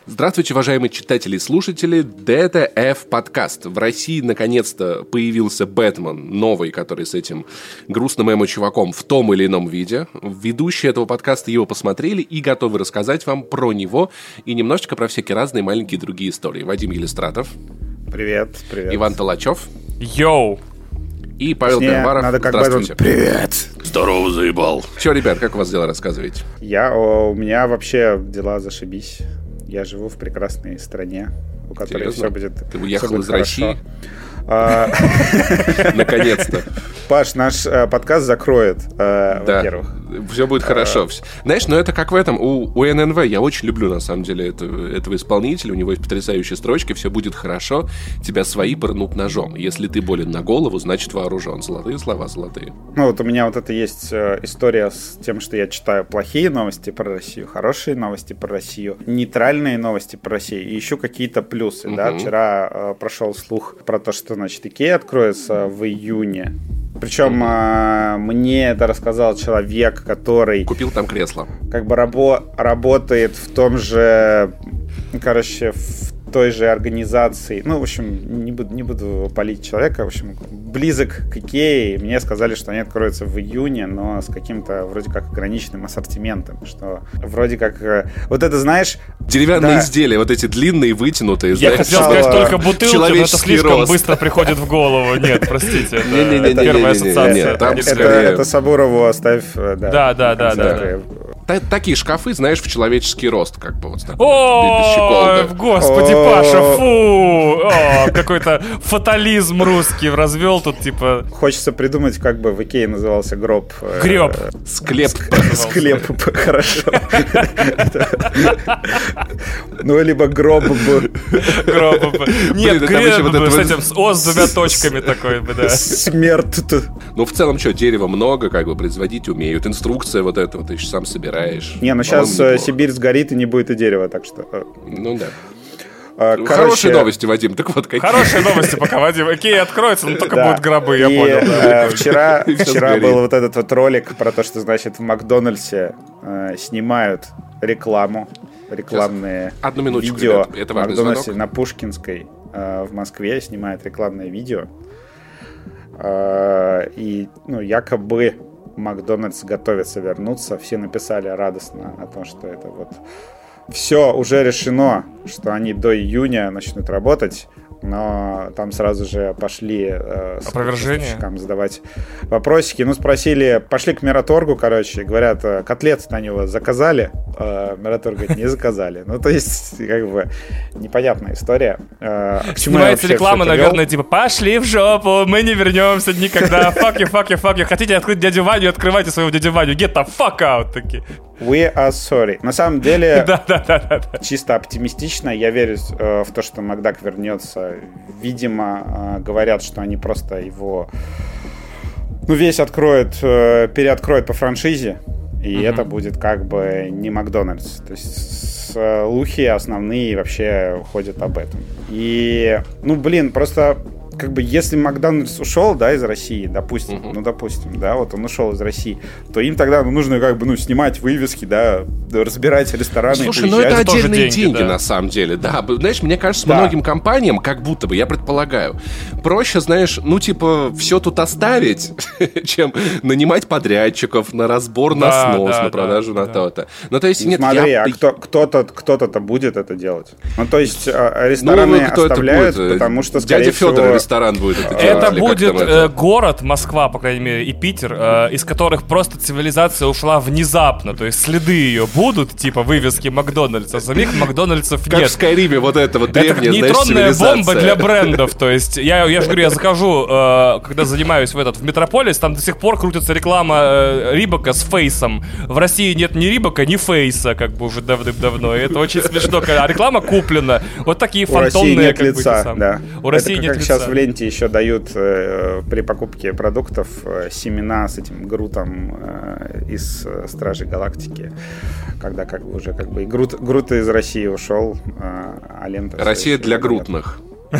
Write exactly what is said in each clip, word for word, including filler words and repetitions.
Здравствуйте, уважаемые читатели и слушатели, ди ти эф подкаст. В России наконец-то появился Бэтмен, новый, который с этим грустным эмо-чуваком в том или ином виде. Ведущие этого подкаста его посмотрели и готовы рассказать вам про него и немножечко про всякие разные маленькие другие истории. Вадим Елистратов. Привет, привет. Иван Толачев. Йоу. И Павел Пивоваров. Надо как Здравствуйте. Бэтмен. Привет. Здорово, заебал. Че, ребят, как у вас дела, рассказываете? Я, о, у меня вообще дела зашибись. Я живу в прекрасной стране, у которой Серьезно? все будет Ты уехал все будет из хорошо. России? Наконец-то. Паш, наш э, подкаст закроет, э, Да, во-первых. все будет хорошо. Знаешь, ну это как в этом, у, у эн эн вэ, я очень люблю, на самом деле, это, этого исполнителя, у него есть потрясающие строчки, все будет хорошо, тебя свои пырнут ножом. Если ты болен на голову, значит вооружен. Золотые слова, золотые. Ну вот у меня вот это есть э, история с тем, что я читаю плохие новости про Россию, хорошие новости про Россию, нейтральные новости про Россию и ищу какие-то плюсы, Угу. да. Вчера э, прошел слух про то, что, значит, Икеа откроется в июне. Причем э, мне это рассказал человек, который... Купил там кресло. Как бы рабо- работает в том же... Короче, в той же организации. Ну, в общем, не буду, не буду палить человека. В общем, близок к Икее. Мне сказали, что они откроются в июне, но с каким-то вроде как ограниченным ассортиментом. Что вроде как... э, Вот это, знаешь... Деревянные Да. изделия, вот эти длинные, вытянутые. Я знаешь, хотел сначала сказать только бутылки, но это человеческий слишком рост. быстро приходит в голову. Нет, простите, это, Не-не-не-не-не-не-не, это первая нет, ассоциация. там Не Это, скорее- это Сабурову оставь... э, Да, да, да, да, концерты. Та- Такие шкафы, знаешь, в человеческий рост, как бы вот с такой, без О, щеколды. господи, О. Паша, фу! О, какой-то фатализм русский развел тут, типа... Хочется придумать, как бы в Икее назывался гроб. э, Греб. Склеп. Склеп, хорошо. Ну, либо гроб бы. Гроб. Нет, Блин, там еще вот греб это с вот- этим, с О с двумя точками такой бы, да. Смерть. Ну, в целом, что, дерева много, как бы производить умеют. Инструкция вот этого ты еще сам собираешь. Не, ну По-моему, сейчас неплохо. Сибирь сгорит и не будет и дерева, так что... э, Ну да. э, Хорошие короче, новости, Вадим. Так вот, какие. Хорошие новости пока, Вадим. Икея откроется, но только да. будут гробы, я И, понял. да. э, Вчера, И всё вчера сгорит. был вот этот вот ролик про то, что, значит, в Макдональдсе э, снимают рекламу, рекламные Одну минуточку, видео. ребят, это В важный Макдональдсе звонок. на Пушкинской э, в Москве снимают рекламное видео. Э, и, ну, якобы Макдональдс готовится вернуться. Все написали радостно о том, что это вот все уже решено, что они до июня начнут работать. Но там сразу же пошли э, с Опровержение? поставщикам задавать вопросики. Ну, спросили, пошли к Мираторгу, короче, говорят, э, котлеты-то они у вас заказали? Э, Мираторг говорит, не заказали. Ну, то есть, как бы, непонятная история. Э, к чему я Снимается вообще реклама, всё это вёл? наверное, типа «Пошли в жопу, мы не вернемся никогда, fuck you, fuck you, fuck you». Хотите открыть дядю Ваню, открывайте своего дядю Ваню, get the fuck out, такие. We are sorry. На самом деле, Да-да-да. чисто оптимистично, я верю э, в то, что Макдак вернется. Видимо, э, говорят, что они просто его, ну, весь откроют, э, переоткроют по франшизе, и Мгм. это будет как бы не Макдональдс. То есть слухи основные вообще ходят об этом. И, ну, блин, просто как бы если Макдональдс ушел, да, из России, допустим, Мгм. ну, допустим, да, вот он ушел из России, то им тогда ну, нужно как бы, ну, снимать вывески, да, разбирать рестораны. Слушай, ну приезжать. это тоже отдельные деньги, деньги, да. на самом деле, да. Б- Знаешь, мне кажется, Да. многим компаниям, как будто бы, я предполагаю, проще, знаешь, ну, типа, все тут оставить, чем нанимать подрядчиков на разбор, на Да, снос, да, на продажу, да, на да. то-то. Ну, то есть, Ну, нет, смотри, я... а кто, кто-то, кто-то будет это делать. Ну, то есть э, Ну, рестораны кто это оставляют, будет? потому что, скорее Дядя Федор всего... ресторан будет это делать. Это или как будет там это? э, город, Москва, по крайней мере, и Питер, э, из которых просто цивилизация ушла внезапно. То есть следы ее будут, типа вывески Макдональдса, а самих Макдональдсов Как нет. в Скайриме, вот это вот Это древняя, знаешь, нейтронная цивилизация. бомба для брендов. То есть, я, я же говорю, я захожу, э, когда занимаюсь в этот в Метрополис, там до сих пор крутится реклама э, Рибока с фейсом. В России нет ни Рибока, ни фейса, как бы уже давным-давно. И это очень смешно, когда реклама куплена. Вот такие У России фантомные, нет как бы, лица, эти самые. да. У России это нет как лица. сейчас в ленте еще дают э, при покупке продуктов э, семена с этим Грутом э, из э, Стражей Галактики, когда как бы уже как бы и Грут, Грут из России ушел, э, а лента... всё Россия еще для нет. грутных.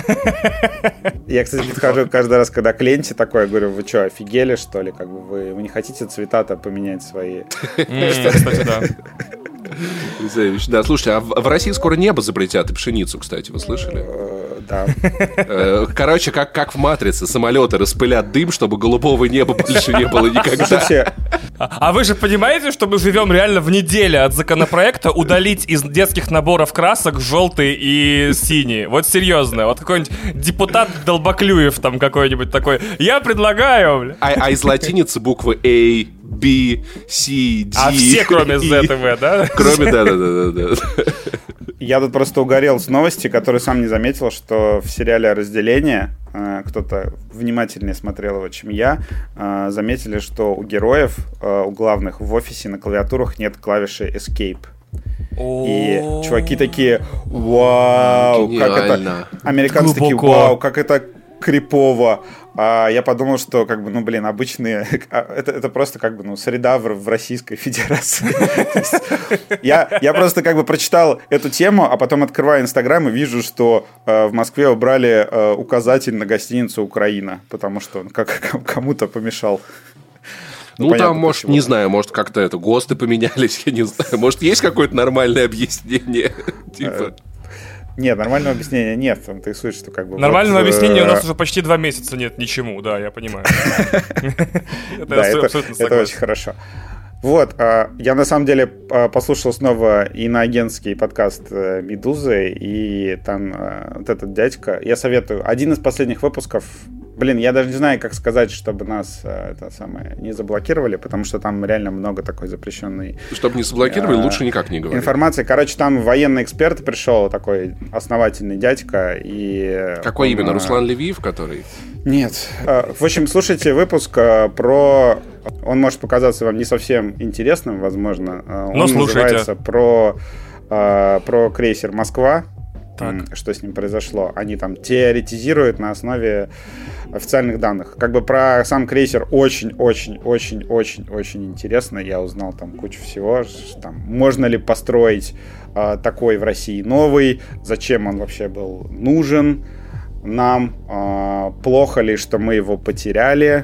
Я, кстати, подхожу каждый раз, когда к ленте такой, я говорю, вы что, офигели, что ли? Как бы вы, вы не хотите цвета-то поменять свои? М, Кстати, да. Да, слушайте, а в России скоро небо запретят и пшеницу, кстати, вы слышали? Да. Короче, как, как в «Матрице», самолеты распылят дым, чтобы голубого неба больше не было никогда. Слушайте, А вы же понимаете, что мы живем реально в неделе от законопроекта удалить из детских наборов красок желтый и синий? Вот серьезно, вот какой-нибудь депутат Долбоклюев там какой-нибудь такой. Я предлагаю, бля. А, а из латиницы буквы A, B, C, D. А все, кроме Z и V, да? Кроме, да-да-да. я тут просто угорел с новости, которую сам не заметил, что в сериале «Разделение», кто-то внимательнее смотрел его, чем я, заметили, что у героев, у главных в офисе на клавиатурах нет клавиши Escape. И чуваки такие: вау, как это... Американцы такие: вау, как это крипово. А я подумал, что, как бы, ну, блин, обычные... Это, это просто, как бы, ну, среда в, в Российской Федерации. я, я просто, как бы, прочитал эту тему, а потом открываю Инстаграм и вижу, что э, в Москве убрали э, указатель на гостиницу «Украина», потому что он как как-то помешал. Ну, ну там, может, почему. Не знаю, может, как-то это ГОСТы поменялись, я не знаю. Может, есть какое-то нормальное объяснение? Типа... Нет, нормального объяснения нет. Там интересует, что как бы... Нормального вот, объяснения у нас уже почти два месяца нет ничему, да, я понимаю. Да, это очень хорошо. Вот, я на самом деле послушал снова иноагентский подкаст «Медузы», и там вот этот дядька, я советую, один из последних выпусков, блин, я даже не знаю, как сказать, чтобы нас это самое не заблокировали, потому что там реально много такой запрещенной... Чтобы не заблокировали, а, лучше никак не говорить. Информации. Короче, там военный эксперт пришел, такой основательный дядька, и... Какой он, именно? Руслан Левиев, который... Нет. В общем, слушайте выпуск про... Он может показаться вам не совсем интересным, возможно. Но он слушайте. Называется про, про крейсер «Москва». Так. Что с ним произошло. Они там теоретизируют на основе официальных данных. Как бы про сам крейсер очень-очень-очень-очень-очень интересно. Я узнал там кучу всего. Там, можно ли построить а, такой в России новый? Зачем он вообще был нужен нам? А, плохо ли, что мы его потеряли?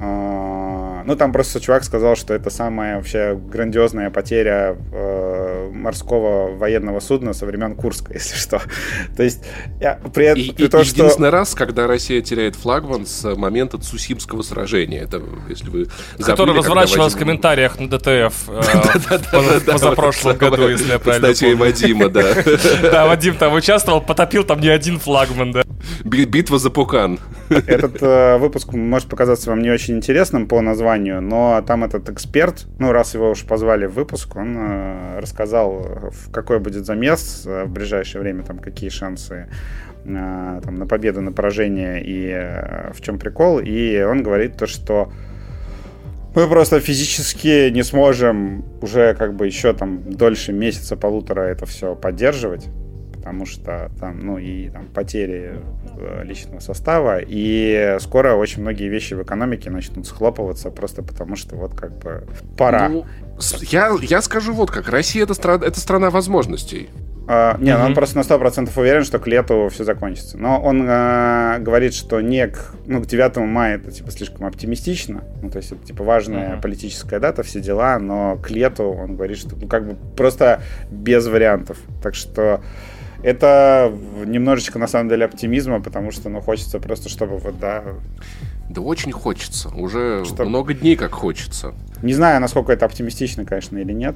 А, ну, там просто чувак сказал, что это самая вообще грандиозная потеря э, морского военного судна со времен Курска, если что. То есть, я, при, и, при и, том, единственный что... раз, когда Россия теряет флагман с момента Цусимского сражения. Это, если вы забыли, который разворачивалось Вадим... в комментариях на ДТФ в позапрошлом году, если я правильно помню. Кстати, и Вадима, да. Да, Вадим там участвовал, потопил там не один флагман, да. Битва за Пукан. Этот э, выпуск может показаться вам не очень интересным по названию, но там этот эксперт, ну, раз его уж позвали в выпуск, он э, рассказал, в какой будет замес э, в ближайшее время, там, какие шансы э, там, на победу, на поражение и э, в чем прикол. И он говорит то, что мы просто физически не сможем уже как бы еще там дольше месяца-полутора это все поддерживать, потому что там, ну, и там потери личного состава, и скоро очень многие вещи в экономике начнут схлопываться просто потому, что вот как бы пора. Ну, я, я скажу вот как, Россия это, стра- это страна возможностей. А, не, mm-hmm. он просто на сто процентов уверен, что к лету все закончится. Но он а, говорит, что не к, ну, к девятому мая это типа слишком оптимистично. Ну, то есть это типа важная mm-hmm. политическая дата, все дела, но к лету он говорит, что ну, как бы просто без вариантов. Так что это немножечко, на самом деле, оптимизма, потому что, ну, хочется просто, чтобы вот, да... Да очень хочется. Уже чтобы... много дней как хочется. Не знаю, насколько это оптимистично, конечно, или нет.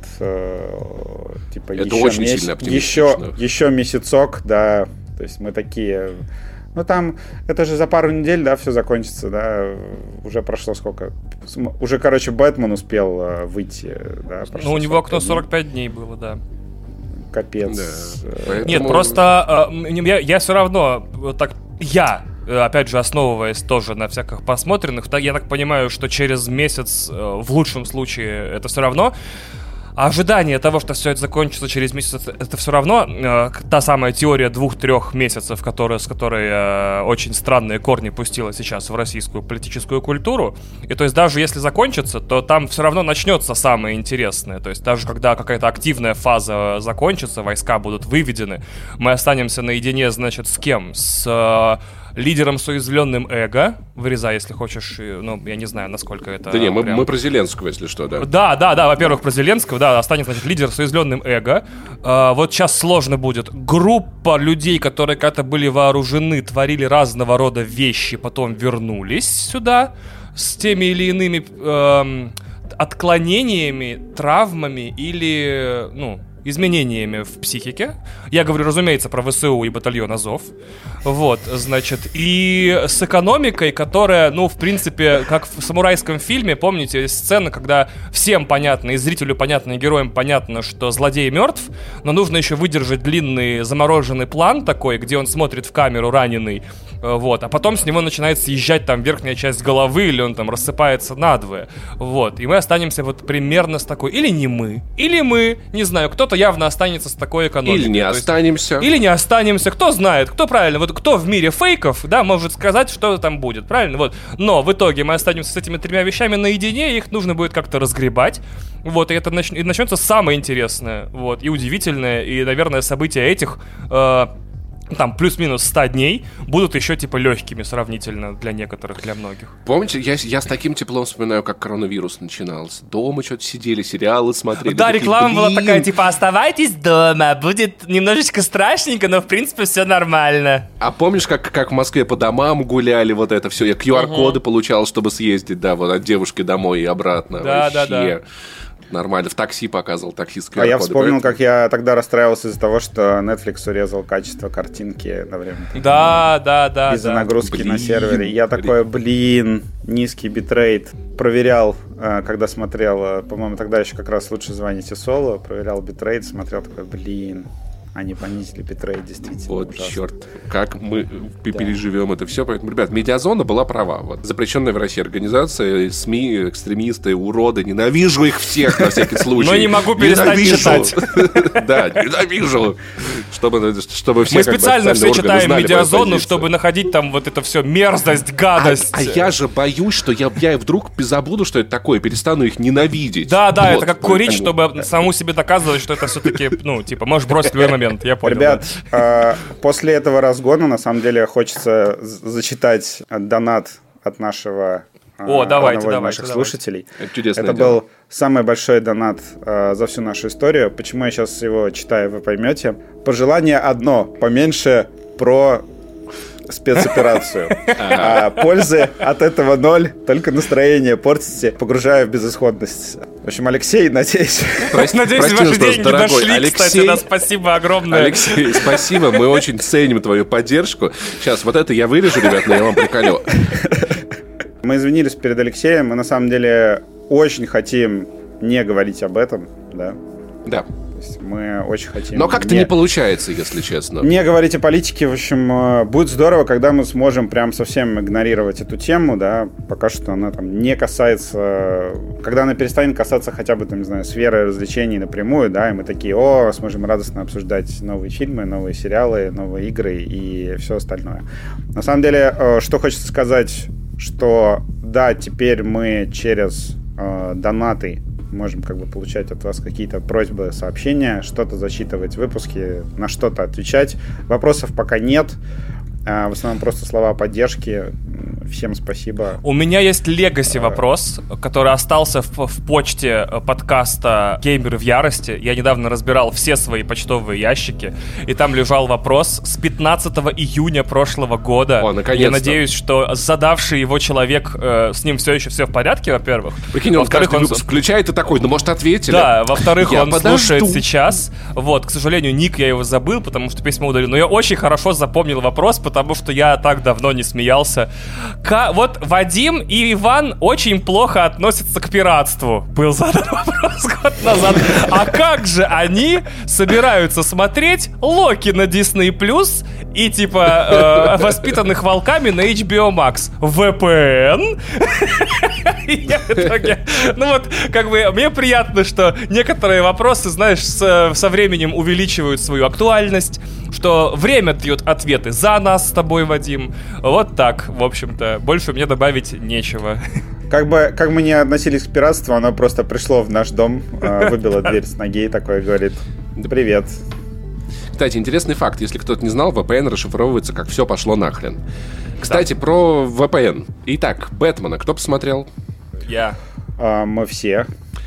Типа, это еще очень месяц... сильно оптимистично. Еще, еще месяцок, да. То есть мы такие... Ну, там, это же за пару недель, да, все закончится, да. Уже прошло сколько? Уже, короче, Бэтмен успел выйти, да. Ну, у него окно сорок пять дней было, да. Капец. Да, поэтому... Нет, просто э, я, я все равно так я опять же основываясь тоже на всяких посмотренных, так, я так понимаю, что через месяц э, в лучшем случае это все равно. А ожидание того, что все это закончится через месяц, это все равно э, та самая теория двух-трех месяцев, которая, с которой э, очень странные корни пустила сейчас в российскую политическую культуру. И то есть даже если закончится, то там все равно начнется самое интересное. То есть даже когда какая-то активная фаза закончится, войска будут выведены, мы останемся наедине, значит, с кем? С... Э, лидером с уязвленным эго. Вырезай, если хочешь, ну, я не знаю, насколько это... Да не, мы, прям... мы про Зеленского, если что, да. Да, да, да, во-первых, про Зеленского, да, останется, значит, лидер с уязвленным эго. А, вот сейчас сложно будет. Группа людей, которые когда-то были вооружены, творили разного рода вещи, потом вернулись сюда с теми или иными эм, отклонениями, травмами или, ну... изменениями в психике. Я говорю, разумеется, про ВСУ и батальон Азов. Вот, значит, и с экономикой, которая, ну, в принципе, как в самурайском фильме, помните, есть сцена, когда всем понятно, и зрителю понятно, и героям понятно, что злодей мертв, но нужно еще выдержать длинный замороженный план такой, где он смотрит в камеру раненый, вот, а потом с него начинает съезжать там верхняя часть головы, или он там рассыпается надвое, вот, и мы останемся вот примерно с такой, или не мы, или мы, не знаю, кто-то явно останется с такой экономикой. Или не То останемся. Есть, или не останемся, кто знает, кто правильно, вот кто в мире фейков, да, может сказать, что там будет, правильно, вот, но в итоге мы останемся с этими тремя вещами наедине, их нужно будет как-то разгребать, вот, и это нач... и начнется самое интересное, вот, и удивительное, и, наверное, события этих... Э- там плюс-минус сто дней будут еще типа легкими сравнительно для некоторых, для многих. Помните, я, я с таким теплом вспоминаю, как коронавирус начинался. Дома что-то сидели, сериалы смотрели. Да, такие, реклама блин. была такая, типа, оставайтесь дома, будет немножечко страшненько, но в принципе все нормально. А помнишь, как, как в Москве по домам гуляли, вот это все? Я ку ар-коды uh-huh. получал, чтобы съездить, да, вот от девушки домой и обратно. Да, вообще. да, да. Нормально, в такси показывал, таксист ку А ар-коды. я вспомнил, поэтому... как я тогда расстраивался из-за того, что Netflix урезал качество картинки на время. Да, да, да. Из-за да. нагрузки Блин. на сервере. Я такой, блин, низкий битрейт. Проверял, когда смотрел, по-моему, тогда еще как раз «Лучше звоните Соло», проверял битрейт, смотрел такой, блин, они понизили битрейт, действительно. Вот, ужасно. черт, как мы да. переживем это все. Поэтому, ребят, Медиазона была права. Вот. Запрещенная в России организация, СМИ, экстремисты, уроды. Ненавижу их всех, на всякий случай. Но не могу перестать читать. Да, ненавижу. Чтобы все Мы специально все читаем Медиазону, чтобы находить там вот это все мерзость, гадость. А я же боюсь, что я вдруг забуду, что это такое, перестану их ненавидеть. Да, да, это как курить, чтобы самому себе доказывать, что это все-таки, ну, типа, можешь бросить в любой момент. Я понял. Ребят, да. э, после этого разгона, на самом деле, хочется зачитать донат от нашего э, О, давайте, одного из давайте, наших давайте. слушателей. Это чудесное Это дело. был самый большой донат э, за всю нашу историю. Почему я сейчас его читаю, вы поймете. Пожелание одно: поменьше про спецоперацию. А пользы от этого ноль, только настроение портите, погружая в безысходность. В общем, Алексей, надеюсь... Прости, надеюсь, прости ваши нас, деньги дорогой дошли, Алексей. кстати, да, спасибо огромное. Алексей, спасибо, мы очень ценим твою поддержку. Сейчас, вот это я вырежу, ребят, но я вам приколю. Мы извинились перед Алексеем, мы на самом деле очень хотим не говорить об этом, да. Да. То есть мы очень хотим... Но как-то не... не получается, если честно. Не говорить о политике, в общем, будет здорово, когда мы сможем прям совсем игнорировать эту тему, да, пока что она там не касается... Когда она перестанет касаться хотя бы, там, не знаю, сферы развлечений напрямую, да, и мы такие, о, сможем радостно обсуждать новые фильмы, новые сериалы, новые игры и все остальное. На самом деле, что хочется сказать, что да, теперь мы через э, донаты можем как бы получать от вас какие-то просьбы, сообщения, что-то зачитывать в выпуске, на что-то отвечать. Вопросов пока нет. В основном просто слова поддержки. Всем спасибо. У меня есть легаси вопрос, который остался в, в почте подкаста «Геймеры в ярости». Я недавно разбирал все свои почтовые ящики, и там лежал вопрос с пятнадцатого июня прошлого года. О, наконец-то. Я надеюсь, что задавший его человек, э, с ним все еще все в порядке, во-первых. Прикинь, он каждый он... выпуск включает и такой, ну, может, ответили? Да, во-вторых, я он подожду. слушает сейчас. Вот, к сожалению, ник я его забыл, потому что письмо удалил. Но я очень хорошо запомнил вопрос, потому что я так давно не смеялся. К... Вот Вадим и Иван очень плохо относятся к пиратству. Был задан вопрос год назад. А как же они собираются смотреть Локи на Disney Плюс и типа э, Воспитанных волками на эйч би о Max? вэ пэ эн? Я в итоге... Ну вот, как бы, мне приятно, что некоторые вопросы, знаешь, с, со временем увеличивают свою актуальность, что время дает ответы за нас с тобой, Вадим. Вот так, в общем-то. Больше мне добавить нечего. Как бы, как мы не относились к пиратству, оно просто пришло в наш дом, выбило дверь с ноги и такое говорит: привет. Кстати, интересный факт. Если кто-то не знал, ви пи эн расшифровывается как «все пошло нахрен». Кстати, да. Про ви пи эн. Итак, «Бэтмена» кто посмотрел? Я. А, мы все.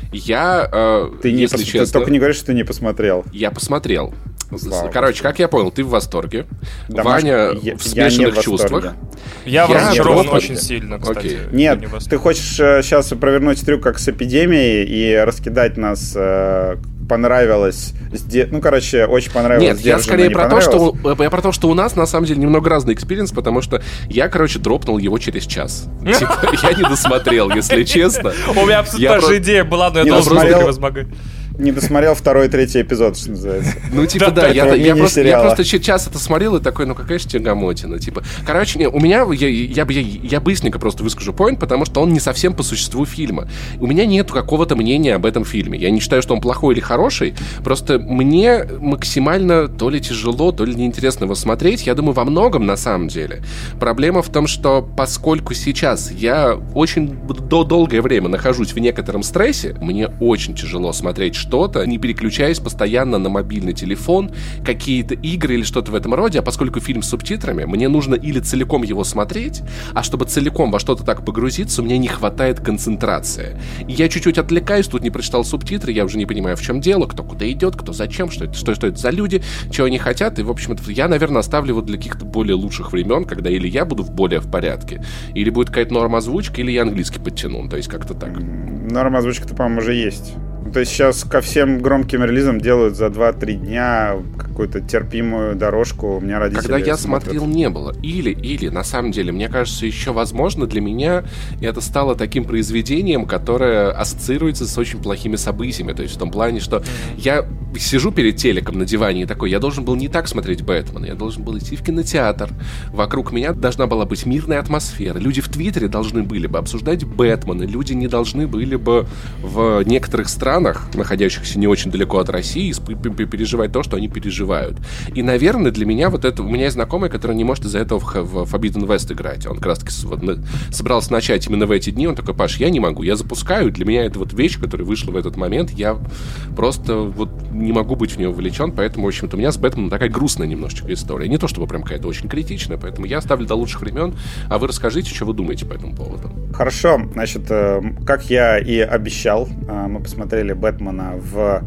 Я, э, ты не если пос... честно... Ты только не говоришь, что ты не посмотрел. Я посмотрел. Слава Короче, Господи. как я понял, ты в восторге. Да, Ваня я, в смешанных я чувствах. Я, я разочарован не очень сильно, кстати. Окей. Нет, ты хочешь э, сейчас провернуть трюк, как с эпидемией, и раскидать нас... Э, понравилось... Сде... Ну, короче, очень понравилось. Нет, я скорее про то, что, я про то, что у нас, на самом деле, немного разный экспириенс, потому что я, короче, дропнул его через час. Типа, я не досмотрел, если честно. У меня абсолютно та же идея была, но я должен был превозмогать. Не досмотрел второй, третий эпизод, что называется. Ну, типа, да, я, я, просто, я просто час это смотрел и такой, ну, какая же тягомотина. Типа, короче, не, у меня, я, я, я, я быстренько просто выскажу поинт, потому что он не совсем по существу фильма. У меня нет какого-то мнения об этом фильме. Я не считаю, что он плохой или хороший, просто мне максимально то ли тяжело, то ли неинтересно его смотреть. Я думаю, во многом, на самом деле. Проблема в том, что поскольку сейчас я очень до долгое время нахожусь в некотором стрессе, мне очень тяжело смотреть что-то, не переключаясь постоянно на мобильный телефон, какие-то игры или что-то в этом роде, а поскольку фильм с субтитрами, мне нужно или целиком его смотреть, а чтобы целиком во что-то так погрузиться, у меня не хватает концентрации. И я чуть-чуть отвлекаюсь, тут не прочитал субтитры, я уже не понимаю, в чем дело, кто куда идет, кто зачем, что это, что, что это за люди, чего они хотят, и, в общем-то, я, наверное, оставлю его для каких-то более лучших времен, когда или я буду в более в порядке, или будет какая-то норма озвучки, или я английский подтяну, то есть как-то так. Норма озвучка-то, по-моему, уже есть. То есть сейчас ко всем громким релизам делают за два-три дня какую-то терпимую дорожку. У меня родители Когда я смотрят. смотрел, не было. Или, или, на самом деле, мне кажется, еще возможно для меня это стало таким произведением, которое ассоциируется с очень плохими событиями. То есть в том плане, что я сижу перед телеком на диване и такой, я должен был не так смотреть «Бэтмена», я должен был идти в кинотеатр. Вокруг меня должна была быть мирная атмосфера. Люди в Твиттере должны были бы обсуждать «Бэтмена». Люди не должны были бы в некоторых странах, находящихся не очень далеко от России, переживать то, что они переживают. И, наверное, для меня вот это... У меня есть знакомый, который не может из-за этого в Forbidden West играть. Он как раз таки вот собрался начать именно в эти дни. Он такой, Паш, я не могу, я запускаю. Для меня это вот вещь, которая вышла в этот момент. Я просто вот не могу быть в нее вовлечен, поэтому, в общем-то, у меня с Бэтменом такая грустная немножечко история. Не то, чтобы прям какая-то очень критичная, поэтому я оставлю до лучших времен. А вы расскажите, что вы думаете по этому поводу. Хорошо. Значит, как я и обещал, мы посмотрели Бэтмена в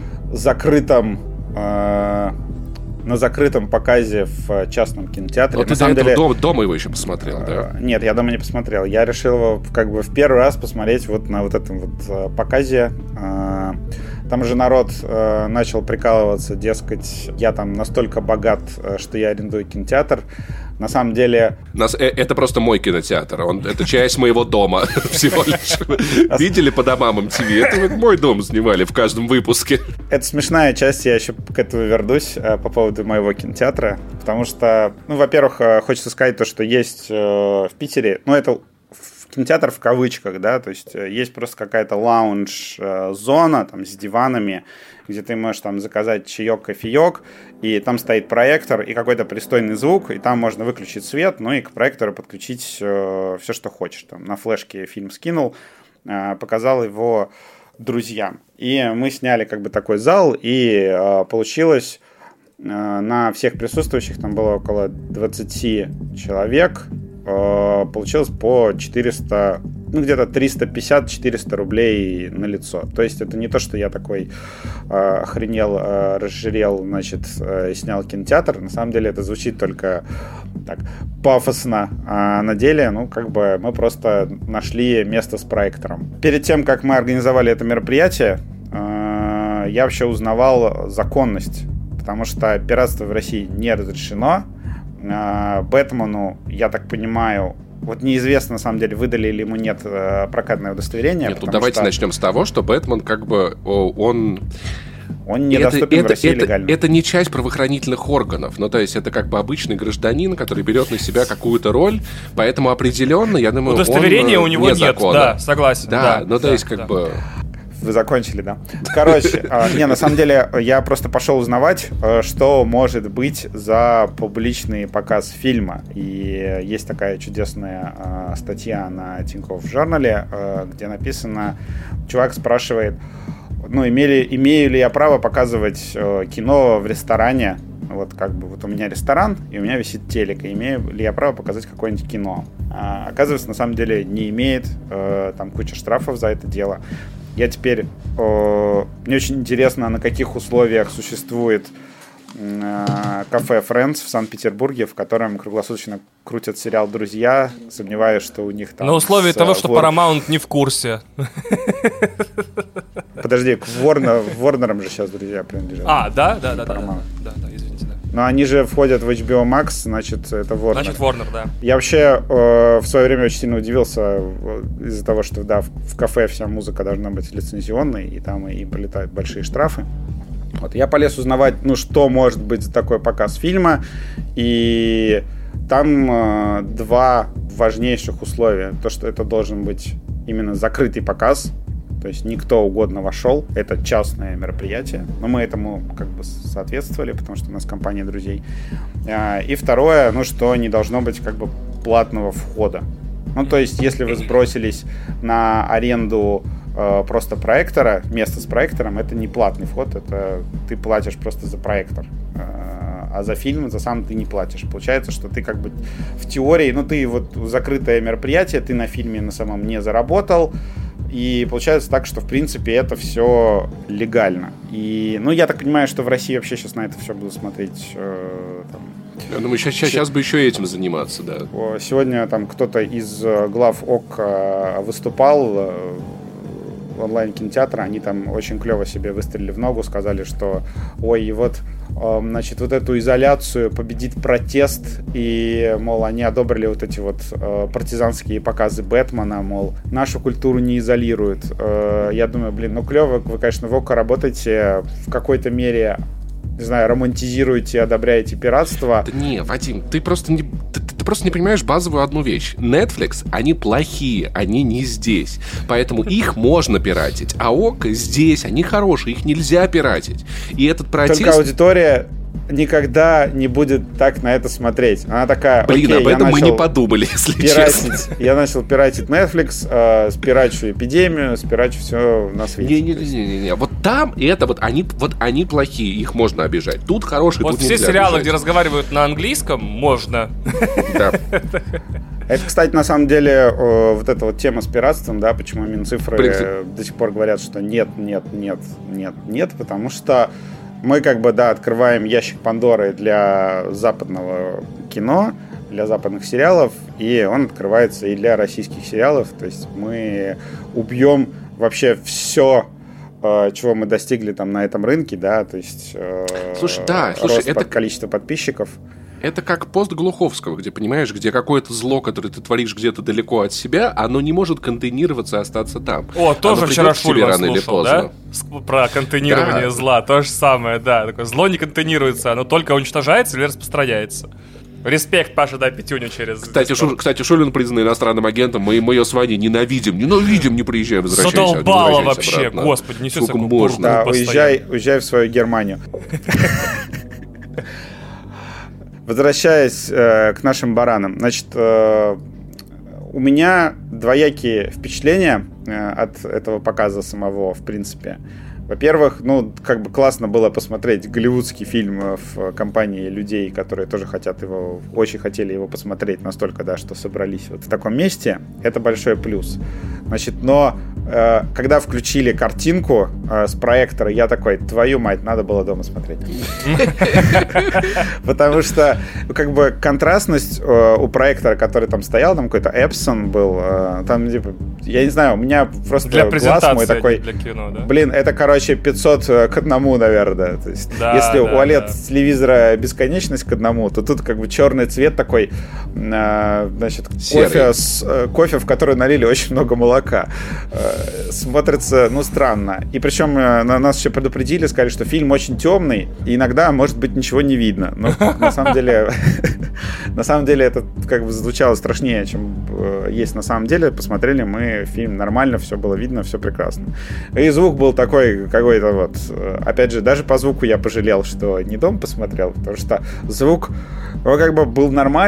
закрытом э, на закрытом показе в частном кинотеатре. Но ты на до самом этого деле, дома, дома его еще посмотрел, э, да? Нет, я дома не посмотрел. Я решил его как бы в первый раз посмотреть вот на вот этом вот показе. Э, там же народ э, начал прикалываться, дескать, я там настолько богат, что я арендую кинотеатр. На самом деле... Нас, э, это просто мой кинотеатр. Он, это часть моего дома всего лишь. Видели по домам эм ти ви? Это вот мой дом снимали в каждом выпуске. Это смешная часть, я еще к этому вернусь по поводу моего кинотеатра. Потому что, ну, во-первых, хочется сказать то, что есть в Питере, ну, это кинотеатр в кавычках, да, то есть есть просто какая-то лаунж-зона там с диванами, где ты можешь там заказать чаек, кофеек, и там стоит проектор и какой-то пристойный звук, и там можно выключить свет, ну и к проектору подключить э, все, что хочешь. Там на флешке фильм скинул, э, показал его друзьям. И мы сняли как бы такой зал, и э, получилось э, на всех присутствующих, там было около двадцать человек, э, получилось по четыреста, ну где-то триста пятьдесят - четыреста рублей на лицо. То есть это не то, что я такой э, охренел, э, разжирел, значит, э, снял кинотеатр. На самом деле это звучит только так пафосно, а на деле, ну, как бы мы просто нашли место с проектором. Перед тем, как мы организовали это мероприятие, э, я вообще узнавал законность, потому что пиратство в России не разрешено. Э, Бэтмену, я так понимаю, вот неизвестно, на самом деле, выдали ли ему нет э, прокатное удостоверение. Нет, ну давайте что... начнем с того, что Бэтмен, как бы, он... Он недоступен это, в России это, легально. Это, это не часть правоохранительных органов. Ну, то есть, это как бы обычный гражданин, который берет на себя какую-то роль. Поэтому определенно, я думаю, удостоверения он у него нет, да, согласен. Да, да ну, то да, есть, как да. бы... Вы закончили, да? Короче, не, на самом деле, я просто пошел узнавать, что может быть за публичный показ фильма. И есть такая чудесная статья на Тинькофф Журнале, где написано, чувак спрашивает, ну, имели, имею ли я право показывать кино в ресторане Вот как бы вот у меня ресторан, и у меня висит телек, и имею ли я право показать какое-нибудь кино? А, оказывается, на самом деле не имеет, э, там куча штрафов за это дело. Я теперь, э, мне очень интересно, на каких условиях существует кафе Friends в Санкт-Петербурге, в котором круглосуточно крутят сериал «Друзья». Сомневаюсь, что у них там... На условии с, того, что Вор... Paramount не в курсе. Подожди, к Warner, Warner'ам же сейчас «Друзья» принадлежат. А, да? Да, да, да, да, да, да, извините, да. Но они же входят в эйч би о Max, значит, это Warner. Значит, Warner, да. Я вообще э, в свое время очень сильно удивился из-за того, что, да, в, в кафе вся музыка должна быть лицензионной, и там и прилетают большие штрафы. Вот, я полез узнавать, ну, что может быть за такой показ фильма, и там э, два важнейших условия. То, что это должен быть именно закрытый показ, то есть никто угодно вошел, это частное мероприятие, но мы этому как бы соответствовали, потому что у нас компания друзей. Э, и второе, ну, что не должно быть как бы платного входа. Ну, то есть, если вы сбросились на аренду э, просто проектора, место с проектором, это не платный вход, это ты платишь просто за проектор. Э, а за фильм, за сам ты не платишь. Получается, что ты как бы в теории, ну, ты вот закрытое мероприятие, ты на фильме на самом не заработал, и получается так, что, в принципе, это все легально. И, ну, я так понимаю, что в России вообще сейчас на это все будут смотреть э, там, Я думаю, сейчас, сейчас, сейчас бы еще этим заниматься, да. Сегодня там кто-то из глав ОК выступал в онлайн-кинотеатре, они там очень клево себе выстрелили в ногу, сказали, что ой, и вот, значит, вот эту изоляцию победит протест, и, мол, они одобрили вот эти вот партизанские показы Бэтмена, мол, нашу культуру не изолируют. Я думаю, блин, ну клево, вы, конечно, в ОК работаете, в какой-то мере, не знаю, романтизируете, одобряете пиратство. Да не, Вадим, ты просто не, ты, ты просто не понимаешь базовую одну вещь. Netflix, они плохие, они не здесь. Поэтому их можно пиратить. А ОК здесь, они хорошие, их нельзя пиратить. И этот протест... Только аудитория никогда не будет так на это смотреть. Она такая, блин, окей, об этом мы не подумали, если пиратить, честно. Я начал пиратить Netflix, э, спирачу эпидемию, спирачу все на свете. Не-не-не, вот там это вот они, вот они плохие, их можно обижать. Тут хорошие, вот тут все нельзя сериалы, обижать. где разговаривают на английском, можно. Да. Это, кстати, на самом деле, э, вот эта вот тема с пиратством, да, почему Минцифры Блин, до сих пор говорят, что нет, нет, нет, нет, нет, потому что мы как бы, да, открываем ящик Пандоры для западного кино, для западных сериалов, и он открывается и для российских сериалов. То есть мы убьем вообще все, чего мы достигли там на этом рынке, да, то есть слушай, да, слушай, рост это... под количество подписчиков. Это как пост Глуховского, где, понимаешь, где какое-то зло, которое ты творишь где-то далеко от себя, оно не может контейнироваться и остаться там. О, тоже оно вчера Шульман рано или слушал, поздно. Да? Про контейнирование да. зла. То же самое, да. Такое зло не контейнируется, оно только уничтожается или распространяется. Респект, Паша, да, пятюню через... Кстати, Шу, кстати Шулин признан иностранным агентом, мы, мы ее с Ваней ненавидим, ненавидим, не приезжай, возвращайся. Задолбало вообще, обратно. Господи, несет сколько можно. Да, уезжай, уезжай в свою Германию. Возвращаясь э, к нашим баранам, значит, э, у меня двоякие впечатления э, от этого показа самого, в принципе. Во-первых, ну, как бы классно было посмотреть голливудский фильм в компании людей, которые тоже хотят его, очень хотели его посмотреть настолько, да, что собрались вот в таком месте. Это большой плюс. Значит, но э, когда включили картинку э, с проектора, я такой, твою мать, надо было дома смотреть. Потому что, как бы, контрастность у проектора, который там стоял, там какой-то Epson был, там, типа, я не знаю, у меня просто глаз мой такой, блин, это, короче, пятьсот к одному, наверное. То есть, да, если да, у о лед да. телевизора бесконечность к одному, то тут как бы черный цвет такой, э, значит, кофе, с, э, кофе, в который налили очень много молока. Э, смотрится, ну, странно. И причем э, нас еще предупредили, сказали, что фильм очень темный, и иногда, может быть, ничего не видно. Но на самом деле, на самом деле это как бы звучало страшнее, чем есть на самом деле. Посмотрели мы фильм нормально, все было видно, все прекрасно. И звук был такой, какой-то вот... Опять же, даже по звуку я пожалел, что не дом посмотрел, потому что звук, он как бы был нормальный,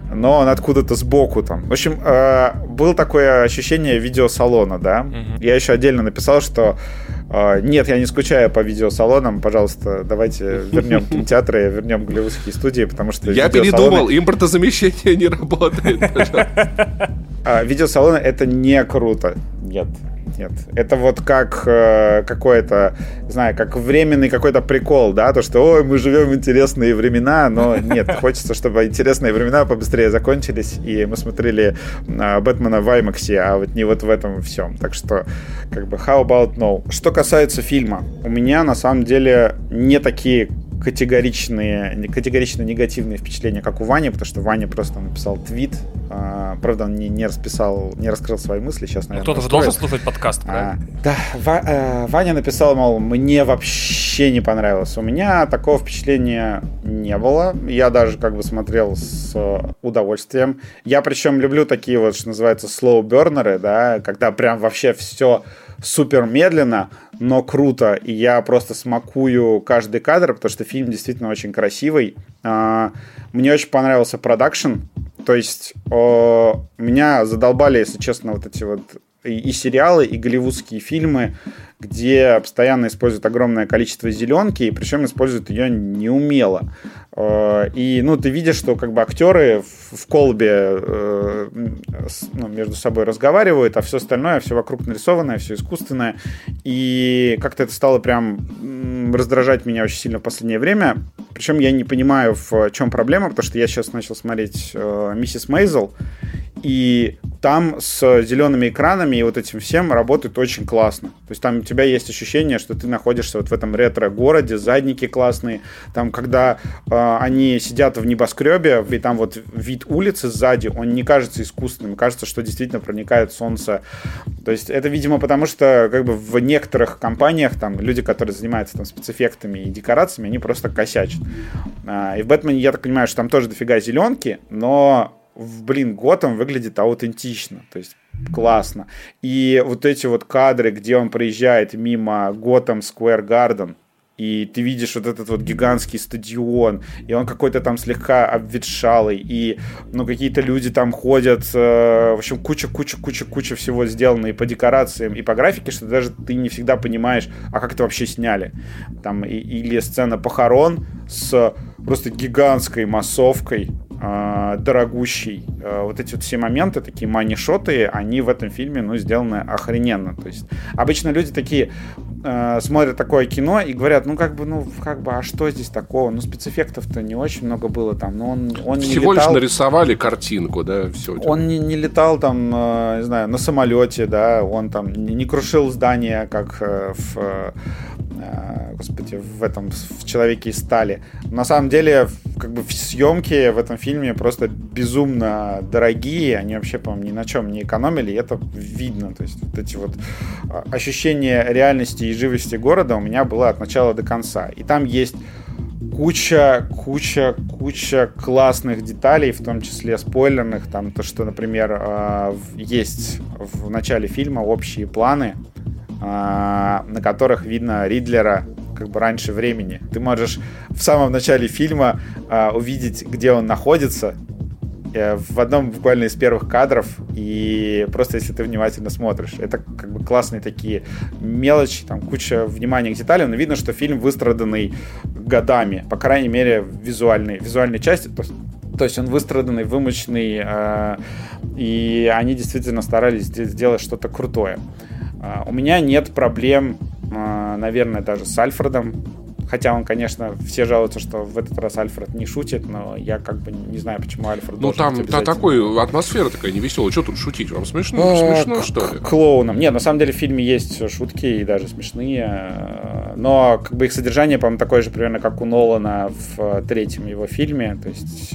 но он откуда-то сбоку там. В общем, э, было такое ощущение видеосалона, да. Mm-hmm. Я еще отдельно написал, что э, нет, я не скучаю по видеосалонам, пожалуйста, давайте вернем кинотеатры, вернем голливудские студии, потому что я передумал, импортозамещение не работает. Видеосалоны — это не круто. Нет. Нет, это вот как э, какой-то, не знаю, как временный какой-то прикол, да, то, что, ой, мы живем в интересные времена, но нет, хочется, чтобы интересные времена побыстрее закончились, и мы смотрели э, Бэтмена в IMAX, а вот не вот в этом всем. Так что, как бы, how about no? Что касается фильма, у меня, на самом деле, не такие категоричные, категорично негативные впечатления, как у Вани, потому что Ваня просто написал твит. А, правда, он не, не расписал, не раскрыл свои мысли. Сейчас, наверное, кто-то же должен слушать подкаст, правильно? А, да, Ва, а, Ваня написал, мол, мне вообще не понравилось. У меня такого впечатления не было. Я даже как бы смотрел с удовольствием. Я причем люблю такие вот, что называется, slow-burnerы, да, когда прям вообще все супер медленно, но круто, и я просто смакую каждый кадр, потому что фильм действительно очень красивый. Мне очень понравился продакшн, то есть меня задолбали, если честно, вот эти вот и сериалы, и голливудские фильмы, где постоянно используют огромное количество зеленки, и причем используют ее неумело. И, ну, ты видишь, что как бы актеры в колбе э, ну, между собой разговаривают, а все остальное, все вокруг нарисованное, все искусственное. И как-то это стало прям раздражать меня очень сильно в последнее время. Причем я не понимаю, в чем проблема, потому что я сейчас начал смотреть э, «Миссис Мейзел», и там с зелеными экранами и вот этим всем работает очень классно. То есть там у тебя есть ощущение, что ты находишься вот в этом ретро-городе, задники классные. Там, когда э, они сидят в небоскребе, и там вот вид улицы сзади, он не кажется искусственным. Кажется, что действительно проникает солнце. То есть это, видимо, потому что как бы в некоторых компаниях там люди, которые занимаются там спецэффектами и декорациями, они просто косячат. А, и в «Бэтмене», я так понимаю, что там тоже дофига зеленки, но блин, Готэм выглядит аутентично, то есть классно. И вот эти вот кадры, где он проезжает мимо Готэм Сквер Гарден, и ты видишь вот этот вот гигантский стадион, и он какой-то там слегка обветшалый, и, ну, какие-то люди там ходят, э, в общем, куча-куча-куча-куча всего сделано и по декорациям, и по графике, что даже ты не всегда понимаешь, а как это вообще сняли. Там, и, или сцена похорон с просто гигантской массовкой, э, дорогущей. Э, вот эти вот все моменты, такие мани-шоты, они в этом фильме, ну, сделаны охрененно. То есть обычно люди такие э, смотрят такое кино и говорят, ну, как бы, ну, как бы, а что здесь такого? Ну, спецэффектов-то не очень много было там, но он, он Всего не летал... лишь нарисовали картинку, да, все. Он не, не летал там, э, не знаю, на самолете, да, он там не, не крушил здания, как э, в... Э, господи, в этом, в «Человеке из стали». На самом деле, как бы съемки в этом фильме просто безумно дорогие, они вообще, по-моему, ни на чем не экономили, и это видно. То есть вот эти вот ощущения реальности и живости города у меня было от начала до конца. И там есть куча, куча, куча классных деталей, в том числе спойлерных, там то, что, например, есть в начале фильма общие планы, на которых видно Ридлера как бы раньше времени. Ты можешь в самом начале фильма э, увидеть, где он находится, э, в одном буквально из первых кадров, и просто если ты внимательно смотришь. Это как бы классные такие мелочи, там куча внимания к деталям, но видно, что фильм выстраданный годами, по крайней мере, в визуальной, визуальной части. То, то есть он выстраданный, вымощенный, э, и они действительно старались сделать что-то крутое. У меня нет проблем, наверное, даже с Альфредом. Хотя он, конечно, все жалуются, что в этот раз Альфред не шутит, но я как бы не знаю, почему Альфред ну, должен быть там та, такой, атмосфера такая невеселая. Что тут шутить? Вам смешно, смешно что ли? Клоуном. Нет, на самом деле в фильме есть шутки и даже смешные. Но как бы их содержание, по-моему, такое же примерно, как у Нолана в третьем его фильме. То есть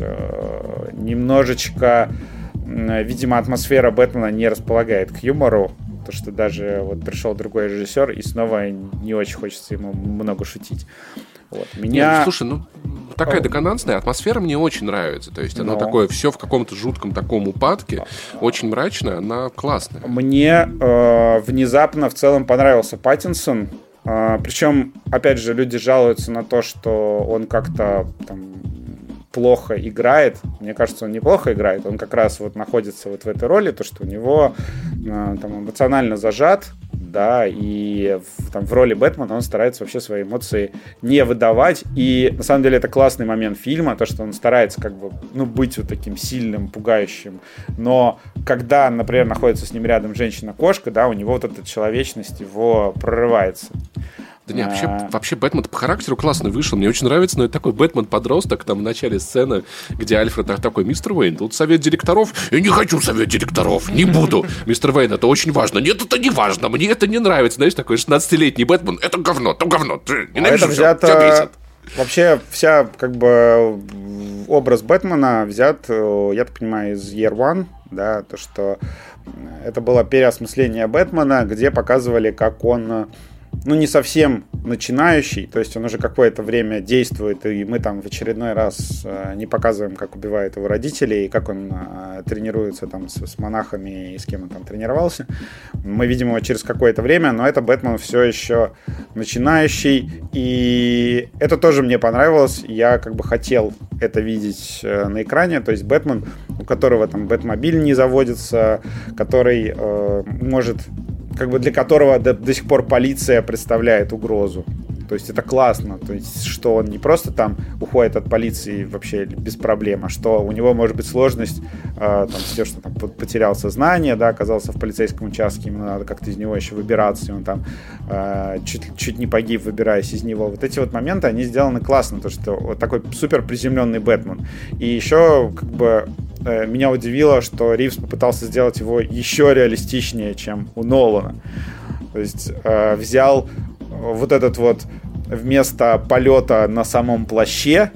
немножечко, видимо, атмосфера Бэтмена не располагает к юмору. То, что даже вот пришел другой режиссер, и снова не очень хочется ему много шутить. Вот. Меня... Нет, слушай, ну такая декадансная атмосфера мне очень нравится. То есть, она такое все в каком-то жутком таком упадке, очень мрачная, она классная. Мне э, внезапно в целом понравился Паттинсон. Э, причем, опять же, люди жалуются на то, что он как-то там плохо играет. Мне кажется, он неплохо играет. Он как раз вот находится вот в этой роли, то, что у него э, там эмоционально зажат, да, и в, там, в роли Бэтмена он старается вообще свои эмоции не выдавать. И на самом деле это классный момент фильма, то, что он старается как бы, ну, быть вот таким сильным, пугающим. Но когда, например, находится с ним рядом женщина-кошка, да, у него вот эта человечность его прорывается. Да не, вообще, вообще Бэтмен по характеру классно вышел. Мне очень нравится, но это такой Бэтмен-подросток, там в начале сцены, где Альфред такой: мистер Уэйн, тут совет директоров. Я не хочу совет директоров, не буду. Мистер Уэйн, это очень важно. Нет, это не важно, мне это не нравится. Знаешь, такой шестнадцатилетний Бэтмен, это говно, это говно. Ненавижу, все, все бесит. Вообще вся, как бы, образ Бэтмена взят, я так понимаю, из Year One, да, то, что это было переосмысление Бэтмена, где показывали, как он, ну, не совсем начинающий, то есть он уже какое-то время действует, и мы там в очередной раз э, не показываем, как убивают его родителей, и как он э, тренируется там с, с монахами, и с кем он там тренировался. Мы видим его через какое-то время, но это Бэтмен все еще начинающий, и это тоже мне понравилось. Я как бы хотел это видеть э, на экране, то есть Бэтмен, у которого там Бэтмобиль не заводится, который э, может... как бы для которого до, до сих пор полиция представляет угрозу. То есть это классно, то есть что он не просто там уходит от полиции вообще без проблем, а что у него может быть сложность э, там, с тем, что там, потерял сознание, да, оказался в полицейском участке, ему надо как-то из него еще выбираться, и он там э, чуть, чуть не погиб, выбираясь из него. Вот эти вот моменты, они сделаны классно, то что вот такой супер приземленный Бэтмен. И еще как бы э, меня удивило, что Ривз попытался сделать его еще реалистичнее, чем у Нолана. То есть э, взял вот этот вот вместо полета на самом плаще,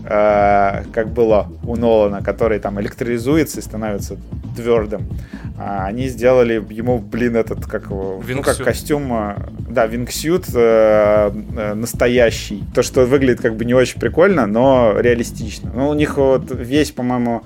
э, как было у Нолана, который там электролизуется и становится твердым, а они сделали ему, блин, этот, как его, ну, как костюм, да, вингсют э, э, настоящий. То, что выглядит как бы не очень прикольно, но реалистично. Ну, у них вот весь, по-моему,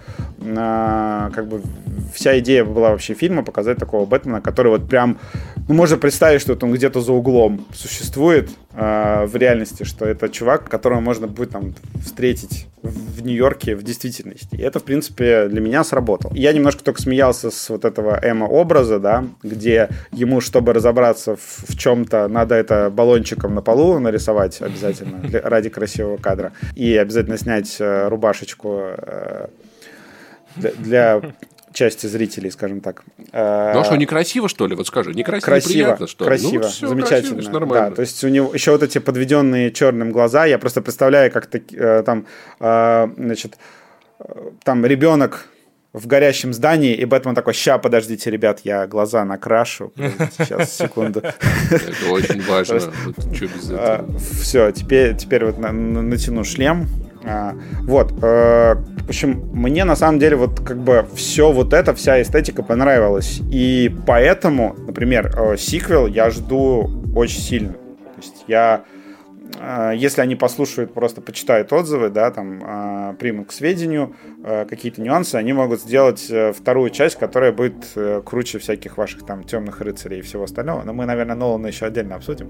э, как бы вся идея была вообще фильма показать такого Бэтмена, который вот прям, ну, можно представить, что он где-то за углом существует э, в реальности, что это чувак, которого можно будет там встретить в Нью-Йорке в действительности. И это, в принципе, для меня сработало. Я немножко только смеялся с вот этого эмо-образа, да, где ему, чтобы разобраться в, в чем-то, надо это баллончиком на полу нарисовать обязательно для, ради красивого кадра. И обязательно снять э, рубашечку э, для... для части зрителей, скажем так. Ну, а что, некрасиво, что ли? Вот скажи, некрасиво, красиво, неприятно, что ли? Красиво, ну, все, замечательно. Красиво, нормально. Да, то есть у него еще вот эти подведенные черным глаза, я просто представляю, как э, там, э, значит, э, там ребенок в горящем здании, и Бэтмен такой: ща, подождите, ребят, я глаза накрашу. Сейчас, секунду. Это очень важно. Что без этого? Все, теперь, теперь вот натяну шлем. Вот. В общем, мне на самом деле вот как бы все вот это, вся эстетика понравилась. И поэтому, например, сиквел я жду очень сильно. То есть я... Если они послушают, просто почитают отзывы, да, там, примут к сведению какие-то нюансы, они могут сделать вторую часть, которая будет круче всяких ваших там темных рыцарей и всего остального. Но мы, наверное, Нолана еще отдельно обсудим.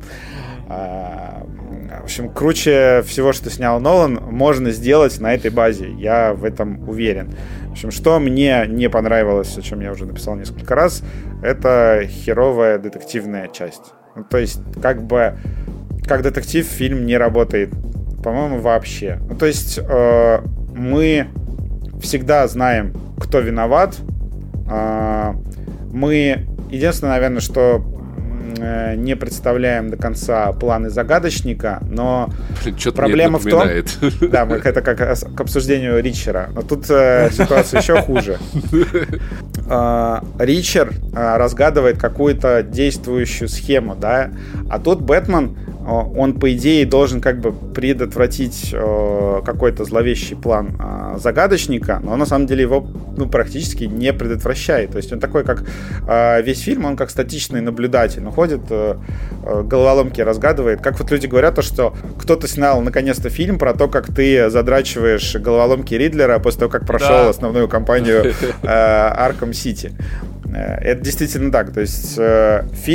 В общем, круче всего, что снял Нолан, можно сделать на этой базе. Я в этом уверен. В общем, что мне не понравилось, о чем я уже написал несколько раз, это херовая детективная часть. Ну, то есть, как бы... Как детектив фильм не работает, по-моему, вообще. Ну, то есть э, мы всегда знаем, кто виноват. Э, мы, единственное, наверное, что э, не представляем до конца планы загадочника, но что-то проблема в том... Да, это как к обсуждению Ричера. Но тут э, ситуация еще хуже. Э, Ричер э, разгадывает какую-то действующую схему, да, а тут Бэтмен, он, по идее, должен как бы предотвратить э, какой-то зловещий план э, загадочника, но он, на самом деле, его, ну, практически не предотвращает. То есть он такой, как э, весь фильм, он как статичный наблюдатель. Он ходит, э, э, головоломки разгадывает. Как вот люди говорят, то, что кто-то снял, наконец-то, фильм про то, как ты задрачиваешь головоломки Ридлера после того, как прошел да. основную кампанию э, Arkham City. Это действительно так. То есть э, фильм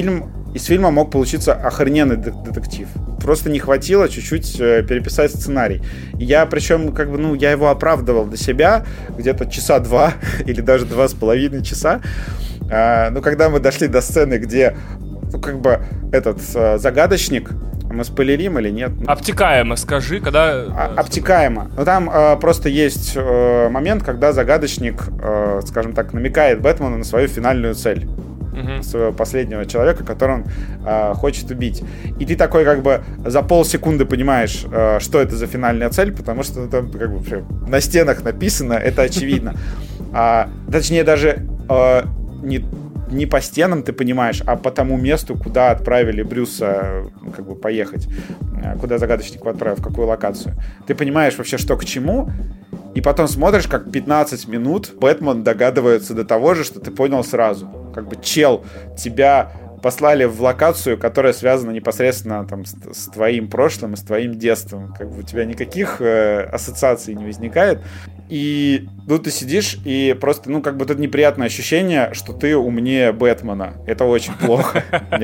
из фильма мог получиться охрененный детектив. Просто не хватило чуть-чуть переписать сценарий. Я, причем, как бы, ну, я его оправдывал для себя где-то часа два или даже два с половиной часа. А, ну, когда мы дошли до сцены, где, ну, как бы, этот а, загадочник, мы спойлерим или нет? Обтекаемо скажи, когда... А, обтекаемо. Ну, там а, просто есть а, момент, когда загадочник, а, скажем так, намекает Бэтмену на свою финальную цель. Uh-huh. Своего последнего человека, которого он э, хочет убить. И ты такой как бы за полсекунды понимаешь, э, что это за финальная цель, потому что там как бы прям на стенах написано, это очевидно. А, точнее, даже э, не, не по стенам ты понимаешь, а по тому месту, куда отправили Брюса как бы поехать, куда загадочник его отправил, в какую локацию. Ты понимаешь вообще, что к чему. И потом смотришь, как пятнадцать минут Бэтмен догадывается до того же, что ты понял сразу. Как бы, чел, тебя послали в локацию, которая связана непосредственно там, с, с твоим прошлым и с твоим детством. Как бы у тебя никаких э, ассоциаций не возникает. И ну, ты сидишь, и просто, ну, как бы тут неприятное ощущение, что ты умнее Бэтмена. Это очень плохо.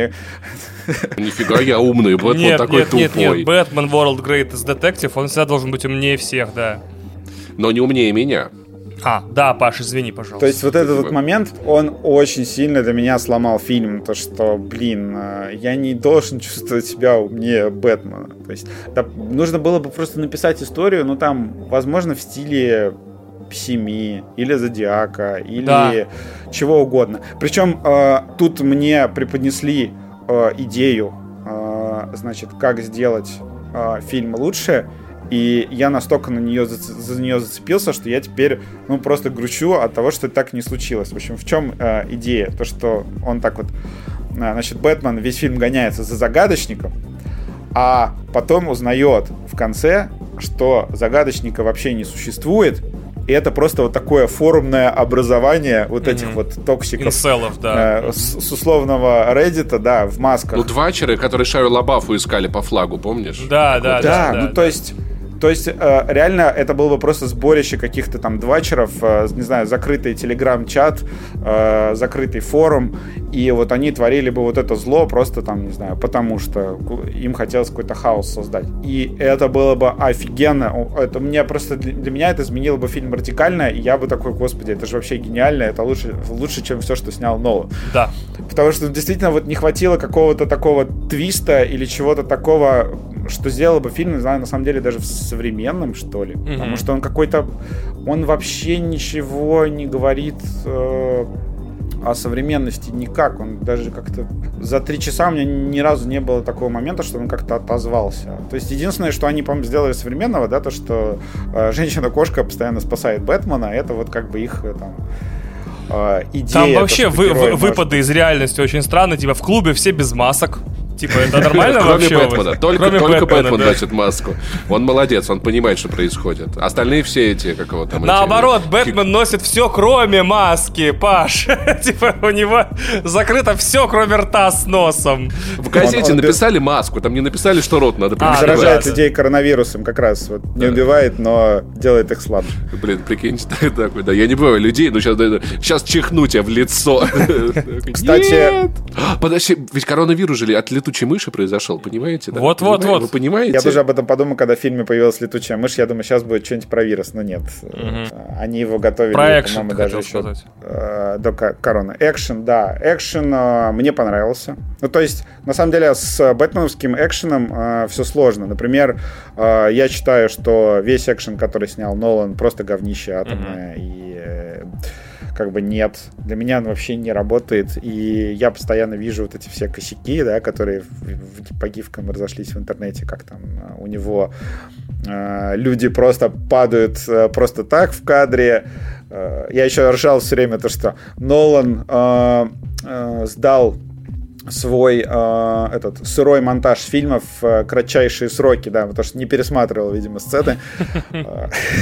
Нифига я умный, Бэтмен такой тупой. Нет, нет, нет, Бэтмен World Greatest Detective, он всегда должен быть умнее всех, да. Но не умнее меня. А, да, Паш, извини, пожалуйста. То есть вот этот вот момент, он очень сильно для меня сломал фильм. То, что, блин, я не должен чувствовать себя умнее Бэтмена. То есть да, нужно было бы просто написать историю, ну там, возможно, в стиле Семи или Зодиака, или да. чего угодно. Причем э, тут мне преподнесли э, идею, э, значит, как сделать э, фильм лучше. И я настолько на нее, за нее зацепился, что я теперь, ну, просто грущу от того, что так не случилось. В общем, в чем э, идея? То, что он так вот... Э, значит, Бэтмен весь фильм гоняется за загадочником, а потом узнает в конце, что загадочника вообще не существует, и это просто вот такое форумное образование вот mm-hmm. этих вот токсиков. Инселов, да. Э, с, с условного Reddit, да, в масках. Ну, двачеры, которые Шайю Лабафу искали по флагу, помнишь? Да, да, да. Да, ну, да, то да. есть... То есть, э, реально, это было бы просто сборище каких-то там двачеров, э, не знаю, закрытый телеграм-чат, э, закрытый форум, и вот они творили бы вот это зло просто там, не знаю, потому что им хотелось какой-то хаос создать. И это было бы офигенно. Это мне просто, для меня это изменило бы фильм радикально, и я бы такой, господи, это же вообще гениально, это лучше, лучше, чем все, что снял Нолан. Да. Потому что действительно вот не хватило какого-то такого твиста или чего-то такого, что сделало бы фильм, не знаю, на самом деле даже в современным, что ли. Mm-hmm. Потому что он какой-то... Он вообще ничего не говорит э, о современности никак. Он даже как-то... За три часа у меня ни разу не было такого момента, что он как-то отозвался. То есть единственное, что они, по-моему, сделали современного, да, то, что э, женщина-кошка постоянно спасает Бэтмена, это вот как бы их там... идея. Там вообще то, вы, вы, выпады может... из реальности очень странные. Типа в клубе все без масок. Типа, это нормально вообще? Кроме Бэтмена. Только, Кроме только Бэтмена, Бэтмен да. носит маску. Он молодец, он понимает, что происходит. Остальные все эти, как его там... Наоборот, эти... Бэтмен носит все, кроме маски, Паш. Типа, у него закрыто все, кроме рта с носом. В газете написали маску, там не написали, что рот надо прикрывать. Заражает людей коронавирусом как раз. Вот, не убивает, но делает их слабже. Блин, прикинь, такой, да, я не бываю людей, но сейчас, сейчас чихну тебя в лицо. Кстати... Подожди, ведь коронавирус же от летучей мыши произошел. Понимаете? Да? Вот-вот-вот. Вы понимаете? Я тоже об этом подумал, когда в фильме появилась летучая мышь. Я думаю, сейчас будет что-нибудь про вирус, но нет. Угу. Они его готовили, про по-моему, даже еще э, до короны. Экшен, да. Экшен э, мне понравился. Ну, то есть, на самом деле, с бэтменовским экшеном э, все сложно. Например, э, я считаю, что весь экшен, который снял Нолан, просто говнище атомное. Угу. И... Э, как бы нет. Для меня он вообще не работает. И я постоянно вижу вот эти все косяки, да, которые в, в, по гифкам разошлись в интернете, как там у него э, люди просто падают э, просто так в кадре. Э, я еще ржал все время то, что Нолан э, э, сдал свой э, этот сырой монтаж фильмов в э, кратчайшие сроки, да, потому что не пересматривал, видимо, сцены.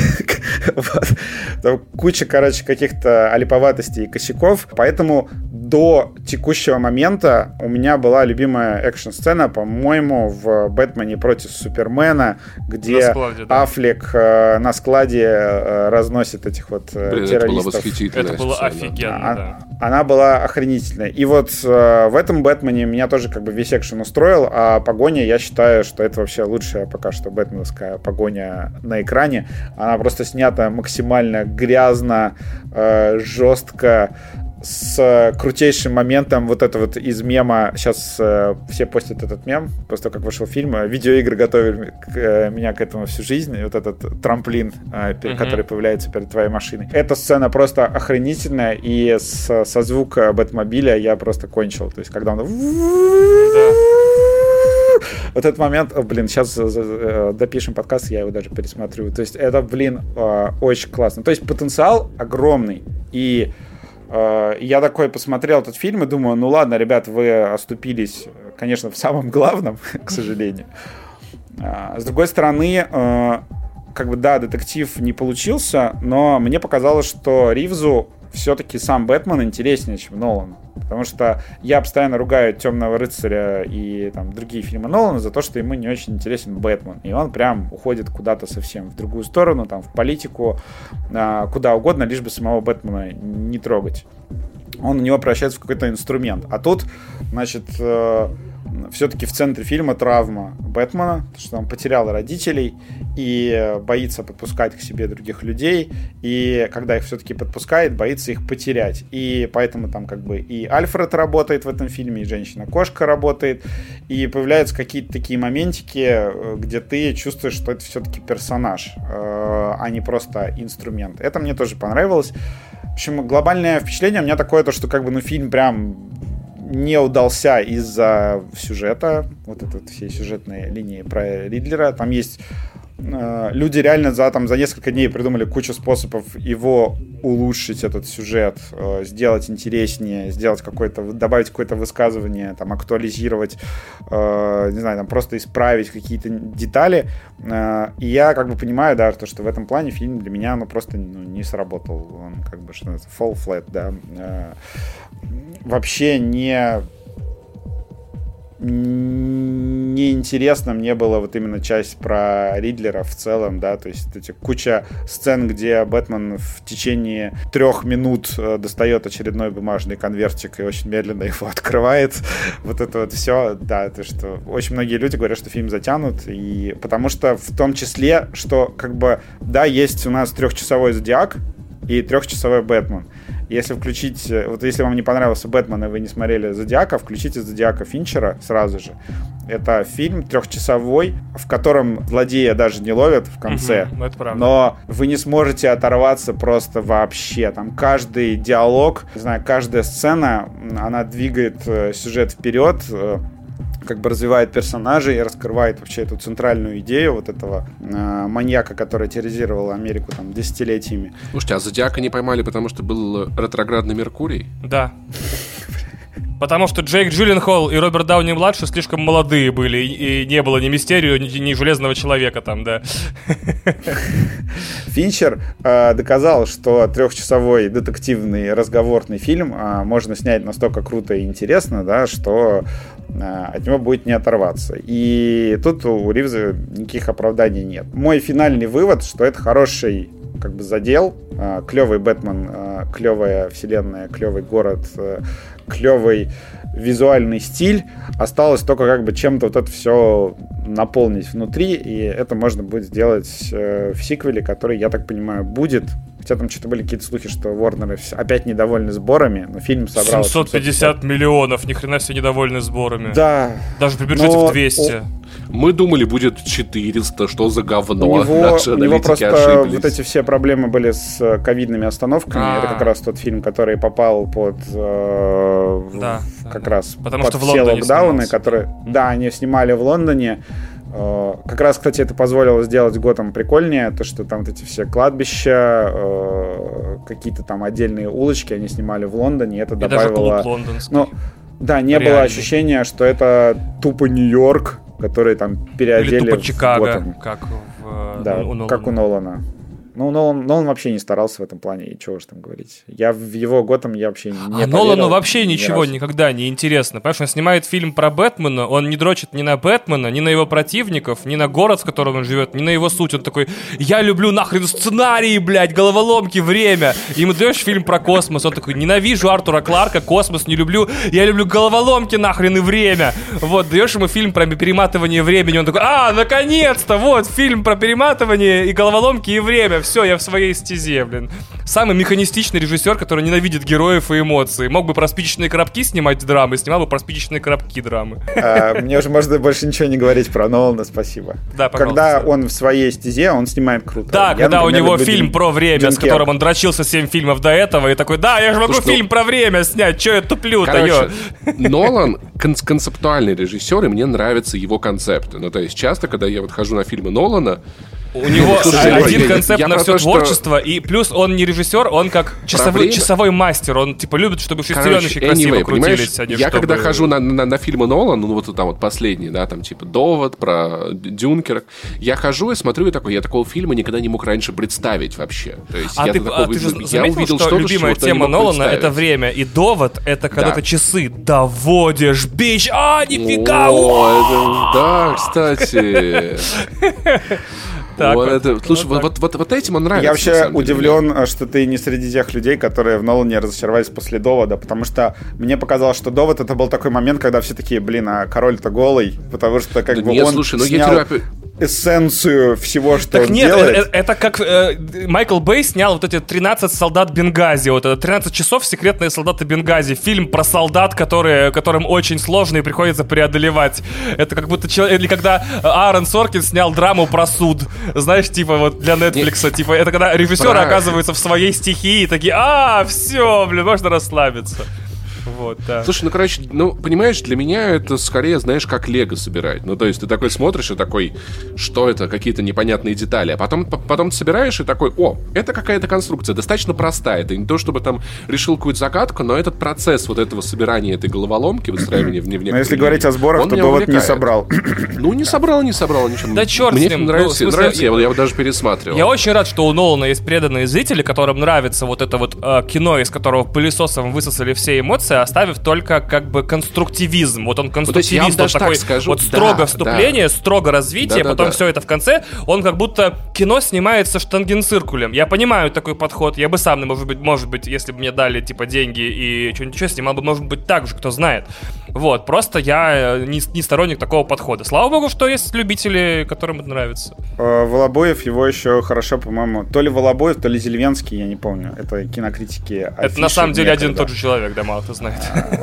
Там куча, короче, каких-то олиповатостей и косяков, поэтому до текущего момента у меня была любимая экшн-сцена, по-моему, в «Бэтмене против Супермена», где складе, да. Аффлек э, на складе э, разносит этих вот э, Блин, террористов. Это было, это было офигенно, а, да. Она была охренительная. И вот э, в этом «Бэтмене» меня тоже как бы весь экшен устроил, а погоня, я считаю, что это вообще лучшая пока что бэтменовская погоня на экране. Она просто снята максимально грязно, э, жестко, с крутейшим моментом вот это вот из мема. Сейчас э, все постят этот мем, после того, как вышел фильм. Видеоигры готовили к, э, меня к этому всю жизнь. И вот этот трамплин, э, uh-huh. который появляется перед твоей машиной. Эта сцена просто охренительная. И с, со звука Бэтмобиля я просто кончил. То есть, когда он... Вот этот момент, о, блин, сейчас э, допишем подкаст, я его даже пересмотрю. То есть, это, блин, э, очень классно. То есть, потенциал огромный. И я такой посмотрел этот фильм и думаю, ну ладно, ребят, вы оступились, конечно, в самом главном, к сожалению. С другой стороны, как бы, да, детектив не получился, но мне показалось, что Ривзу все-таки сам Бэтмен интереснее, чем Нолан. Потому что я постоянно ругаю «Темного рыцаря» и там, другие фильмы Нолана за то, что ему не очень интересен Бэтмен. И он прям уходит куда-то совсем в другую сторону, там, в политику, куда угодно, лишь бы самого Бэтмена не трогать. Он у него превращается в какой-то инструмент. А тут, значит, все-таки в центре фильма травма Бэтмена, потому что он потерял родителей и боится подпускать к себе других людей, и когда их все-таки подпускает, боится их потерять. И поэтому там как бы и Альфред работает в этом фильме, и женщина-кошка работает, и появляются какие-то такие моментики, где ты чувствуешь, что это все-таки персонаж, а не просто инструмент. Это мне тоже понравилось. В общем, глобальное впечатление у меня такое, то, что как бы, ну, фильм прям не удался из-за сюжета, вот этой вот всей сюжетной линии про Ридлера. Там есть э, люди реально за, там, за несколько дней придумали кучу способов его улучшить, этот сюжет, э, сделать интереснее, сделать какое-то, добавить какое-то высказывание, там, актуализировать, э, не знаю, там, просто исправить какие-то детали. Э, и я как бы понимаю, да, то, что в этом плане фильм для меня, ну, просто ну, не сработал. Он как бы, что называется, fall flat, да. Э, вообще не неинтересно мне было вот именно часть про Ридлера в целом, да, то есть эти куча сцен, где Бэтмен в течение трех минут достает очередной бумажный конвертик и очень медленно его открывает. Вот это вот все, да, то что очень многие люди говорят, что фильм затянут, и потому что в том числе, что как бы, да, есть у нас трехчасовой Зодиак и трехчасовой Бэтмен. Если включить, вот если вам не понравился Бэтмен и вы не смотрели Зодиака, включите Зодиака Финчера сразу же. Это фильм трехчасовой, в котором злодея даже не ловят в конце. Угу, это правда. Но вы не сможете оторваться просто вообще. Там каждый диалог, не знаю, каждая сцена, она двигает сюжет вперед, как бы развивает персонажей и раскрывает вообще эту центральную идею вот этого э, маньяка, который терроризировал Америку там десятилетиями. Слушайте, а Зодиака не поймали, потому что был ретроградный Меркурий? Да. Потому что Джейк Джилленхол и Роберт Дауни-младший слишком молодые были, и не было ни Мистерио, ни, ни Железного Человека там, да. Финчер э, доказал, что трехчасовой детективный разговорный фильм э, можно снять настолько круто и интересно, да, что э, от него будет не оторваться. И тут у Ривза никаких оправданий нет. Мой финальный вывод, что это хороший как бы задел, э, клевый Бэтмен, э, клевая вселенная, клевый город, э, клевый визуальный стиль. Осталось только как бы чем-то вот это все наполнить внутри, и это можно будет сделать э, в сиквеле, который, я так понимаю, будет. Хотя там что-то были какие-то слухи, что Warner опять недовольны сборами, но фильм собрал семьсот пятьдесят миллионов, ни хрена себе недовольны сборами. Да. Даже при бюджете но... в двести. Мы думали, будет четыреста, что за говно. У него, Наши у него просто ошиблись. Вот эти все проблемы были с ковидными остановками. А-а-а. Это как раз тот фильм, который попал под э, да, как да, раз потому под что в все Лондоне локдауны, снимался. которые, да, они снимали в Лондоне. Э, как раз, кстати, это позволило сделать Готэм прикольнее, то что там вот эти все кладбища, э, какие-то там отдельные улочки они снимали в Лондоне, и это и добавило. даже клуб лондонский. Ну, да, не Реальный. было ощущения, что это тупо Нью-Йорк, который там переодели или тупо в Чикаго, Готэм. как в, да, у Нолана. как у Нолана. Ну, Нолан, Нолан вообще не старался в этом плане, и чего уж там говорить. Я в его Готэм я вообще не А поверил, Нолану вообще ни ничего разу. никогда не интересно. Понимаешь, он снимает фильм про Бэтмена, он не дрочит ни на Бэтмена, ни на его противников, ни на город, в котором он живет, ни на его суть. Он такой, я люблю нахрен сценарии, блядь, головоломки, время. И ему даешь фильм про космос, он такой, ненавижу Артура Кларка, космос не люблю, я люблю головоломки нахрен и время. Вот, даешь ему фильм про перематывание времени, он такой, а, наконец-то, вот, фильм про перематывание и головоломки и время. Все, я в своей стезе, блин. Самый механистичный режиссер, который ненавидит героев и эмоции. Мог бы про спичечные коробки снимать драмы, снимал бы про спичечные коробки драмы. А, мне уже можно больше ничего не говорить про Нолана, спасибо. Да, пожалуйста. Когда он в своей стезе, он снимает круто. Да, Я, когда например, у него люблю фильм Дюн- про время, с Дюнкерк. которым он дрочился семь фильмов до этого, и такой, да, я же могу Слушай, ну, фильм про время снять, че я туплю-то, Короче, ё? Нолан кон- концептуальный режиссер, и мне нравятся его концепты. Ну, то есть часто, когда я вот хожу на фильмы Нолана, У него Слушай, один я- концепт я на про все то, что- творчество, и плюс он не режиссер, он как часовой, время. часовой мастер, он типа любит, чтобы шестереночки Короче, красиво anyway, понимаешь, крутились. а не я чтобы- когда хожу на, на, на фильмы Нолана, ну вот там вот последний, да, там типа «Довод», про Дюнкерк, я хожу и смотрю и такой, я такого фильма никогда не мог раньше представить вообще. То есть А я ты, такого- а ты же я заметил, увидел что что-то, любимая что я не тема мог Нолана — это представить. время, и довод — это когда Да. ты часы доводишь, бич, а, нифига, О, это- да, кстати. Так Вот вот. это- Слушай, Вот вот, вот, вот этим он нравится. Я на вообще самом деле. удивлен, что ты не среди тех людей, которые в Нолане разочаровались после «Довода», потому что мне показалось, что «Довод» — это был такой момент, когда все такие, блин, а король-то голый, потому что как Да бы нет, он слушай, ну я снял тебе опять- эссенцию всего, что Так он нет, делает. это, это как э, Майкл Бэй снял вот эти тринадцать солдат Бенгази, вот это тринадцать часов секретные солдаты Бенгази, фильм про солдат, которые, которым очень сложно и приходится преодолевать. Это как будто человек, или когда Аарон Соркин снял драму про суд, знаешь, типа вот для Netflix, типа это когда режиссеры Про- оказываются в своей стихии, такие, а, все, блин, можно расслабиться. Вот, да. Слушай, ну, короче, ну, понимаешь, для меня это скорее, знаешь, как лего собирать. Ну, то есть ты такой смотришь и такой, что это, какие-то непонятные детали. А потом, п- потом ты собираешь и такой, о, это какая-то конструкция, достаточно простая. Это не то, чтобы там решил какую-то загадку, но этот процесс вот этого собирания этой головоломки, выстраивания в, в некоторые Но если говорить о сборах, он то меня «Довод» не увлекает. собрал. Ну, не собрал, не собрал, ничего. Да черт Мне с ним. фильм Ну, нравится, в смысле, нравится, я, я- его- я его даже пересматривал. Я очень рад, что у Нолана есть преданные зрители, которым нравится вот это вот э, кино, из которого пылесосом высосали все эмоции, оставив только как бы конструктивизм. Вот он то есть я вам конструктивист, он даже так такой скажу, вот да, строго да. вступление, строго развитие, Да-да-да. потом все это в конце. Он как будто кино снимается штангенциркулем. Я понимаю такой подход. Я бы сам, может быть, может быть, если бы мне дали типа деньги и что-нибудь еще снимал бы, может быть, так же, кто знает. Вот, просто я э, не, не сторонник такого подхода. Слава богу, что есть любители, которым это нравится. Э, Волобоев его еще хорошо, по-моему, то ли Волобоев, то ли Зельвенский, я не помню. Это кинокритики. Это на самом деле один и тот же человек, да, мало кто знает.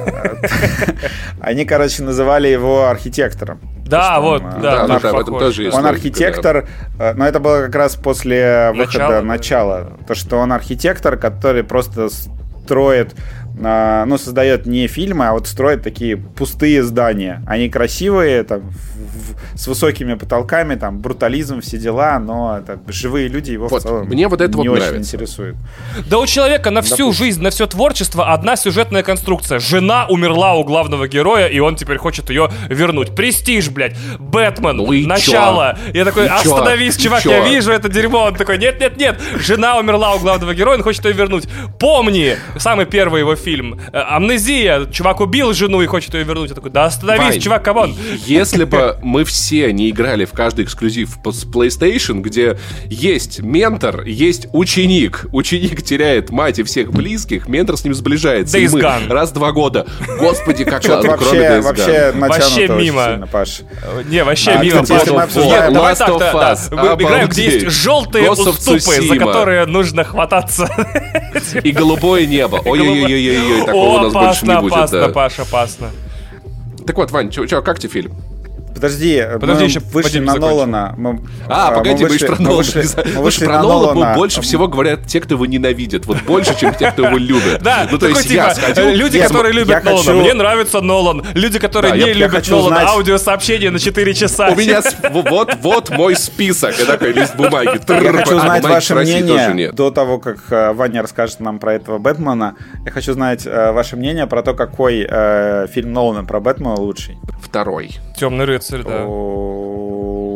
Они, короче, называли его архитектором. Да, Что вот, он, э, да, да, тоже да, в этом похож, тоже да. есть. Он логика, архитектор, э, но это было как раз после выхода Начало, начала. да. То, что он архитектор, который просто строит, э, ну, создает не фильмы, а вот строит такие пустые здания. Они красивые, там, в- в- с высокими потолками, там, брутализм, все дела, но это, живые люди его Вот, в целом мне вот это не вот очень нравится. интересуют. Да у человека на всю Допустим. жизнь, на все творчество одна сюжетная конструкция. Жена умерла у главного героя, и он теперь хочет ее вернуть. Престиж, блядь. Бэтмен. Ну и Начало. Я такой, И чё? остановись, И чувак, чё? я вижу это дерьмо. Он такой, нет-нет-нет. Жена умерла у главного героя, он хочет ее вернуть. Помни, самый первый его фильм. Э, Амнезия. Чувак убил жену и хочет ее вернуть. Я такой, да остановись, Вань, чувак, камон. Если бы мы все не играли в каждый эксклюзив с PlayStation, где есть ментор, есть ученик. Ученик теряет мать и всех близких, ментор с ним сближается. Days И мы Gone. раз в два года. Господи, как Что-то ладно, кроме вообще, Days Gone. вообще натянуто Вообще очень мимо. сильно, Паш. Э, Не, вообще А, мимо. кстати, если мы Нет, обсуждаем давай Last так, of да, да. Us, Мы играем, где обалдеть. есть желтые Ghost of уступы, за Tsushima. которые нужно хвататься. И голубое небо. Ой-ой-ой-ой, такого у нас больше не опасно, будет. опасно, да. Паш, опасно. Так вот, Вань, чё, чё, как тебе фильм? Подожди, Подожди, мы еще вышли поделись, на закончим. Нолана. Мы, А, мы погоди, мы вышли- еще про мы Нолана. вышли- мы Потому вышли что про на Нолана Нолана. больше всего говорят те, кто его ненавидит. Вот больше, чем те, кто его любит. Да, ну то такой есть я типа, сходил... люди, я которые см- любят я Нолана, хочу- мне нравится Нолан. Люди, которые Да, не я- я любят хочу Нолана, знать- аудиосообщение на четыре часа. У меня с- вот, вот мой список. Я такой лист бумаги. Я хочу А, знать бумаги ваше в России тоже мнение нет. до того, как э, Ваня расскажет нам про этого Бэтмена. Я хочу знать э, ваше мнение про то, какой э, фильм Нолана про Бэтмена лучший. Второй. Темный рыцарь, да. О,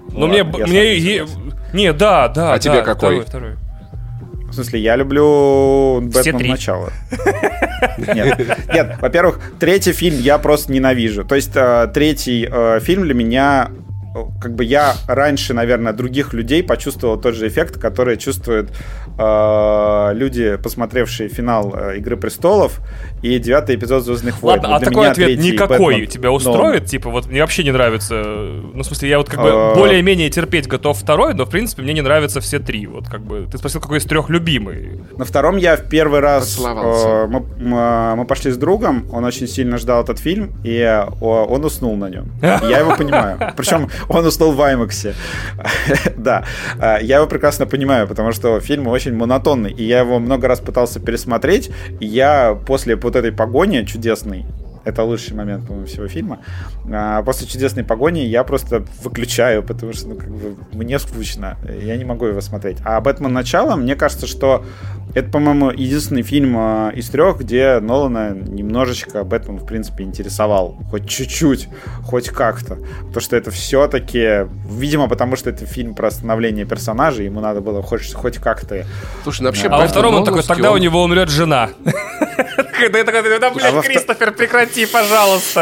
Ну, мне... мне... Не, да, да. А да, тебе какой? Второй, второй. В смысле, я люблю «Бэтмен. Начало». Нет, нет, во-первых, третий фильм я просто ненавижу. То есть э, третий э, фильм для меня, как бы я раньше, наверное, других людей почувствовал тот же эффект, который чувствуют э, люди, посмотревшие финал э, «Игры престолов» и девятый эпизод «Звездных войн». Ладно, а такой ответ никакой Бэтмен, тебя устроит? Но... Типа, вот мне вообще не нравится... Ну, в смысле, я вот как бы более-менее терпеть готов второй, но, в принципе, мне не нравятся все три. Вот как бы... Ты спросил, какой из трех любимый? На втором я в первый раз... Э, мы, мы пошли с другом, он очень сильно ждал этот фильм, и э, он уснул на нем. Я его понимаю. Причем он уснул в аймаксе. Да, я его прекрасно понимаю, потому что фильм очень монотонный, и я его много раз пытался пересмотреть, и я после вот этой погони чудесной, это лучший момент, по-моему, всего фильма. А после чудесной погони я просто выключаю, потому что, ну, как бы, мне скучно. Я не могу его смотреть. А «Бэтмен. Начало», мне кажется, что это, по-моему, единственный фильм а, из трех, где Нолана немножечко Бэтмен, в принципе, интересовал. Хоть чуть-чуть, хоть как-то. Потому что это все-таки, видимо, потому что это фильм про становление персонажа, ему надо было хоть, хоть как-то... Слушай, ну вообще... А во втором он такой, тогда у него умрет жена. Да, такой, да, блядь, Кристофер, прекрати, пожалуйста.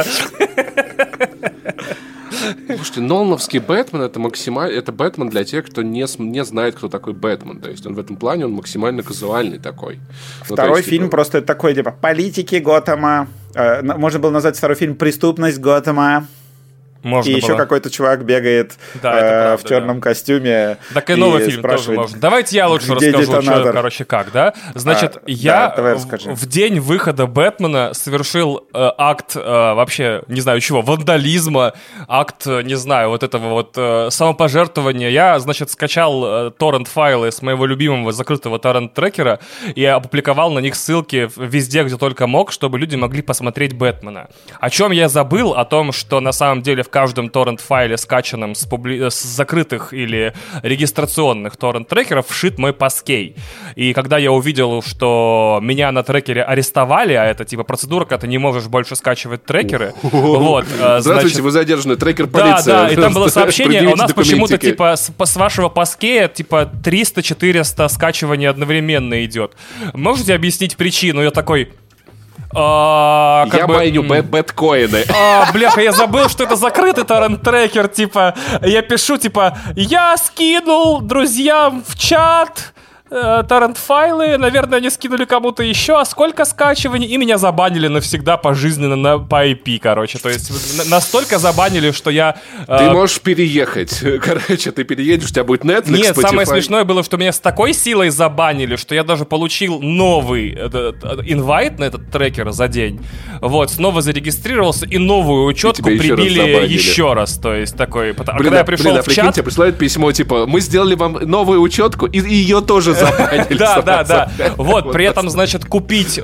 Слушайте, Нолановский Бэтмен — это максимально, это Бэтмен для тех, кто не, не знает, кто такой Бэтмен. То есть он в этом плане он максимально казуальный такой. Второй ну, есть, фильм типа... просто такой, типа, политики Готэма. Э, можно было назвать второй фильм «Преступность Готэма». Можно и было. еще какой-то чувак бегает да, э, правда, в черном да. костюме. Так и новый фильм тоже можно. Давайте я лучше расскажу, что, короче, как, да? Значит, а, я да, в, в день выхода «Бэтмена» совершил э, акт, э, вообще, не знаю чего, вандализма, акт, не знаю, вот этого вот э, самопожертвования. Я, значит, скачал э, торрент-файлы с моего любимого закрытого торрент-трекера и опубликовал на них ссылки везде, где только мог, чтобы люди могли посмотреть «Бэтмена». О чем я забыл? О том, что на самом деле в каждом торрент-файле, скачанном с, публи... с закрытых или регистрационных торрент-трекеров, вшит мой паскей. И когда я увидел, что меня на трекере арестовали, а это типа процедура, когда ты не можешь больше скачивать трекеры. Вот, здравствуйте, значит... вы задержаны, трекер полиции. Да, да, и там было сообщение, у нас почему-то типа с, с вашего паскея типа триста-четыреста скачиваний одновременно идет. Можете объяснить причину? Я такой... А, я бы, майню бэткоины. А, бляха, я забыл, что это закрытый торрент-трекер. Типа, я пишу, типа, я скинул друзьям в чат э, торрент-файлы, наверное, они скинули кому-то еще, а сколько скачиваний, и меня забанили навсегда пожизненно на, по ай пи, короче. То есть на, настолько забанили, что я... Э... Ты можешь переехать. Короче, ты переедешь, у тебя будет Netflix, Нет, Spotify. Самое смешное было, что меня с такой силой забанили, что я даже получил новый инвайт на этот трекер за день. Вот, снова зарегистрировался, и новую учетку и прибили еще, еще раз. То есть такой... Блин, а когда я пришел блин, в чат... тебе присылают письмо, типа, мы сделали вам новую учетку, и ее тоже забанили. Да, да, да. Вот, при этом, значит, купить...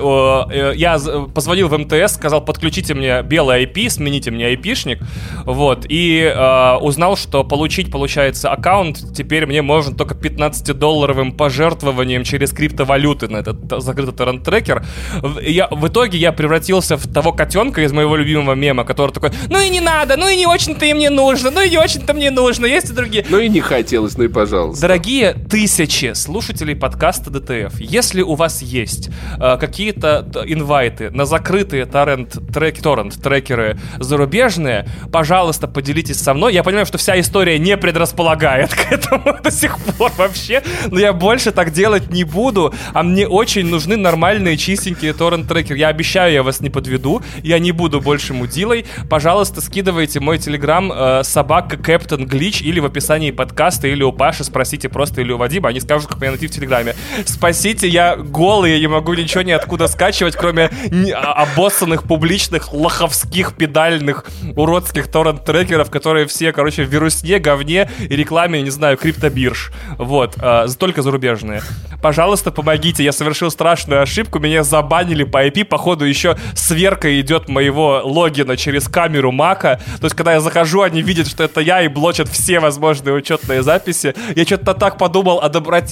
Я позвонил в эм тэ эс, сказал, подключите мне белый ай пи, смените мне айпишник. Вот, и узнал, что получить, получается, аккаунт теперь мне можно только пятнадцатидолларовым пожертвованием через криптовалюты на этот закрытый торрент-трекер. Я, в итоге я превратился в того котенка из моего любимого мема, который такой, ну и не надо, ну и не очень-то и мне нужно, ну и не очень-то мне нужно, есть и другие. Ну и не хотелось, ну и пожалуйста. Дорогие тысячи слушателей подкаста ди ти эф, если у вас есть э, какие-то инвайты на закрытые торрент-треки, торрент-трекеры зарубежные, пожалуйста, поделитесь со мной. Я понимаю, что вся история не предрасполагает к этому до сих пор вообще, но я больше так делать не буду, а мне очень нужны нормальные чистенькие торрент-трекеры. Я обещаю, я вас не подведу, я не буду больше мудилой. Пожалуйста, скидывайте мой телеграм э, собака Кэптен Глич или в описании подкаста, или у Паши спросите просто, или у Вадима, они скажут, как меня найти в телеграме. Спасите, я голый, я не могу ничего ниоткуда скачивать, кроме обоссанных публичных лоховских педальных уродских торрент-трекеров, которые все, короче, в вирусне, говне и рекламе, не знаю, криптобирж. Вот, э, только зарубежные. Пожалуйста, помогите, я совершил страшную ошибку, меня забанили по ай пи, походу еще сверка идет моего логина через камеру Мака, то есть когда я захожу, они видят, что это я, и блочат все возможные учетные записи. Я что-то так подумал о доброте, что забыл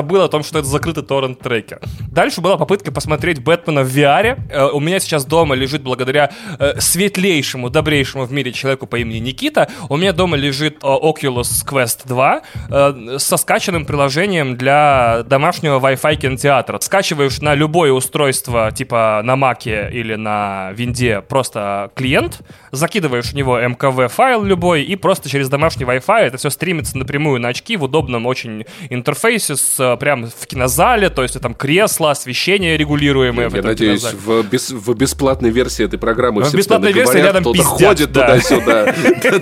забыл о том, что это закрытый торрент-треки. Дальше была попытка посмотреть Бэтмена в ви ар. Э, у меня сейчас дома лежит, благодаря э, светлейшему, добрейшему в мире человеку по имени Никита, у меня дома лежит э, Oculus Quest два э, со скачанным приложением для домашнего Wi-Fi кинотеатра. Скачиваешь на любое устройство, типа на Маке или на Винде, просто клиент, закидываешь в него эм ка ви-файл любой, и просто через домашний Wi-Fi это все стримится напрямую на очки в удобном очень интерфейсе, с, прям в кинозале, то есть там кресла, освещение регулируемое. Я, в я надеюсь, в, бес, в бесплатной версии этой программы в все бесплатной версии говорят, рядом кто-то пиздят, ходит да. туда-сюда.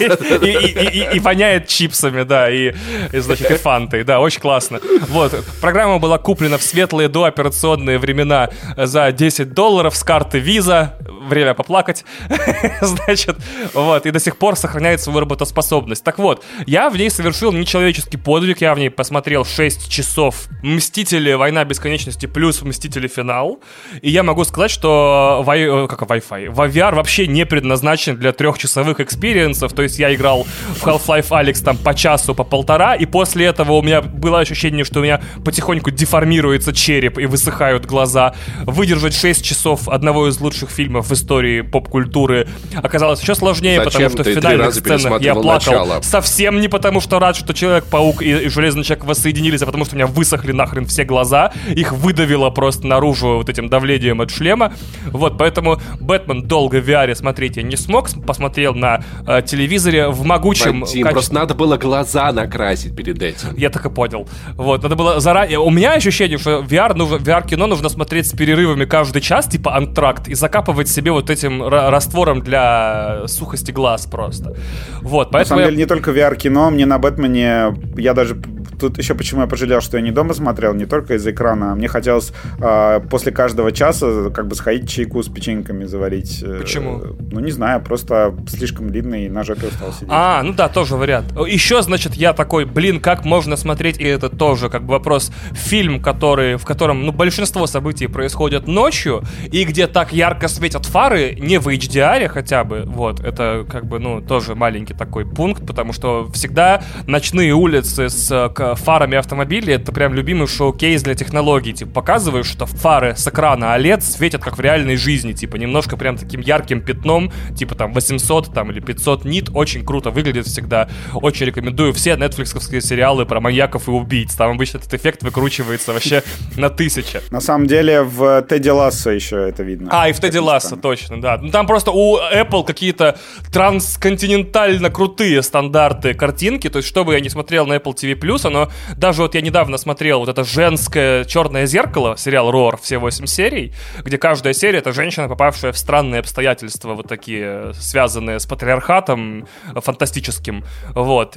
И воняет чипсами, да, и, значит, и фантой, да, очень классно. Вот, программа была куплена в светлые дооперационные времена за десять долларов с карты Visa, время поплакать, значит, вот, и до сих пор сохраняет свою работоспособность. Так вот, я в ней совершил нечеловеческий подвиг, я в ней посмотрел шесть часов «Мстители. Война бесконечности» плюс «Мстители. Финал», и я могу сказать, что вай... как Wi-Fi, ви ар вообще не предназначен для трехчасовых экспириенсов, то есть я играл в Half-Life Alyx там по часу, по полтора, и после этого у меня было ощущение, что у меня потихоньку деформируется череп и высыхают глаза. Выдержать шесть часов одного из лучших фильмов в истории поп-культуры оказалось еще сложнее. Зачем? Потому что ты в финальных три раза сценах я плакал. Начало. Совсем не потому, что рад, что Человек-паук и, и Железный Человек воссоединились, а потому что у меня высохли нахрен все глаза, их выдавило просто наружу вот этим давлением от шлема. Вот, поэтому Бэтмен долго в ви ар смотреть я не смог, посмотрел на э, телевизоре в могучем... Вадим, качестве... просто надо было глаза накрасить перед этим. Я так и понял. Вот, надо было заранее... У меня ощущение, что ви ар нужно, ви ар-кино нужно смотреть с перерывами каждый час, типа антракт, и закапывать себе вот этим р- раствором для сухости глаз просто. Вот, поэтому... На самом я... деле, не только ви ар-кино, мне на Бэтмене... Я даже... Тут еще почему я пожалел, что я не дома смотрел, не только из-за экрана. Мне хотелось э, после каждого часа как бы сходить чайку с печеньками заварить. Почему? Э, ну, не знаю, просто слишком длинный и на жопе устал сидеть. А, ну да, тоже вариант. Еще, значит, я такой, блин, как можно смотреть, и это тоже как бы вопрос, фильм, который, в котором, ну, большинство событий происходят ночью, и где так ярко светят фары, не в эйч ди ар хотя бы, вот, это как бы, ну, тоже маленький такой пункт, потому что всегда ночные улицы с фарами автомобилей — это прям любимый шоу-кейс для технологий. Типа, показываешь, что фары с экрана о лед светят как в реальной жизни. Типа, немножко прям таким ярким пятном, типа там восемьсот там, или пятьсот нит. Очень круто выглядит всегда. Очень рекомендую все нетфликсовские сериалы про маньяков и убийц. Там обычно этот эффект выкручивается вообще на тысячи. На самом деле в Тедди Лассо еще это видно. А, и в Тедди Лассо, точно, да. Ну, там просто у Apple какие-то трансконтинентально крутые стандарты картинки. То есть, что бы я ни смотрел на Apple ти ви плюс, оно даже вот я недавно смотрел вот это женское «Черное зеркало», сериал «Рор», все восемь серий, где каждая серия — это женщина, попавшая в странные обстоятельства, вот такие, связанные с патриархатом фантастическим, вот.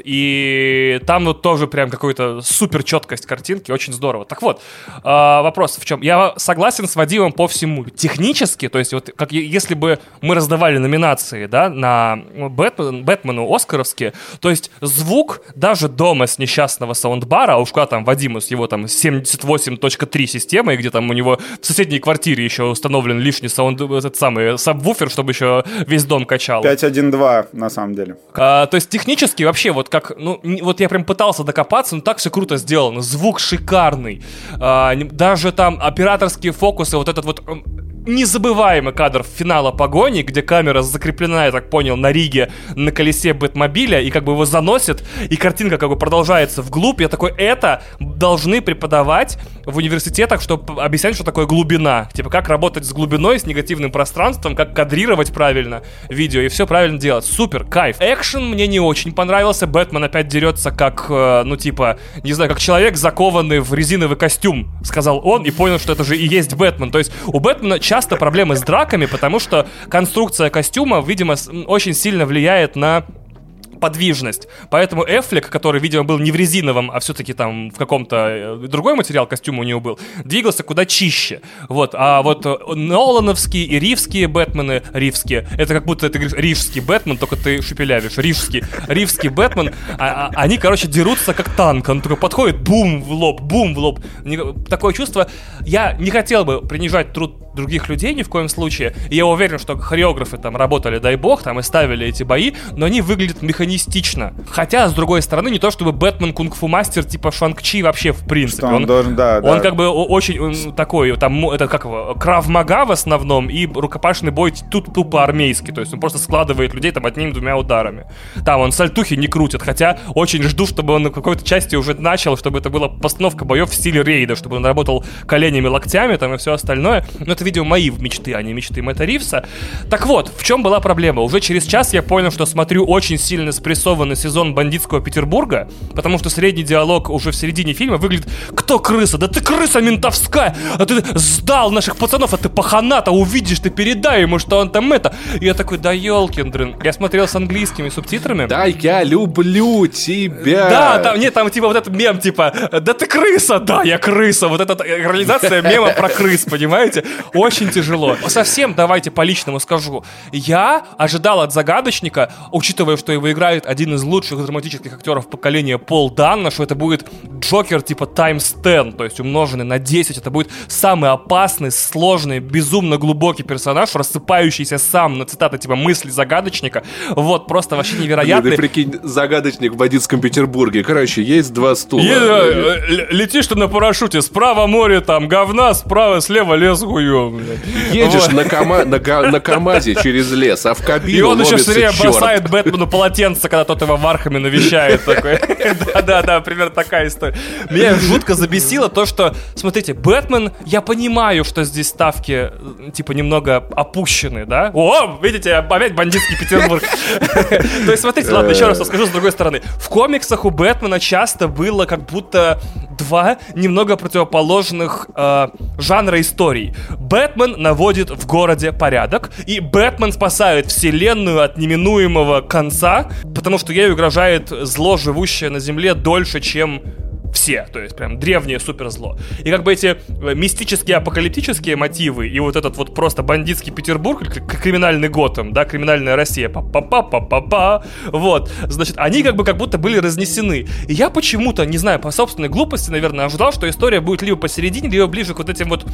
И там вот тоже прям какой-то супер четкость картинки, очень здорово. Так вот, вопрос в чем? Я согласен с Вадимом по всему. Технически, то есть вот как если бы мы раздавали номинации, да, на Бэтмен, Бэтмену оскаровские, то есть звук даже дома с несчастного саундбара, а уж когда там Вадиму с его там семьдесят восемь точка три системой, где там у него в соседней квартире еще установлен лишний саунд, этот самый сабвуфер, чтобы еще весь дом качал. пять один два на самом деле. А, то есть технически вообще вот как, ну вот я прям пытался докопаться, но так все круто сделано, звук шикарный, а, даже там операторские фокусы, вот этот вот незабываемый кадр финала погони, где камера закреплена, я так понял, на риге, на колесе Бэтмобиля, и как бы его заносит, и картинка как бы продолжается вглубь. Я такой, это должны преподавать в университетах, чтобы объяснять, что такое глубина. Типа, как работать с глубиной, с негативным пространством, как кадрировать правильно видео, и все правильно делать. Супер, кайф. Экшен мне не очень понравился. Бэтмен опять дерется как, ну типа, не знаю, как человек, закованный в резиновый костюм, сказал он, и понял, что это же и есть Бэтмен. То есть у Бэтмена часто проблемы с драками, потому что конструкция костюма, видимо, очень сильно влияет на подвижность. Поэтому Эффлек, который, видимо, был не в резиновом, а все-таки там в каком-то другой материал костюма у него был, двигался куда чище. Вот. А вот Нолановские и Ривские Бэтмены, Ривские, это как будто ты говоришь Ривский Бэтмен, только ты шепелявишь. Ривский. Ривский Бэтмен, а, а, они, короче, дерутся как танк. Он такой подходит, бум в лоб, бум в лоб. Такое чувство. Я не хотел бы принижать труд других людей ни в коем случае. И я уверен, что хореографы там работали, дай бог, там и ставили эти бои, но они выглядят механистично. Хотя, с другой стороны, не то чтобы Бэтмен кунг-фу мастер типа Шанг-Чи вообще в принципе. Он, он должен, да, Он да. как бы очень он такой, там, это как его, крав-мага в основном, и рукопашный бой тут тупо армейский, то есть он просто складывает людей там одними-двумя ударами. Там он сальтухи не крутит, хотя очень жду, чтобы он на какой-то части уже начал, чтобы это была постановка боев в стиле рейда, чтобы он работал коленями, локтями там и все остальное. Но это, видимо, мои мечты, а не мечты Мэтта Ривза. Так вот, в чем была проблема? Уже через час я понял, что смотрю очень сильно спрессованный сезон «Бандитского Петербурга», потому что средний диалог уже в середине фильма выглядит: «Кто крыса? Да ты крыса ментовская! А ты сдал наших пацанов, а ты паханата, увидишь, ты передай ему, что он там это». И я такой: да ёлкин дрын. Я смотрел с английскими субтитрами. Да, я люблю тебя. Да, там, нет, там типа вот этот мем, типа: да ты крыса, да, я крыса. Вот эта реализация мема про крыс, понимаете? Очень тяжело. Совсем, давайте по личному скажу. Я ожидал от «Загадочника», учитывая, что его играет один из лучших драматических актеров поколения Пол Данно, что это будет Джокер типа таймс десять, то есть умноженный на десять. Это будет самый опасный, сложный, безумно глубокий персонаж, рассыпающийся сам на цитаты типа мысли «Загадочника». Вот, просто вообще невероятный. Ты прикинь, «Загадочник» в «Бандитском Петербурге». Короче, есть два стула. Е- летишь ты на парашюте, справа море, там говна, справа, слева лес хуём. Едешь вот. на, кома- на, га- на КамАЗе через лес, а в кабину и он еще все время черт. бросает Бэтмену полотенце, когда тот его в Архаме навещает. Да-да-да, примерно такая история. Меня жутко забесило то, что, смотрите, Бэтмен, я понимаю, что здесь ставки типа немного опущены, да? О, видите, опять «Бандитский Петербург». То есть, смотрите, ладно, еще раз расскажу с другой стороны. В комиксах у Бэтмена часто было как будто два немного противоположных э, жанра историй. Бэтмен наводит в городе порядок, и Бэтмен спасает вселенную от неминуемого конца, потому что ей угрожает зло, живущее на земле дольше, чем все, то есть прям древнее суперзло. И как бы эти мистические, апокалиптические мотивы и вот этот вот просто бандитский Петербург, криминальный Готэм, да, криминальная Россия, па-па-па-па-па-па, вот, значит, они как бы как будто были разнесены. И я почему-то, не знаю, по собственной глупости, наверное, ожидал, что история будет либо посередине, либо ближе к вот этим вот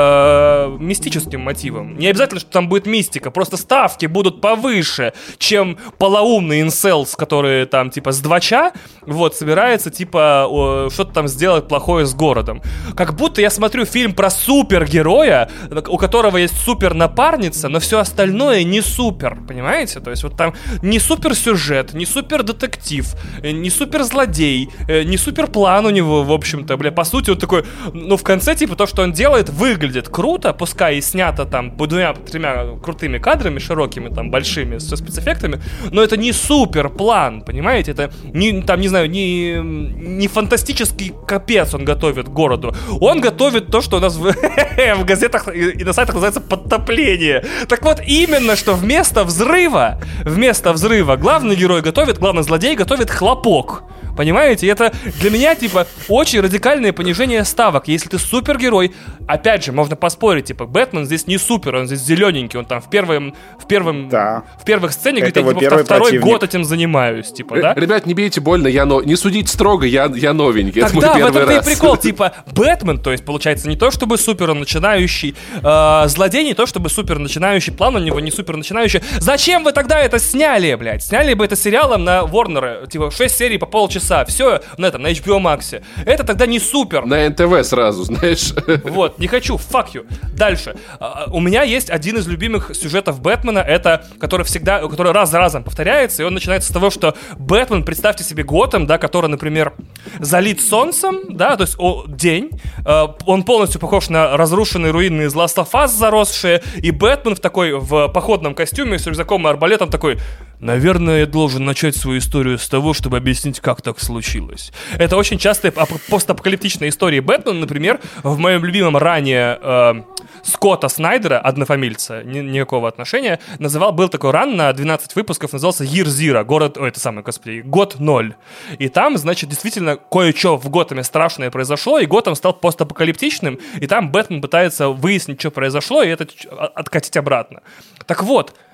э, мистическим мотивам. Не обязательно, что там будет мистика, просто ставки будут повыше, чем полоумный инселс, который там типа с двача, вот, собирается типа о, что-то там сделать плохое с городом. Как будто я смотрю фильм про супергероя, у которого есть супер напарница, но все остальное не супер, понимаете? То есть вот там не супер сюжет, не супер детектив, не супер злодей, не супер план у него, в общем-то, бля, по сути он такой, ну в конце типа то, что он делает, выглядит круто, пускай и снято там по двумя-тремя крутыми кадрами, широкими, там, большими, со спецэффектами, но это не супер план, понимаете? Это не, там, не знаю, не, не фантастический капец он готовит городу. Он готовит то, что у нас в, в газетах и на сайтах называется подтопление. Так вот, именно что вместо взрыва, вместо взрыва главный герой готовит, главный злодей готовит хлопок. Понимаете? Это для меня, типа, очень радикальное понижение ставок. Если ты супергерой, опять же, можно поспорить, типа, Бэтмен здесь не супер, он здесь зелененький, он там в первом, в первом, да. в первых сценах, говорит, я типа, второй противник. Год этим занимаюсь, типа, Р- да? Ребят, не бейте больно, я но... не судите строго, я, я новенький, так это да, мой первый в этом-то раз. и прикол, типа, Бэтмен, то есть, получается, не то, чтобы супер он начинающий, э, злодей не то, чтобы супер начинающий, план у него не супер начинающий. Зачем вы тогда это сняли, блядь? Сняли бы это сериалом на Warner, типа, шесть серий по полчаса, все, на этом, на эйч би о Max. Это тогда не супер. На эн тэ вэ сразу, знаешь. Вот, не хочу, fuck you. Дальше. Uh, у меня есть один из любимых сюжетов Бэтмена, это, который всегда, который раз за разом повторяется, и он начинается с того, что Бэтмен, представьте себе Готэм, да, который, например, залит солнцем, да, то есть о, день, uh, он полностью похож на разрушенные руины из Last of Us заросшие, и Бэтмен в такой, в походном костюме с рюкзаком и арбалетом такой: наверное, я должен начать свою историю с того, чтобы объяснить, как так случилось. Это очень частые постапокалиптичные истории Бэтмена, например, в моем любимом ранее э, Скотта Снайдера, однофамильца, ни, никакого отношения, называл, был такой ран на двенадцать выпусков, назывался Year Zero, город, ой, это самый, господи, год ноль. И там, значит, действительно кое-что в Готэме страшное произошло, и Готэм стал постапокалиптичным, и там Бэтмен пытается выяснить, что произошло, и это откатить обратно. Так вот,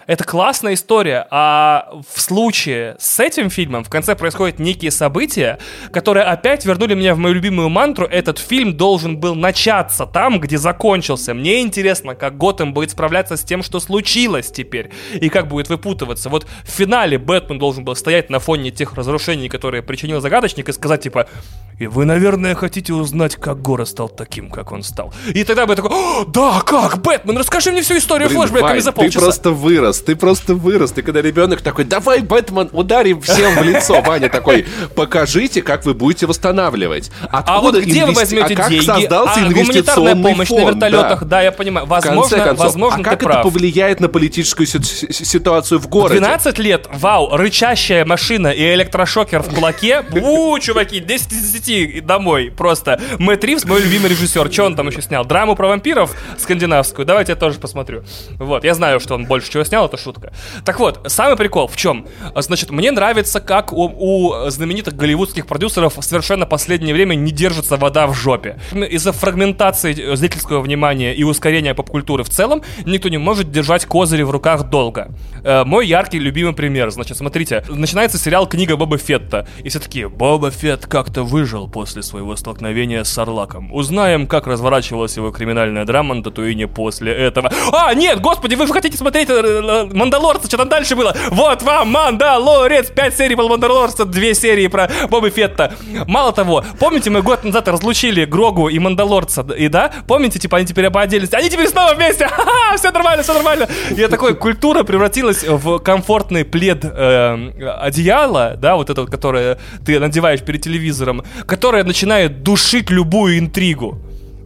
Это классная история, а в случае с этим фильмом в конце происходят некие события, которые опять вернули меня в мою любимую мантру. Этот фильм должен был начаться там, где закончился. Мне интересно, как Готэм будет справляться с тем, что случилось теперь, и как будет выпутываться. Вот в финале Бэтмен должен был стоять на фоне тех разрушений, которые причинил Загадочник, и сказать типа: и вы, наверное, хотите узнать, как город стал таким, как он стал. И тогда бы я такой: да, как, Бэтмен, расскажи мне всю историю флешбэками за полчаса. Ты просто вырос, ты просто вырос. Ты когда ребенок такой: давай, Бэтмен, ударим всем в лицо. Ваня такой: покажите, как вы будете восстанавливать. Откуда а вот где инвести... вы возьмете а как деньги? создался а инвестиционный гуманитарная помощь фонд, на вертолетах, да, да я понимаю. Возможно, концов, возможно, а как ты это прав. повлияет на политическую си- ситуацию в городе? двенадцать лет, вау, рычащая машина и электрошокер в кулаке. У, чуваки, десять из десяти домой. Просто Мэтт Ривз, мой любимый режиссер. Что он там еще снял? Драму про вампиров скандинавскую. Давайте я тоже посмотрю. Вот, я знаю, что он больше чего снял, это шутка. Так вот, самый прикол в чем? Значит, мне нравится, как у, у знаменитых голливудских продюсеров в совершенно последнее время не держится вода в жопе. Из-за фрагментации зрительского внимания и ускорения поп-культуры в целом никто не может держать козыри в руках долго. Э, мой яркий любимый пример. Значит, смотрите, начинается сериал «Книга Боба Фетта», и все такие: Боба Фетт как-то выжил после своего столкновения с Сарлаком. Узнаем, как разворачивалась его криминальная драма на Татуине после этого. А, нет, господи, вы хотите смотреть «Мандалорца», что там дальше было? Вот вам «Мандалорец», пять серий про «Мандалорца», две серии про Боба Фетта. Мало того, помните, мы год назад разлучили Грогу и Мандалорца, и да? Помните, типа, они теперь по отдельности, они теперь снова вместе, ха-ха, все нормально, все нормально. И я такой, культура превратилась в комфортный плед э, одеяла, да, вот это вот, которое ты надеваешь перед телевизором, которое начинает душить любую интригу.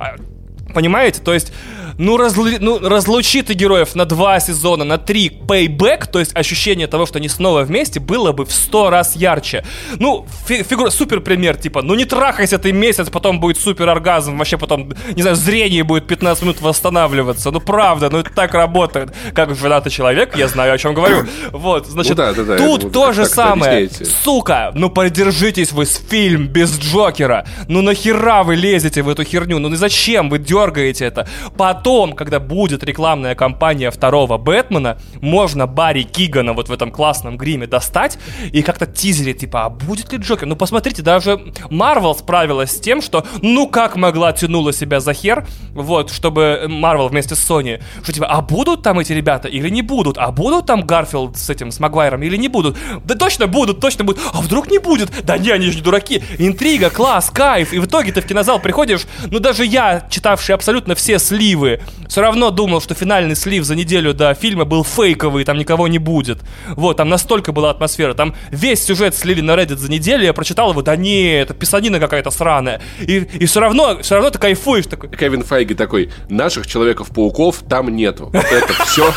Понимаете? То есть, ну, разлу... ну, разлучи ты героев на два сезона, на три, пейбэк, то есть ощущение того, что они снова вместе, было бы в сто раз ярче. Ну, фи- фигура, супер пример, типа, ну не трахайся ты месяц, потом будет супер оргазм, вообще потом, не знаю, зрение будет пятнадцать минут восстанавливаться. Ну, правда, ну это так работает. Как женатый человек, я знаю, о чем говорю. Вот, значит, ну, да, да, да, тут вот то же самое. Сука, ну продержитесь вы с фильм без Джокера. Ну нахера вы лезете в эту херню? Ну зачем вы дергаете это? Потом, когда будет рекламная кампания второго Бэтмена, можно Барри Кигана вот в этом классном гриме достать и как-то тизерить, типа, а будет ли Джокер? Ну посмотрите, даже Марвел справилась с тем, что ну как могла тянула себя за хер, вот, чтобы Марвел вместе с Sony, что типа, а будут там эти ребята или не будут? А будут там Гарфилд с этим, с Магуайром или не будут? Да точно будут, точно будут. А вдруг не будет? Да не, они же не дураки. Интрига, класс, кайф. И в итоге ты в кинозал приходишь, ну даже я, читавший абсолютно все сливы, все равно думал, что финальный слив за неделю до фильма был фейковый, там никого не будет. Вот, там настолько была атмосфера. Там весь сюжет слили на Reddit за неделю, я прочитал его, да не, это писанина какая-то сраная. И, и все равно, все равно ты кайфуешь. Такой. Кевин Файги такой: наших Человеков-пауков там нету. Это все.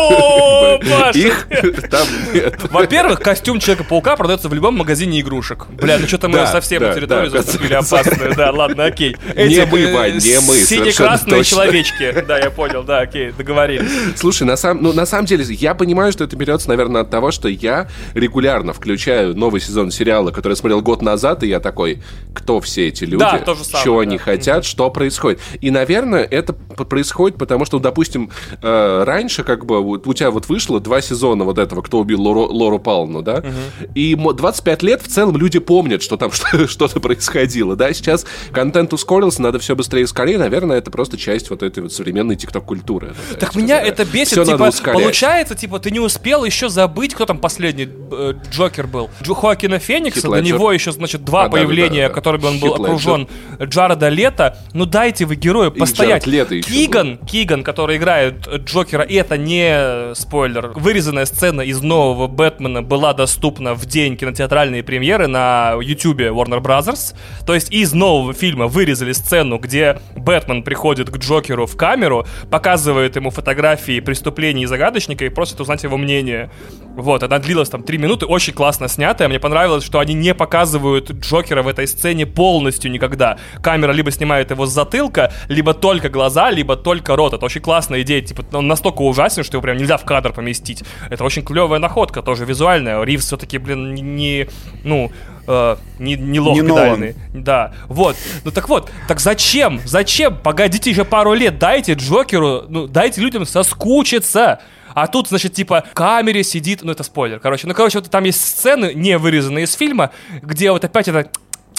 О, Паша! Их там нет. Во-первых, костюм Человека-паука продается в любом магазине игрушек. Бля, ну что-то мы совсем на территорию заступили опасную. Да, ладно, окей. Не мы, Вань, не мы. Сине-красные человечки. Да, я понял, да, окей, договорились. Слушай, на самом, ну, на самом деле, я понимаю, что это берется, наверное, от того, что я регулярно включаю новый сезон сериала, который я смотрел год назад, и я такой: кто все эти люди? Да, то же самое, что да. они хотят, что происходит? И, наверное, это происходит, потому что, допустим, э, раньше, как бы, вот, у тебя вот вышло два сезона вот этого «Кто убил Лору, Лору Палну», да? Угу. И двадцать пять лет в целом люди помнят, что там что-то происходило, да? Сейчас контент ускорился, надо все быстрее и скорее. Наверное, это просто часть вот этой вот современной тикток-культуры. Так меня это бесит, все типа, получается, типа, ты не успел еще забыть, кто там последний э, Джокер был. Джо Хоакина Феникса, до него еще, значит, два а, появления, да, да, да. которыми он был Хит окружен. Леджер. Джареда Лето. Ну дайте вы герою постоять. Киган, Киган, который играет Джокера, и это не спойлер. Вырезанная сцена из нового Бэтмена была доступна в день кинотеатральной премьеры на ютубе Warner Brothers. То есть из нового фильма вырезали сцену, где Бэтмен приходит к Джокеру в камеру, показывает ему фотографии преступлений и Загадочника и просит узнать его мнение. Вот, она длилась там три минуты, очень классно снятая. Мне понравилось, что они не показывают Джокера в этой сцене полностью никогда. Камера либо снимает его с затылка, либо только глаза, либо только рот. Это очень классная идея, типа, он настолько ужасен, что его прям нельзя в кадр поместить. Это очень клевая находка, тоже визуальная. Ривз все-таки, блин, не... ну... Э, не, не лох не педальный. Да, вот. Ну так вот, так зачем? Зачем? Погодите еще пару лет, дайте Джокеру, ну дайте людям соскучиться. А тут, значит, типа, в камере сидит, ну это спойлер, короче. Ну, короче, вот там есть сцены, не вырезанные из фильма, где вот опять это...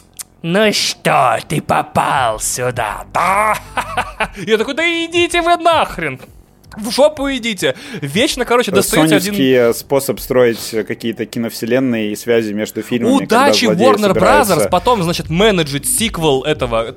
Ну что, ты попал сюда, да? Я такой, да идите вы нахрен! В жопу идите. Вечно, короче, достается один... Соневский способ строить какие-то киновселенные и связи между фильмами. Удачи Warner собираются... Brothers потом, значит, менеджить сиквел этого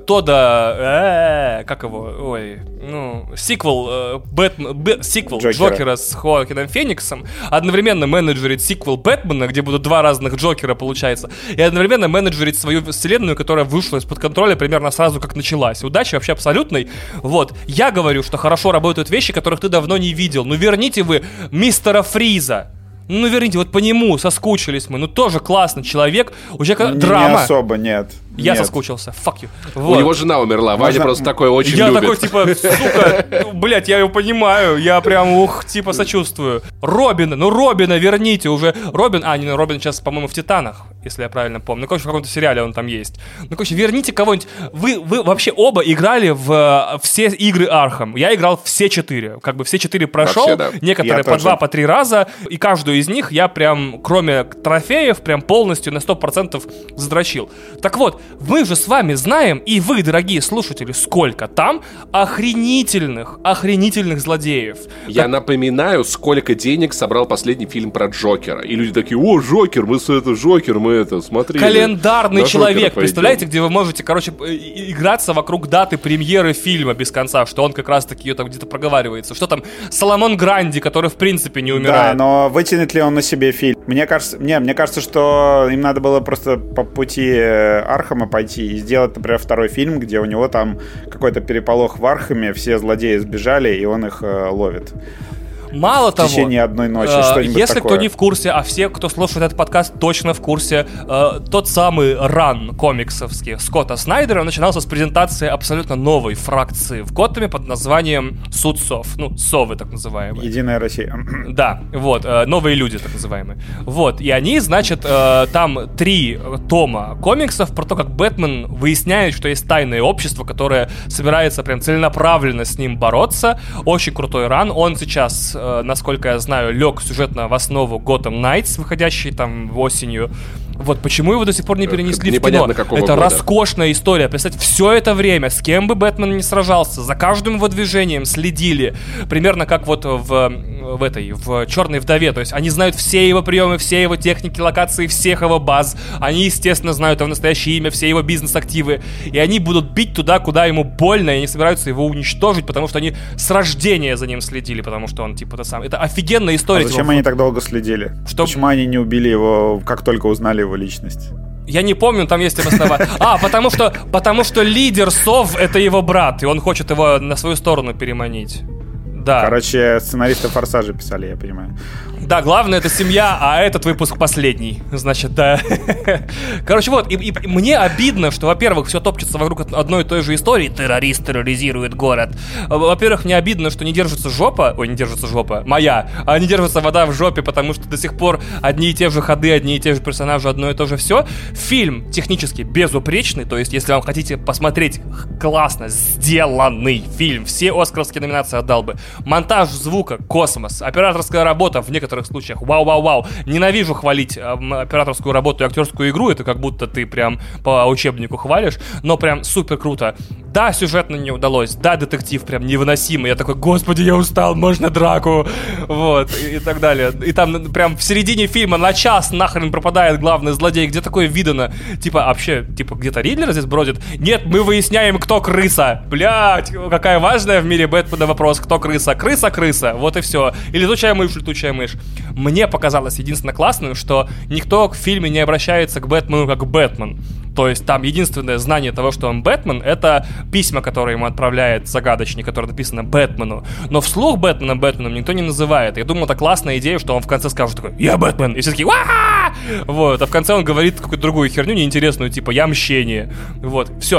Тодда... Э, как его? Ой, ну... Сиквел э, Бэтмен... Б... Сиквел Джокера. Джокера с Хоакином Фениксом. Одновременно менеджерить сиквел Бэтмена, где будут два разных Джокера, получается. И одновременно менеджерить свою вселенную, которая вышла из-под контроля примерно сразу, как началась. Удачи вообще абсолютной. Вот. Я говорю, что хорошо работают вещи, которых ты давно не видел. Ну верните вы мистера Фриза. Ну верните, вот по нему соскучились мы. Ну тоже классно, человек. Уже как... не, драма. Не особо, нет. Я нет. соскучился, fuck you. Вот. У него жена умерла, Ваня Можно... просто такой очень я любит. Я такой, типа, сука, блять, я его понимаю, я прям, ух, типа, сочувствую. Робина, ну Робина верните уже. Робин, а, не, ну Робин сейчас, по-моему, в «Титанах», если я правильно помню. Ну, короче, в каком-то сериале он там есть. Ну, короче, верните кого-нибудь. Вы, вы вообще оба играли в все игры Архам. Я играл все четыре. Как бы все четыре прошел, вообще, да. Некоторые я по тоже. два, по три раза. И каждую из них я прям, кроме трофеев, прям полностью на сто процентов задрочил. Так вот, мы же с вами знаем, и вы, дорогие слушатели, сколько там охренительных, охренительных злодеев. Я так... напоминаю, сколько денег собрал последний фильм про Джокера. И люди такие, о, Джокер, мы с это, Джокер, мы это, смотрели. Календарный человек, представляете, где вы можете, короче, играться вокруг даты премьеры фильма без конца, что он как раз-таки ее там где-то проговаривается. Что там, Соломон Гранди, который в принципе не умирает. Да, но вытянет ли он на себе фильм? Мне кажется, не, мне кажется, что им надо было просто по пути Архама пойти и сделать, например, второй фильм, где у него там какой-то переполох в Архаме, все злодеи сбежали, и он их э, ловит. Мало в того, в течение одной ночи, э, что-нибудь если такое. Кто не в курсе, а все, кто слушает этот подкаст, точно в курсе, э, тот самый ран комиксовский Скотта Снайдера начинался с презентации абсолютно новой фракции в Готэме под названием Суд Сов, ну, совы так называемые. Единая Россия. Да, вот, э, новые люди так называемые. Вот, и они, значит, э, там три тома комиксов про то, как Бэтмен выясняет, что есть тайное общество, которое собирается прям целенаправленно с ним бороться. Очень крутой ран, он сейчас... насколько я знаю, лег сюжетно в основу Gotham Knights, выходящий там осенью. Вот почему его до сих пор не перенесли Непонятно, в кино. какого Это года. Роскошная история. Представьте, все это время, с кем бы Бэтмен не сражался, за каждым его движением следили. Примерно как вот в, в этой, в «Черной вдове». То есть они знают все его приемы, все его техники, локации, всех его баз. Они, естественно, знают его настоящее имя, все его бизнес-активы. И они будут бить туда, куда ему больно, и они собираются его уничтожить, потому что они с рождения за ним следили, потому что он типа то сам. Это офигенная история. А зачем типа, они так долго следили? Что... Почему они не убили его, как только узнали его личность? Я не помню, там есть обоснование. А, потому что, потому что лидер сов — это его брат, и он хочет его на свою сторону переманить. Да. Короче, сценаристы «Форсажа» писали, я понимаю. Да, главное — это семья, а этот выпуск последний. Значит, да. Короче, вот, и, и мне обидно, что, во-первых, все топчется вокруг одной и той же истории. Террорист терроризирует город. Во-первых, мне обидно, что не держится жопа. Ой, не держится жопа. Моя. А не держится вода в жопе, потому что до сих пор одни и те же ходы, одни и те же персонажи, одно и то же все. Фильм технически безупречный. То есть, если вам хотите посмотреть классно сделанный фильм, все оскаровские номинации отдал бы. Монтаж звука — космос. Операторская работа в некоторых случаях вау-вау-вау. Ненавижу хвалить э, операторскую работу и актерскую игру. Это как будто ты прям по учебнику хвалишь. Но прям супер круто. Да, сюжетно не удалось. Да, детектив прям невыносимый. Я такой, господи, я устал, можно драку. Вот, и, и так далее. И там прям в середине фильма на час нахрен пропадает главный злодей. Где такое видано? Типа, вообще, типа, где-то Ридлер здесь бродит? Нет, мы выясняем, кто крыса. Блять, какая важная в мире Бэтмена вопрос. Кто крыса? Крыса-крыса. Вот и все. И летучая мышь, летучая мышь. Мне показалось единственно классным, что никто в фильме не обращается к Бэтмену как Бэтмен. То есть там единственное знание того, что он Бэтмен, это письма, которые ему отправляет загадочник, которые написано Бэтмену. Но вслух Бэтмена Бэтменом никто не называет. Я думал, это классная идея, что он в конце скажет такой: «Я Бэтмен!» И все такие: «Ва-а-а!» Вот, а в конце он говорит какую-то другую херню неинтересную, типа «Я мщение». Вот, все.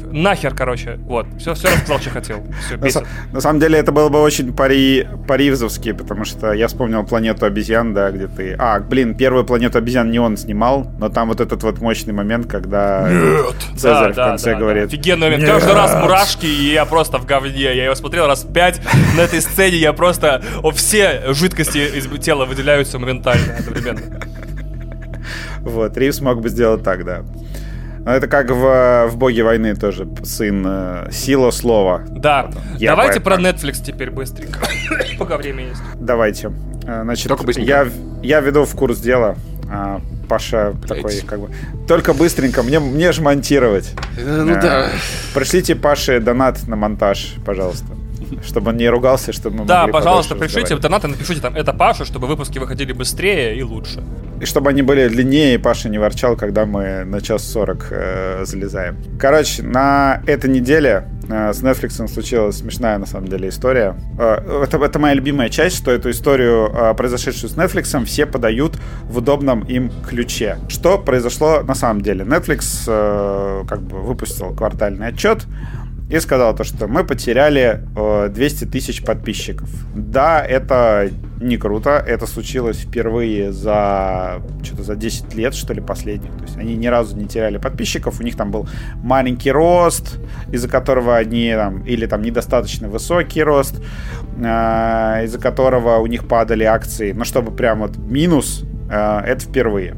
нахер, короче. Вот, все, все рассказал, что хотел. Все, на, на самом деле это было бы очень пари, паривзовски, потому что я вспомнил «Планету обезьян», да, где ты... А, блин, первую «Планету обезьян» не он снимал, но там вот этот вот мощный момент, когда Нет. Цезарь да, в конце да, говорит... Да. Офигенный момент. Каждый раз мурашки, и я просто в говне. Я его смотрел раз пять на этой сцене, я просто... Все жидкости из тела выделяются моментально, одновременно. Вот, Ривз мог бы сделать так, да. Но это как в, в «Боге войны» тоже, сын э, сила слова. Да. Потом. Давайте про так. Netflix теперь быстренько, пока время есть. Давайте. Значит, Только быстренько. я, я веду в курс дела. А Паша Блять. такой, как бы... Только быстренько, мне, мне же монтировать. Э, ну а, да. Пришлите Паше донат на монтаж, пожалуйста. Чтобы он не ругался, чтобы мы Да, могли пожалуйста, подольше пришлите донаты, напишите там «это Паша», чтобы выпуски выходили быстрее и лучше. И чтобы они были длиннее, и Паша не ворчал, когда мы на час сорок э, залезаем. Короче, на этой неделе э, с Netflix случилась смешная, на самом деле, история. Э, это, это моя любимая часть, что эту историю, э, произошедшую с Netflix, все подают в удобном им ключе. Что произошло на самом деле? Netflix э, как бы выпустил квартальный отчет и сказал то, что мы потеряли э, двести тысяч подписчиков. Да, это не круто. Это случилось впервые за что-то за десять лет, что ли, последних. То есть они ни разу не теряли подписчиков. У них там был маленький рост, из-за которого они там, или там недостаточно высокий рост, э, из-за которого у них падали акции. Но чтобы прям вот минус, э, это впервые.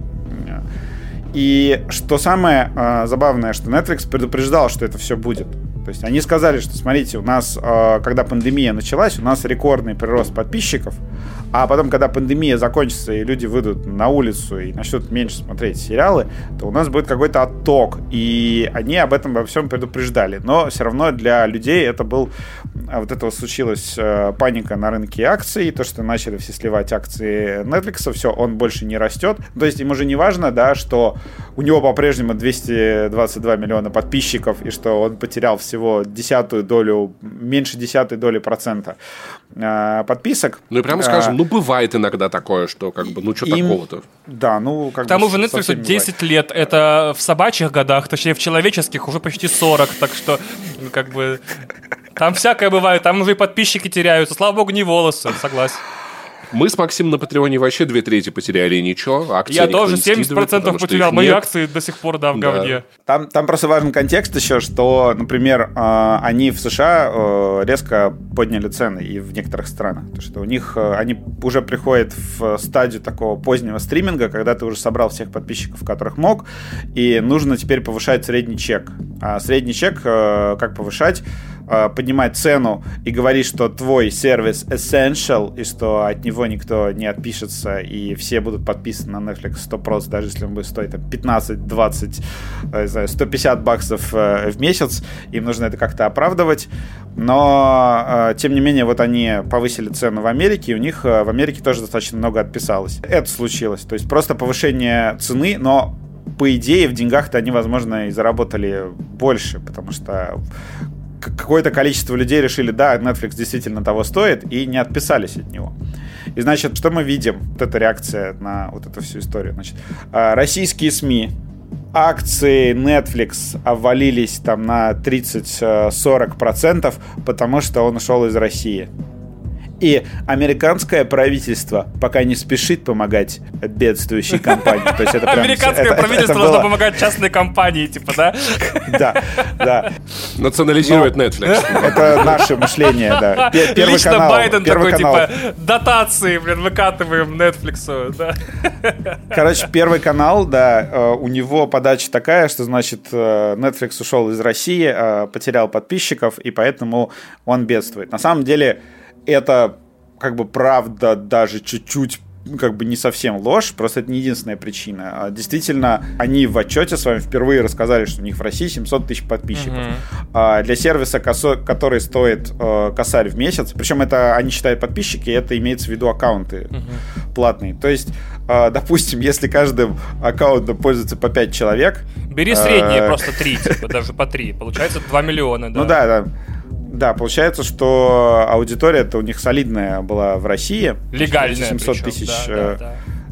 И что самое э, забавное, что Netflix предупреждал, что это все будет. То есть они сказали, что, смотрите, у нас, э, когда пандемия началась, у нас рекордный прирост подписчиков, а потом, когда пандемия закончится и люди выйдут на улицу и начнут меньше смотреть сериалы, то у нас будет какой-то отток. И они об этом во всем предупреждали. Но все равно для людей это был... Вот этого случилась э, паника на рынке акций, то, что начали все сливать акции Netflix, все, он больше не растет. То есть им уже не важно, да, что у него по-прежнему двести двадцать два миллиона подписчиков, и что он потерял всего десятую долю, меньше десятой доли процента э, подписок. Ну и прямо скажем, а, ну бывает иногда такое, что как бы, ну что им... такого-то. Да, ну как К тому бы... же Netflix десять лет, это в собачьих годах, точнее в человеческих уже почти сорок, так что как бы... Там всякое бывает, там уже и подписчики теряются. Слава богу, не волосы, согласен. Мы с Максимом на Патреоне вообще две трети потеряли, и ничего. Акции я тоже семьдесят процентов потерял. Мои акции до сих пор, да, в да. говне. Там, там просто важен контекст еще, что, например, э, они в США э, резко подняли цены и в некоторых странах. Потому что у них э, они уже приходят в стадию такого позднего стриминга, когда ты уже собрал всех подписчиков, которых мог, и нужно теперь повышать средний чек. А средний чек, э, как повышать? Поднимать цену и говорить, что твой сервис essential, и что от него никто не отпишется, и все будут подписаны на Netflix сто процентов, даже если он будет стоить там, пятнадцать, двадцать, не знаю, сто пятьдесят баксов в месяц, им нужно это как-то оправдывать. Но, тем не менее, вот они повысили цену в Америке, и у них в Америке тоже достаточно много отписалось. Это случилось. То есть просто повышение цены, но по идее в деньгах-то они, возможно, и заработали больше, потому что какое-то количество людей решили, да, Netflix действительно того стоит, и не отписались от него. И, значит, что мы видим? Вот эта реакция на вот эту всю историю. Значит, российские СМИ, акции Netflix обвалились там на тридцать-сорок процентов, потому что он ушел из России. И американское правительство пока не спешит помогать бедствующей компании. То есть это прям, американское это, правительство это, это должно было... помогать частной компании, типа, да? Да, да. Национализировать Но Netflix. Это наше мышление, да. Первый Лично канал, Байден первый такой, канал. типа, дотации, блин, выкатываем Netflix, да. Короче, Первый канал, да, у него подача такая, что, значит, Netflix ушел из России, потерял подписчиков, и поэтому он бедствует. На самом деле, это как бы правда даже чуть-чуть как бы не совсем ложь, просто это не единственная причина. Действительно, они в отчете с вами впервые рассказали, что у них в России семьсот тысяч подписчиков. Mm-hmm. Для сервиса, который стоит косарь в месяц, причем это они считают подписчики, это имеется в виду аккаунты mm-hmm. платные. То есть, допустим, если каждым аккаунтом пользуется по пять человек... Бери средние, просто три, типа, даже по три. Получается два миллиона, да. Ну да, да. Да, получается, что аудитория-то у них солидная была в России. Легальная. семьсот причем, тысяч. Да, да, да.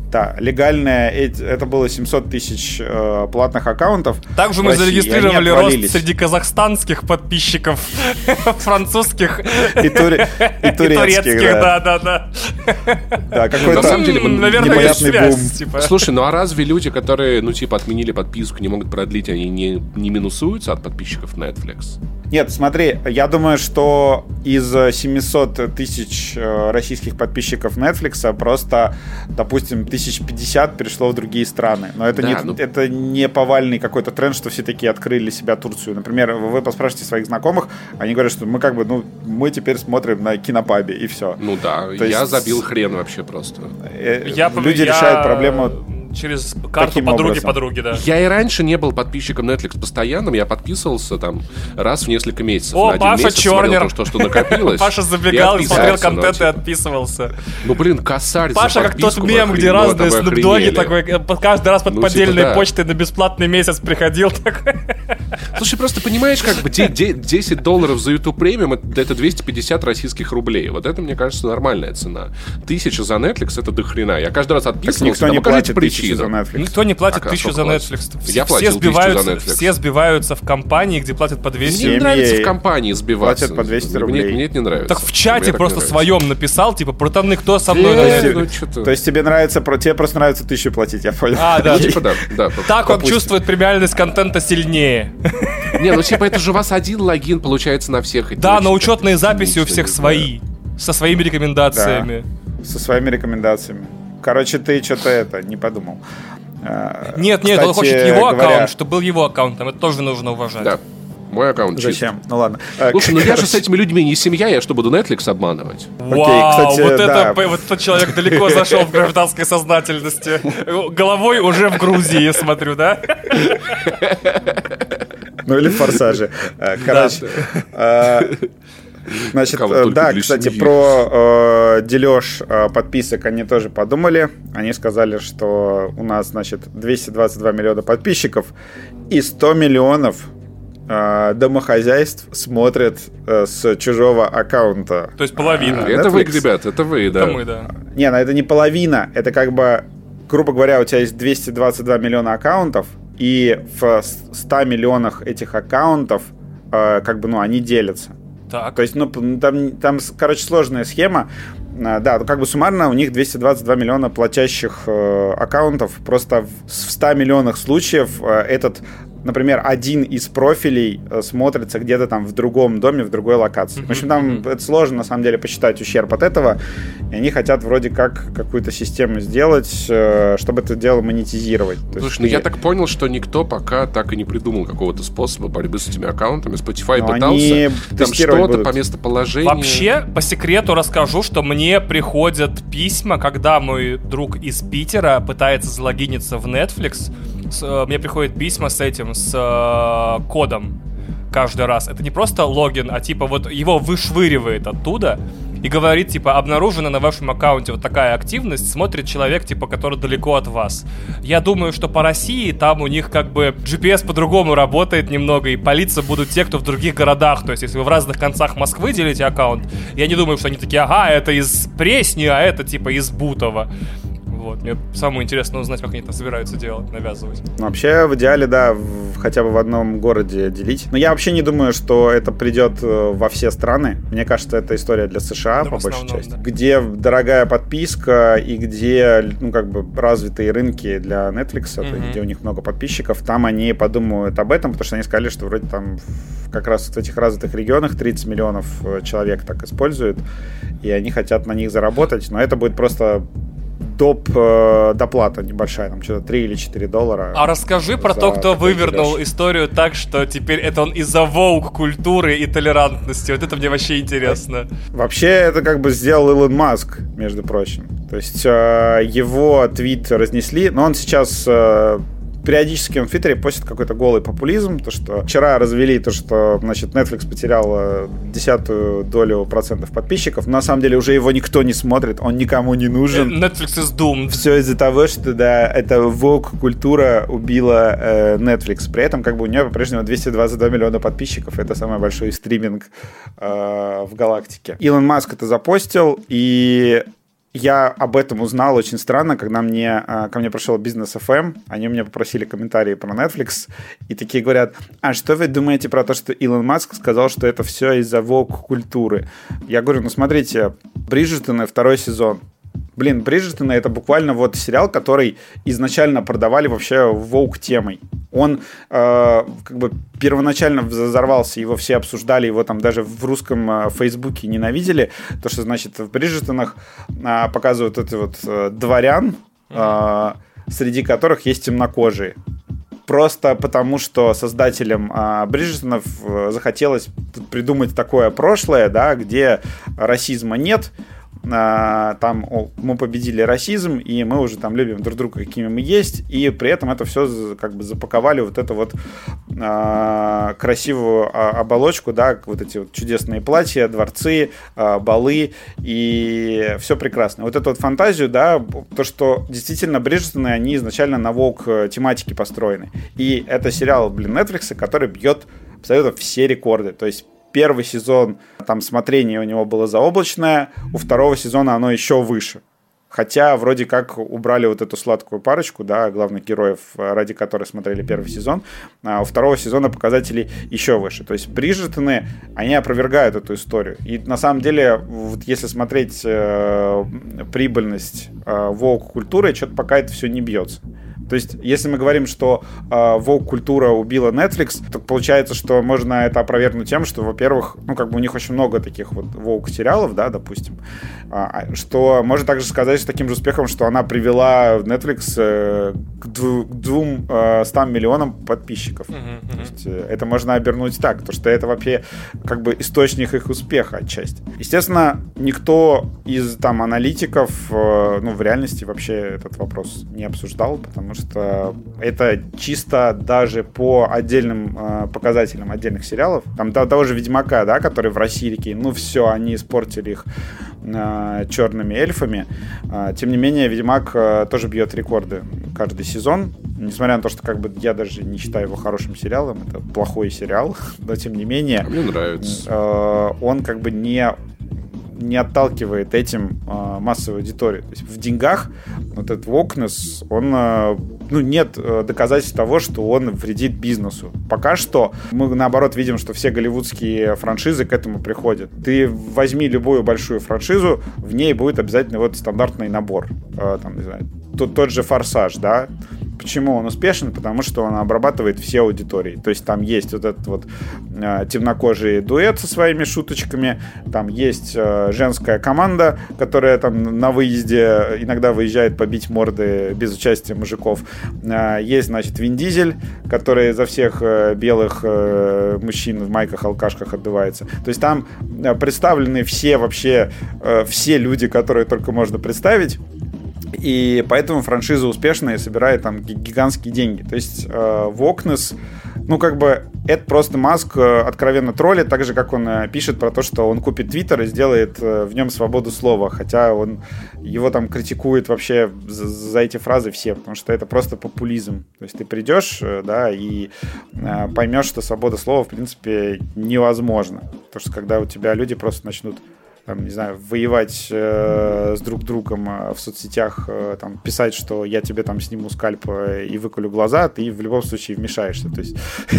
Да, легальное, это было семьсот тысяч э, платных аккаунтов. Также мы России, зарегистрировали рост среди казахстанских подписчиков, французских и турецких. Да, да, да. Да, какой-то непонятный бум. Слушай, ну а разве люди, которые, ну типа, отменили подписку, не могут продлить, они не, не минусуются от подписчиков Netflix? Нет, смотри, я думаю, что из семисот тысяч российских подписчиков Netflix просто, допустим, тысяч пятьдесят перешло в другие страны. Но это, да, не, ну... это не повальный какой-то тренд, что все такие открыли для себя Турцию. Например, вы поспрашиваете своих знакомых, они говорят, что мы как бы, ну, мы теперь смотрим на Кинопабе, и все. Ну да, То я есть... забил хрен вообще просто. Я, Люди я... решают проблему... Через карту подруги-подруги, да. Я и раньше не был подписчиком Netflix постоянным, я подписывался там раз в несколько месяцев. О, на один Паша месяц Чернер. То, что, что накопилось. Паша забегал, смотрел контент и отписывался. Ну, блин, косарь за Паша, как тот мем, где разные снупдоги такой, каждый раз под ну, поддельной типа, да. почтой на бесплатный месяц приходил такой. Слушай, просто понимаешь, как бы десять долларов за YouTube премиум это двести пятьдесят российских рублей. Вот это, мне кажется, нормальная цена. Тысяча за Netflix это дохрена. Я каждый раз отписывался, никто не платит тысячу за Netflix. Никто не платит а тысячу за Netflix. Я все, сбиваются, за Netflix. Все сбиваются в компании, где платят по двести. Мне не нравится в компании сбиваться. Платят по двести рублей. Мне, мне это не нравится. Так в чате просто своем написал, типа, братаны, кто со мной? Э, ну, то есть тебе нравится, тебе просто нравится тысячу платить, я понял. А, да. Типа, да, да. Так он чувствует премиальность контента сильнее. Не, ну типа это же у вас один логин получается на всех. Да, но учетные записи у всех свои. Со своими рекомендациями. Со своими рекомендациями. Короче, ты что-то это не подумал. Нет, нет, Кстати, он хочет его говоря... аккаунт, чтобы был его аккаунтом. Это тоже нужно уважать. Да, мой аккаунт чист. Зачем? Ну ладно. Слушай, ну я же с этими людьми не семья, я что, буду Netflix обманывать? Вау, Окей, кстати, вот, да. это, вот этот человек далеко зашел в гражданской сознательности. Головой уже в Грузии, я смотрю, да? Ну или в «Форсаже». Короче... Значит, да, кстати, семьи. про э, дележ э, подписок они тоже подумали. Они сказали, что у нас, значит, двести двадцать два миллиона подписчиков и сто миллионов э, домохозяйств смотрят э, с чужого аккаунта. То есть половина. А, это вы, ребят, это вы, да. Это мы, да. Не, ну это не половина. Это как бы, грубо говоря, у тебя есть двести двадцать два миллиона аккаунтов, и в ста миллионах этих аккаунтов э, как бы, ну, они делятся. Так. То есть, ну, там, там, короче, сложная схема. Да, ну, как бы суммарно у них двести двадцать два миллиона платящих э, аккаунтов. Просто в, в ста миллионах случаев э, этот, например, один из профилей э, смотрится где-то там в другом доме, в другой локации. Mm-hmm. В общем, там mm-hmm. это сложно, на самом деле, посчитать ущерб от этого. И они хотят вроде как какую-то систему сделать, э, чтобы это дело монетизировать. То Слушай, ну и... я так понял, что никто пока так и не придумал какого-то способа борьбы с этими аккаунтами. Spotify Но пытался. Там что-то будут. По местоположению. Вообще, по секрету расскажу, что мне приходят письма, когда мой друг из Питера пытается залогиниться в Netflix. С, мне приходят письма с этим, с э, кодом каждый раз. Это не просто логин, а типа вот его вышвыривает оттуда и говорит, типа, обнаружена на вашем аккаунте вот такая активность, смотрит человек, типа, который далеко от вас. Я думаю, что по России там у них как бы джи пи эс по-другому работает немного, и палиться будут те, кто в других городах. То есть, если вы в разных концах Москвы делите аккаунт, я не думаю, что они такие, ага, это из Пресни, а это, типа, из Бутова. Вот. Мне самое интересное узнать, как они это собираются делать, навязывать. Вообще, в идеале, да, в, хотя бы в одном городе делить. Но я вообще не думаю, что это придет во все страны. Мне кажется, это история для США, да, по большей основном, части. Да. Где дорогая подписка и где, ну, как бы развитые рынки для Netflix, mm-hmm. то есть, где у них много подписчиков, там они подумают об этом, потому что они сказали, что вроде там как раз в этих развитых регионах тридцать миллионов человек так используют, и они хотят на них заработать, но это будет просто... доп э, доплата небольшая, там что-то три или четыре доллара. А расскажи про то, кто вывернул дележ. Историю так, что теперь это он из-за воук культуры и толерантности. Вот это мне вообще интересно. Вообще это как бы сделал Илон Маск, между прочим. То есть э, его твит разнесли, но он сейчас... Э, периодически он в Твиттере постит какой-то голый популизм, то что вчера развели то, что, значит, Netflix потерял десятую долю процентов подписчиков, но на самом деле уже его никто не смотрит, он никому не нужен. Netflix is doomed. Все из-за того, что, да, эта woke-культура убила э, Netflix. При этом, как бы, у нее по-прежнему двести двадцать два миллиона подписчиков, это самый большой стриминг э, в галактике. Илон Маск это запостил, и я об этом узнал очень странно, когда мне, ко мне пришел Бизнес эф эм, они у меня попросили комментарии про Netflix, и такие говорят: а что вы думаете про то, что Илон Маск сказал, что это все из-за воук-культуры? Я говорю, ну смотрите, Бриджертоны второй сезон. Блин, Бриджертоны — это буквально вот сериал, который изначально продавали вообще воук-темой. Он э, как бы первоначально взорвался, его все обсуждали, его там даже в русском э, Фейсбуке ненавидели. То, что, значит, в Бриджертонах э, показывают это вот э, дворян, э, среди которых есть темнокожие. Просто потому, что создателям э, Бриджертонов э, захотелось придумать такое прошлое, да, где расизма нет. Там о, мы победили расизм, и мы уже там любим друг друга, какими мы есть, и при этом это все как бы запаковали вот эту вот а, красивую а, оболочку, да, вот эти вот чудесные платья, дворцы, а, балы, и все прекрасно. Вот эту вот фантазию, да, то, что действительно Бриджертоны, они изначально на воук тематике построены. И это сериал, блин, Netflix, который бьет абсолютно все рекорды. То есть первый сезон, там смотрение у него было заоблачное, у второго сезона оно еще выше. Хотя вроде как убрали вот эту сладкую парочку, да, главных героев, ради которой смотрели первый сезон, а у второго сезона показатели еще выше. То есть Бриджертоны, они опровергают эту историю. И на самом деле, вот если смотреть э, прибыльность э, воук-культуры, что-то пока это все не бьется. То есть, если мы говорим, что э, воук-культура убила Netflix, то получается, что можно это опровергнуть тем, что, во-первых, ну, как бы у них очень много таких вот воук-сериалов, да, допустим, э, что можно также сказать с таким же успехом, что она привела Netflix э, к, дву- к двум э, стам миллионам подписчиков. Mm-hmm, mm-hmm. То есть, э, это можно обернуть так, потому что это вообще как бы источник их успеха отчасти. Естественно, никто из там аналитиков, э, ну, в реальности вообще этот вопрос не обсуждал, потому что что это чисто даже по отдельным э, показателям отдельных сериалов. Там того же Ведьмака, да, который в России такие, ну все, они испортили их э, черными эльфами. Э, тем не менее, Ведьмак э, тоже бьет рекорды каждый сезон. Несмотря на то, что как бы я даже не считаю его хорошим сериалом, это плохой сериал, но тем не менее... Мне нравится. Э, он как бы не... не отталкивает этим э, массовую аудиторию. То есть в деньгах вот этот wokeness, он, э, ну, нет э, доказательств того, что он вредит бизнесу. Пока что мы, наоборот, видим, что все голливудские франшизы к этому приходят. Ты возьми любую большую франшизу, в ней будет обязательно вот стандартный набор. Э, там, не знаю, тот, тот же «Форсаж», да? Почему он успешен? Потому что он обрабатывает все аудитории. То есть там есть вот этот вот э, темнокожий дуэт со своими шуточками, там есть э, женская команда, которая там на выезде иногда выезжает побить морды без участия мужиков. Э, есть, значит, Вин Дизель, который за всех э, белых э, мужчин в майках-алкашках отдувается. То есть там э, представлены все вообще, э, все люди, которые только можно представить. И поэтому франшиза успешная и собирает там гигантские деньги. То есть э, wokeness, ну как бы это просто Маск э, откровенно троллит, так же как он э, пишет про то, что он купит Твиттер и сделает э, в нем свободу слова, хотя он его там критикует вообще за, за эти фразы все, потому что это просто популизм. То есть ты придешь, э, да, и э, поймешь, что свобода слова в принципе невозможна, потому что когда у тебя люди просто начнут там, не знаю, воевать э, с друг другом э, в соцсетях, э, там, писать, что я тебе там сниму скальп э, и выколю глаза, ты в любом случае вмешаешься. То есть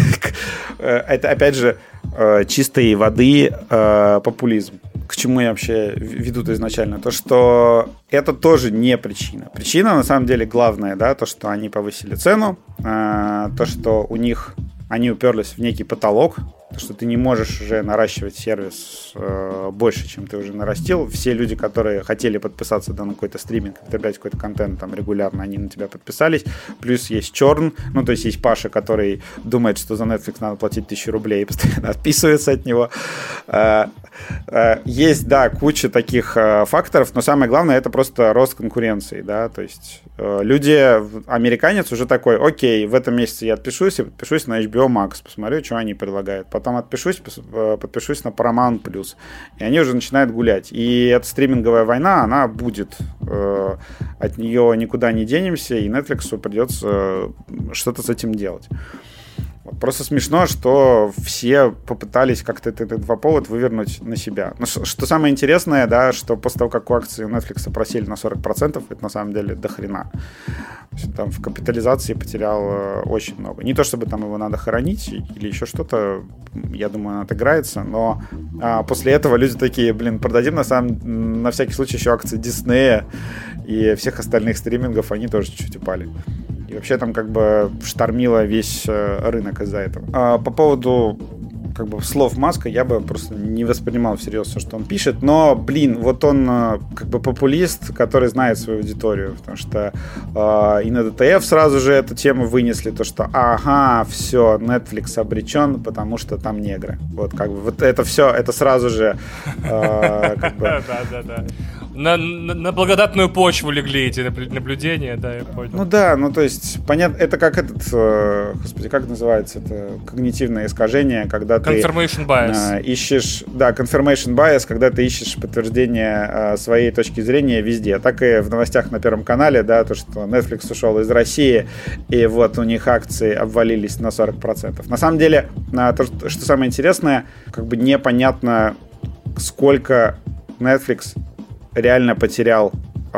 это, опять же, э, чистой воды э, популизм. К чему я вообще веду-то изначально? То, что это тоже не причина. Причина, на самом деле, главная, да, то, что они повысили цену, э, то, что у них они уперлись в некий потолок, то, что ты не можешь уже наращивать сервис э, больше, чем ты уже нарастил. Все люди, которые хотели подписаться да, на какой-то стриминг, потреблять какой-то контент там регулярно, они на тебя подписались. Плюс есть черн, ну, то есть есть Паша, который думает, что за Netflix надо платить тысячу рублей и постоянно отписывается от него. Э, э, есть, да, куча таких э, факторов, но самое главное, это просто рост конкуренции, да, то есть э, люди, американец уже такой, окей, в этом месяце я отпишусь и подпишусь на эйч би о Max, посмотрю, что они предлагают. Потом отпишусь, подпишусь на Paramount+. И они уже начинают гулять. И эта стриминговая война, она будет. От нее никуда не денемся, и Netflix придется что-то с этим делать. Просто смешно, что все попытались как-то этот инфоповод вывернуть на себя. Но что самое интересное, да, что после того, как акции у Netflix просели на сорок процентов, это на самом деле до хрена. Там в капитализации потерял очень много. Не то, чтобы там его надо хоронить или еще что-то, я думаю, он отыграется, но а, после этого люди такие, блин, продадим на, самом, на всякий случай еще акции Диснея и всех остальных стримингов, они тоже чуть-чуть упали. И вообще там как бы штормило весь рынок из-за этого. А по поводу как бы слов Маска я бы просто не воспринимал всерьез все, что он пишет. Но, блин, вот он как бы популист, который знает свою аудиторию. Потому что э, и на ди ти эф сразу же эту тему вынесли. То, что ага, все, Netflix обречен, потому что там негры. Вот как бы вот это все, это сразу же как бы... Да-да-да. На, на, на благодатную почву легли эти наблюдения, да, я понял. Ну да, ну то есть, понятно, это как этот, э, господи, как называется это, когнитивное искажение, когда confirmation ты bias. Э, ищешь, да, confirmation bias, когда ты ищешь подтверждение э, своей точки зрения везде. Так и в новостях на Первом канале, да, то, что Netflix ушел из России, и вот у них акции обвалились на сорок процентов. На самом деле, э, то, что самое интересное, как бы непонятно, сколько Netflix реально потерял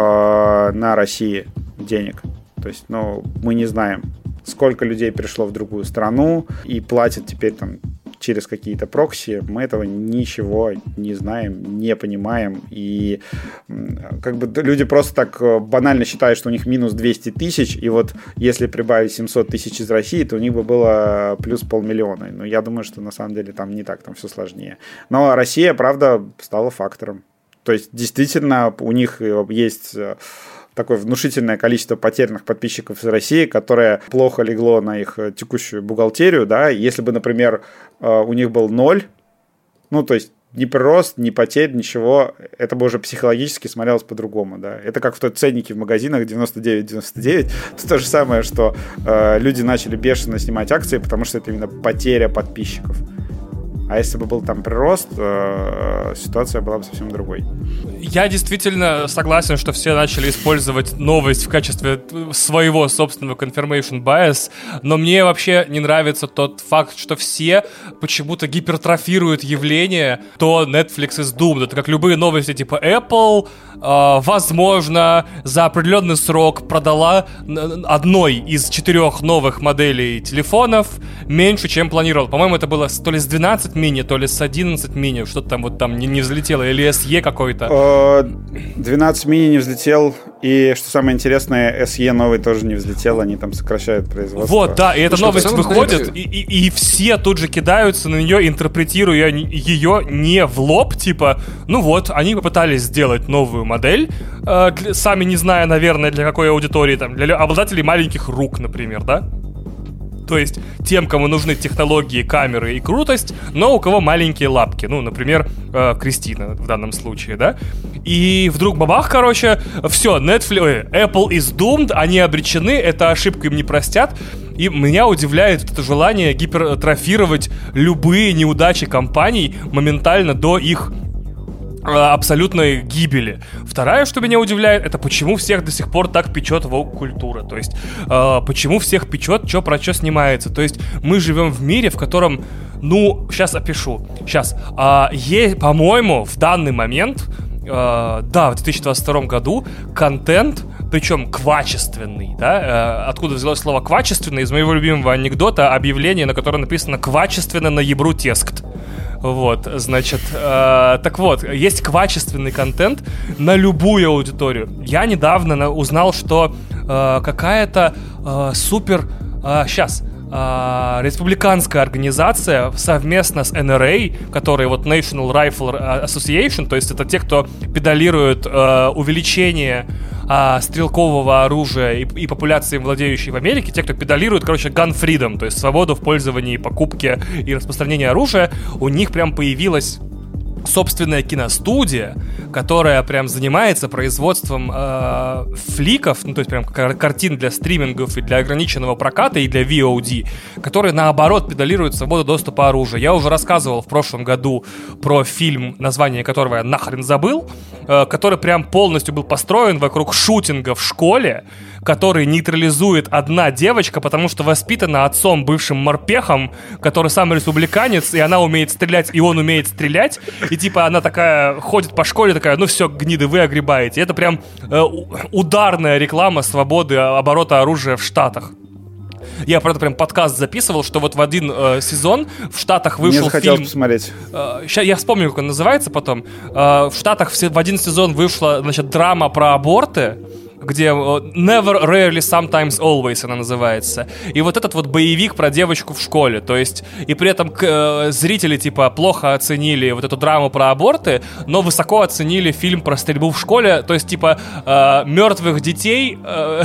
э, на России денег. То есть, ну, мы не знаем, сколько людей пришло в другую страну и платят теперь там через какие-то прокси. Мы этого ничего не знаем, не понимаем. И как бы люди просто так банально считают, что у них минус двести тысяч, и вот если прибавить семьсот тысяч из России, то у них бы было плюс полмиллиона. Но я думаю, что на самом деле там не так, там все сложнее. Но Россия, правда, стала фактором. То есть, действительно, у них есть такое внушительное количество потерянных подписчиков из России, которое плохо легло на их текущую бухгалтерию, да, если бы, например, у них был ноль, ну, то есть, ни прирост, ни потерь, ничего, это бы уже психологически смотрелось по-другому, да. Это как в той ценнике в магазинах девяносто девять девяносто девять, это то же самое, что э, люди начали бешено снимать акции, потому что это именно потеря подписчиков. А если бы был там прирост, э, ситуация была бы совсем другой. Я действительно согласен, что все начали использовать новость в качестве своего собственного confirmation bias, но мне вообще не нравится тот факт, что все почему-то гипертрофируют явление, то Netflix is doomed. Это как любые новости типа Apple, э, возможно, за определенный срок продала одной из четырех новых моделей телефонов меньше, чем планировал. По-моему, это было то ли с двенадцать мини, то ли с одиннадцать мини, что-то там вот там не, не взлетело, или эс и какой-то. двенадцать мини не взлетел, и, что самое интересное, эс и новый тоже не взлетел, они там сокращают производство. Вот, да, и эта ну, новость что, выходит, знаете... и, и, и все тут же кидаются на нее, интерпретируя ее не в лоб, типа, ну вот, они попытались сделать новую модель, э, для, сами не зная, наверное, для какой аудитории, там, для обладателей маленьких рук, например, да? То есть тем, кому нужны технологии, камеры и крутость, но у кого маленькие лапки. Ну, например, э, Кристина в данном случае, да? И вдруг бабах, короче, все, Netflix, Apple is doomed, они обречены, это ошибку им не простят. И меня удивляет это желание гипертрофировать любые неудачи компаний моментально до их абсолютной гибели. Второе, что меня удивляет, это почему всех до сих пор так печет воук-культура. То есть, э, почему всех печет, что про что снимается. То есть, мы живем в мире, в котором, ну, сейчас опишу. Сейчас. Э, е- по-моему, в данный момент, э, да, в две тысячи двадцать втором году контент, причем квачественный, да, э, откуда взялось слово квачественный, из моего любимого анекдота, объявление, на котором написано «квачественно на ебру текст». Вот, значит, э, так вот, есть качественный контент на любую аудиторию. Я недавно на, узнал, что э, какая-то э, супер, э, сейчас, э, республиканская организация совместно с эн эр эй, который вот National Rifle Association, то есть это те, кто педалирует э, увеличение э, стрелкового оружия и, и популяции, владеющей в Америке, те, кто педалирует, короче, gun freedom, то есть свободу в пользовании, покупке и распространении оружия, у них прям появилась собственная киностудия, которая прям занимается производством э, фликов, ну то есть прям кар- картин для стримингов и для ограниченного проката и для ви о ди, которые наоборот педалируют свободу доступа оружия. Я уже рассказывал в прошлом году про фильм, название которого я нахрен забыл, э, э, который прям полностью был построен вокруг шутинга в школе, который нейтрализует одна девочка, потому что воспитана отцом бывшим морпехом, который сам республиканец, и она умеет стрелять, и он умеет стрелять, и типа она такая ходит по школе, такая, ну все, гниды, вы огребаете. Это прям э, ударная реклама свободы оборота оружия в Штатах. Я, правда, прям подкаст записывал, что вот в один э, сезон в Штатах вышел Мне фильм... посмотреть. Э, ща, я вспомню, как он называется потом. Э, в Штатах в, в один сезон вышла, значит, драма про аборты, где Never, Rarely, Sometimes, Always она называется. И вот этот вот боевик про девочку в школе. То есть, и при этом э, зрители, типа, плохо оценили вот эту драму про аборты, но высоко оценили фильм про стрельбу в школе. То есть, типа, э, мертвых детей,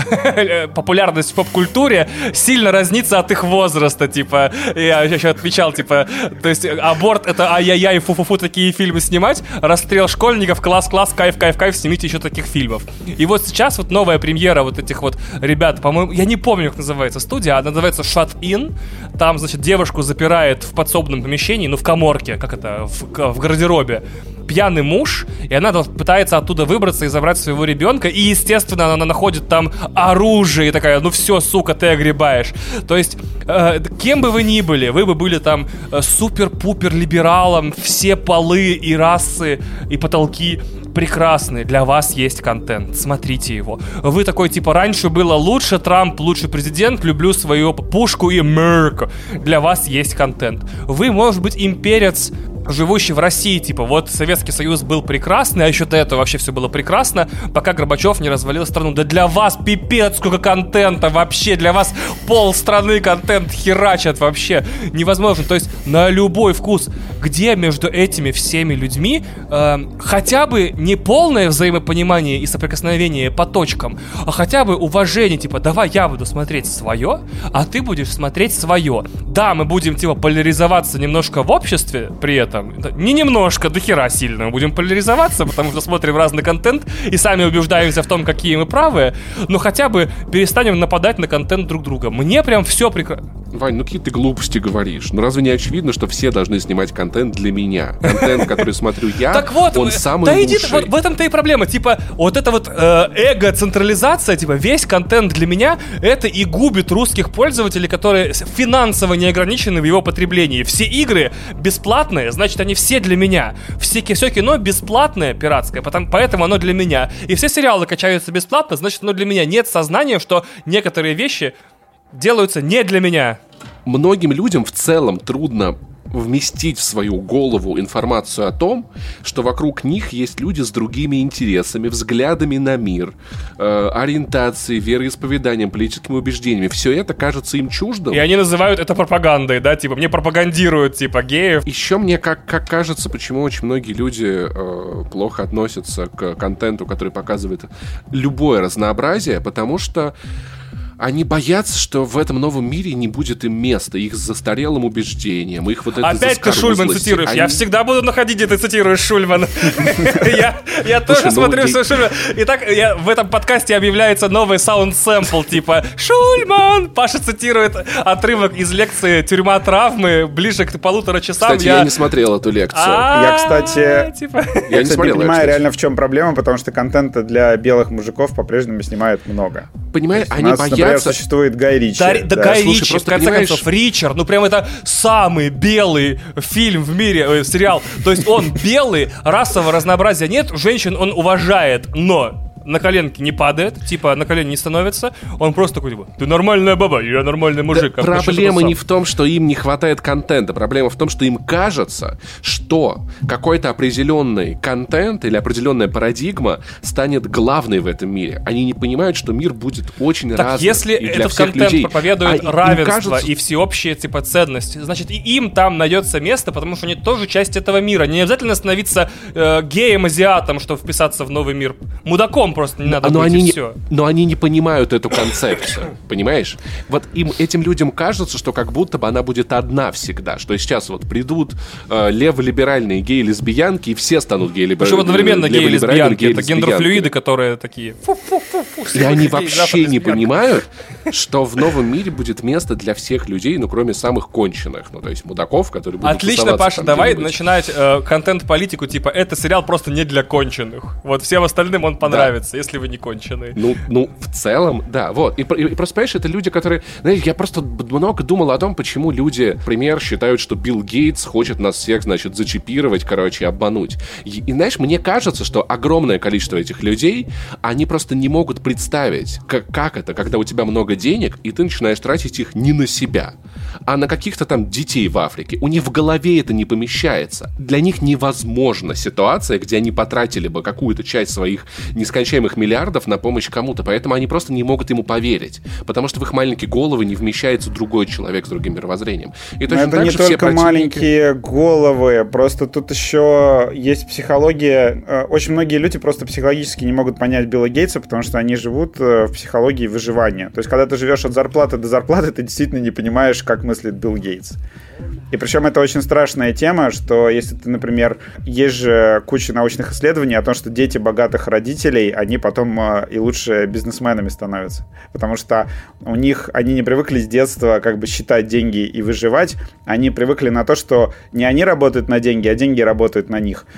э, популярность в поп-культуре сильно разнится от их возраста, типа. Я еще отвечал, типа, то есть, аборт — это ай-яй-яй, фу-фу-фу, такие фильмы снимать, расстрел школьников, класс-класс, кайф-кайф-кайф, снимите еще таких фильмов. И вот сейчас вот новая премьера вот этих вот ребят, по-моему, я не помню, как называется студия, она называется Shut In. Там, значит, девушку запирает в подсобном помещении, ну, в каморке, как это, в, в гардеробе, пьяный муж, и она пытается оттуда выбраться и забрать своего ребенка, и, естественно, она находит там оружие, и такая, ну все, сука, ты огребаешь. То есть, э, кем бы вы ни были, вы бы были там э, супер-пупер либералом, все полы и расы, и потолки прекрасные, для вас есть контент, смотрите его. Вы такой, типа, раньше было лучше, Трамп лучший президент, люблю свою пушку и Америку. Для вас есть контент. Вы, может быть, имперец, живущий в России, типа, вот Советский Союз был прекрасный, а еще до этого вообще все было прекрасно, пока Горбачев не развалил страну. Да для вас пипец сколько контента вообще, для вас пол страны контент херачат вообще. Невозможно, то есть на любой вкус. Где между этими всеми людьми э, хотя бы не полное взаимопонимание и соприкосновение по точкам, а хотя бы уважение, типа, давай я буду смотреть свое, а ты будешь смотреть свое. Да, мы будем, типа, поляризоваться немножко в обществе при этом, не немножко, до хера сильно мы будем поляризоваться, потому что смотрим разный контент и сами убеждаемся в том, какие мы правые, но хотя бы перестанем нападать на контент друг друга. Мне прям все прекрасно. Вань, ну какие ты глупости говоришь? Ну разве не очевидно, что все должны снимать контент для меня? Контент, который смотрю я, так вот, он самый да лучший. Иди, вот в этом-то и проблема. Типа, вот эта вот э, эго-централизация, типа, весь контент для меня, это и губит русских пользователей, которые финансово не ограничены в его потреблении. Все игры бесплатные, значит, они все для меня. Все, все кино бесплатное, пиратское, потому, поэтому оно для меня. И все сериалы качаются бесплатно, значит, оно для меня. Нет сознания, что некоторые вещи делаются не для меня. Многим людям в целом трудно вместить в свою голову информацию о том, что вокруг них есть люди с другими интересами, взглядами на мир, э, ориентацией, вероисповеданием, политическими убеждениями. Все это кажется им чуждым. И они называют это пропагандой, да? Типа, мне пропагандируют, типа, геев. Еще мне как, как кажется, почему очень многие люди э, плохо относятся к контенту, который показывает любое разнообразие, потому что они боятся, что в этом новом мире не будет им места, их застарелым убеждением, их вот это опять ты Шульман цитируешь. Они... Я всегда буду находить, где ты цитируешь Шульмана. Я тоже смотрю все Шульман. Итак, в этом подкасте объявляется новый саунд-сэмпл, типа Шульман. Паша цитирует отрывок из лекции «Тюрьма травмы» ближе к полутора часам. Кстати, я не смотрел эту лекцию. Я, кстати, я не понимаю реально, в чем проблема, потому что контента для белых мужиков по-прежнему снимают много. Понимаешь, они боятся. Например, существует Гай Ричи. Да, да, Гай Слушай, Ричи, в конце понимаешь... концов, Ричард, ну прям это самый белый фильм в мире, э, сериал. То есть он белый, расового разнообразия нет, женщин он уважает, но на коленки не падает, типа на колени не становится, он просто такой, типа, ты нормальная баба, я нормальный мужик. Да, проблема не в том, что им не хватает контента, проблема в том, что им кажется, что какой-то определенный контент или определенная парадигма станет главной в этом мире. Они не понимают, что мир будет очень так разным. Если и для этот всех контент людей. проповедует а равенство кажется... и всеобщие типа ценности, значит и им там найдется место, потому что они тоже часть этого мира. Не обязательно становиться э, геем-азиатом, чтобы вписаться в новый мир. Мудаком просто не надо но быть, они и не, все. Но они не понимают эту концепцию, понимаешь? Вот им, этим людям кажется, что как будто бы она будет одна всегда, что сейчас вот придут э, леволиберальные геи-лесбиянки, и все станут геи-либеральными. Причем одновременно геи-лесбиянки, это гендерфлюиды, которые такие... И они вообще не понимают, что в новом мире будет место для всех людей, ну, кроме самых конченых, ну, то есть мудаков, которые будут Отлично, Паша, давай начинать э, контент-политику, типа, это сериал просто не для конченых. Вот всем остальным он понравится, да. Если вы не конченые. Ну, ну, в целом, да, вот. И, и, и просто, понимаешь, это люди, которые... Знаешь, я просто много думал о том, почему люди, например, считают, что Билл Гейтс хочет нас всех, значит, зачипировать, короче, обмануть. И, и, знаешь, мне кажется, что огромное количество этих людей, они просто не могут представить, как, как это, когда у тебя много денег, и ты начинаешь тратить их не на себя, а на каких-то там детей в Африке. У них в голове это не помещается. Для них невозможна ситуация, где они потратили бы какую-то часть своих нескончаемых миллиардов на помощь кому-то, поэтому они просто не могут ему поверить, потому что в их маленькие головы не вмещается другой человек с другим мировоззрением. И точно это так не же только все противники... маленькие головы, просто тут еще есть психология. Очень многие люди просто психологически не могут понять Билла Гейтса, потому что они живут в психологии выживания. То есть, когда ты живешь от зарплаты до зарплаты, ты действительно не понимаешь, как мыслит Билл Гейтс. И причем это очень страшная тема, что если ты, например, есть же куча научных исследований о том, что дети богатых родителей, они потом и лучше бизнесменами становятся. Потому что у них, они не привыкли с детства как бы считать деньги и выживать, они привыкли на то, что не они работают на деньги, а деньги работают на них.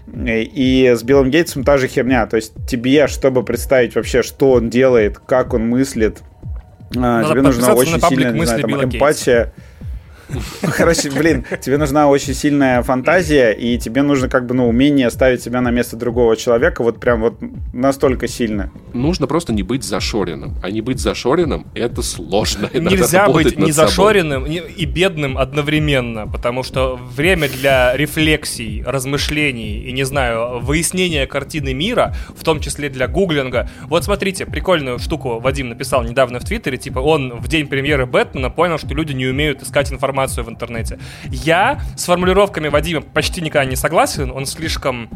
И с Биллом Гейтсом та же херня. То есть тебе, чтобы представить вообще, что он делает, как он мыслит, надо тебе нужна очень сильная, не знаю, там, эмпатия. Гейтса. Короче, блин, тебе нужна очень сильная фантазия, и тебе нужно как бы, ну, умение ставить себя на место другого человека вот прям вот настолько сильно. Нужно просто не быть зашоренным. А не быть зашоренным — это сложно. Нельзя быть не зашоренным и бедным одновременно, потому что время для рефлексий, размышлений и, не знаю, выяснения картины мира, в том числе для гуглинга. Вот смотрите, прикольную штуку Вадим написал недавно в Твиттере, типа он в день премьеры Бэтмена понял, что люди не умеют искать информацию в интернете. Я с формулировками Вадима почти никогда не согласен, он слишком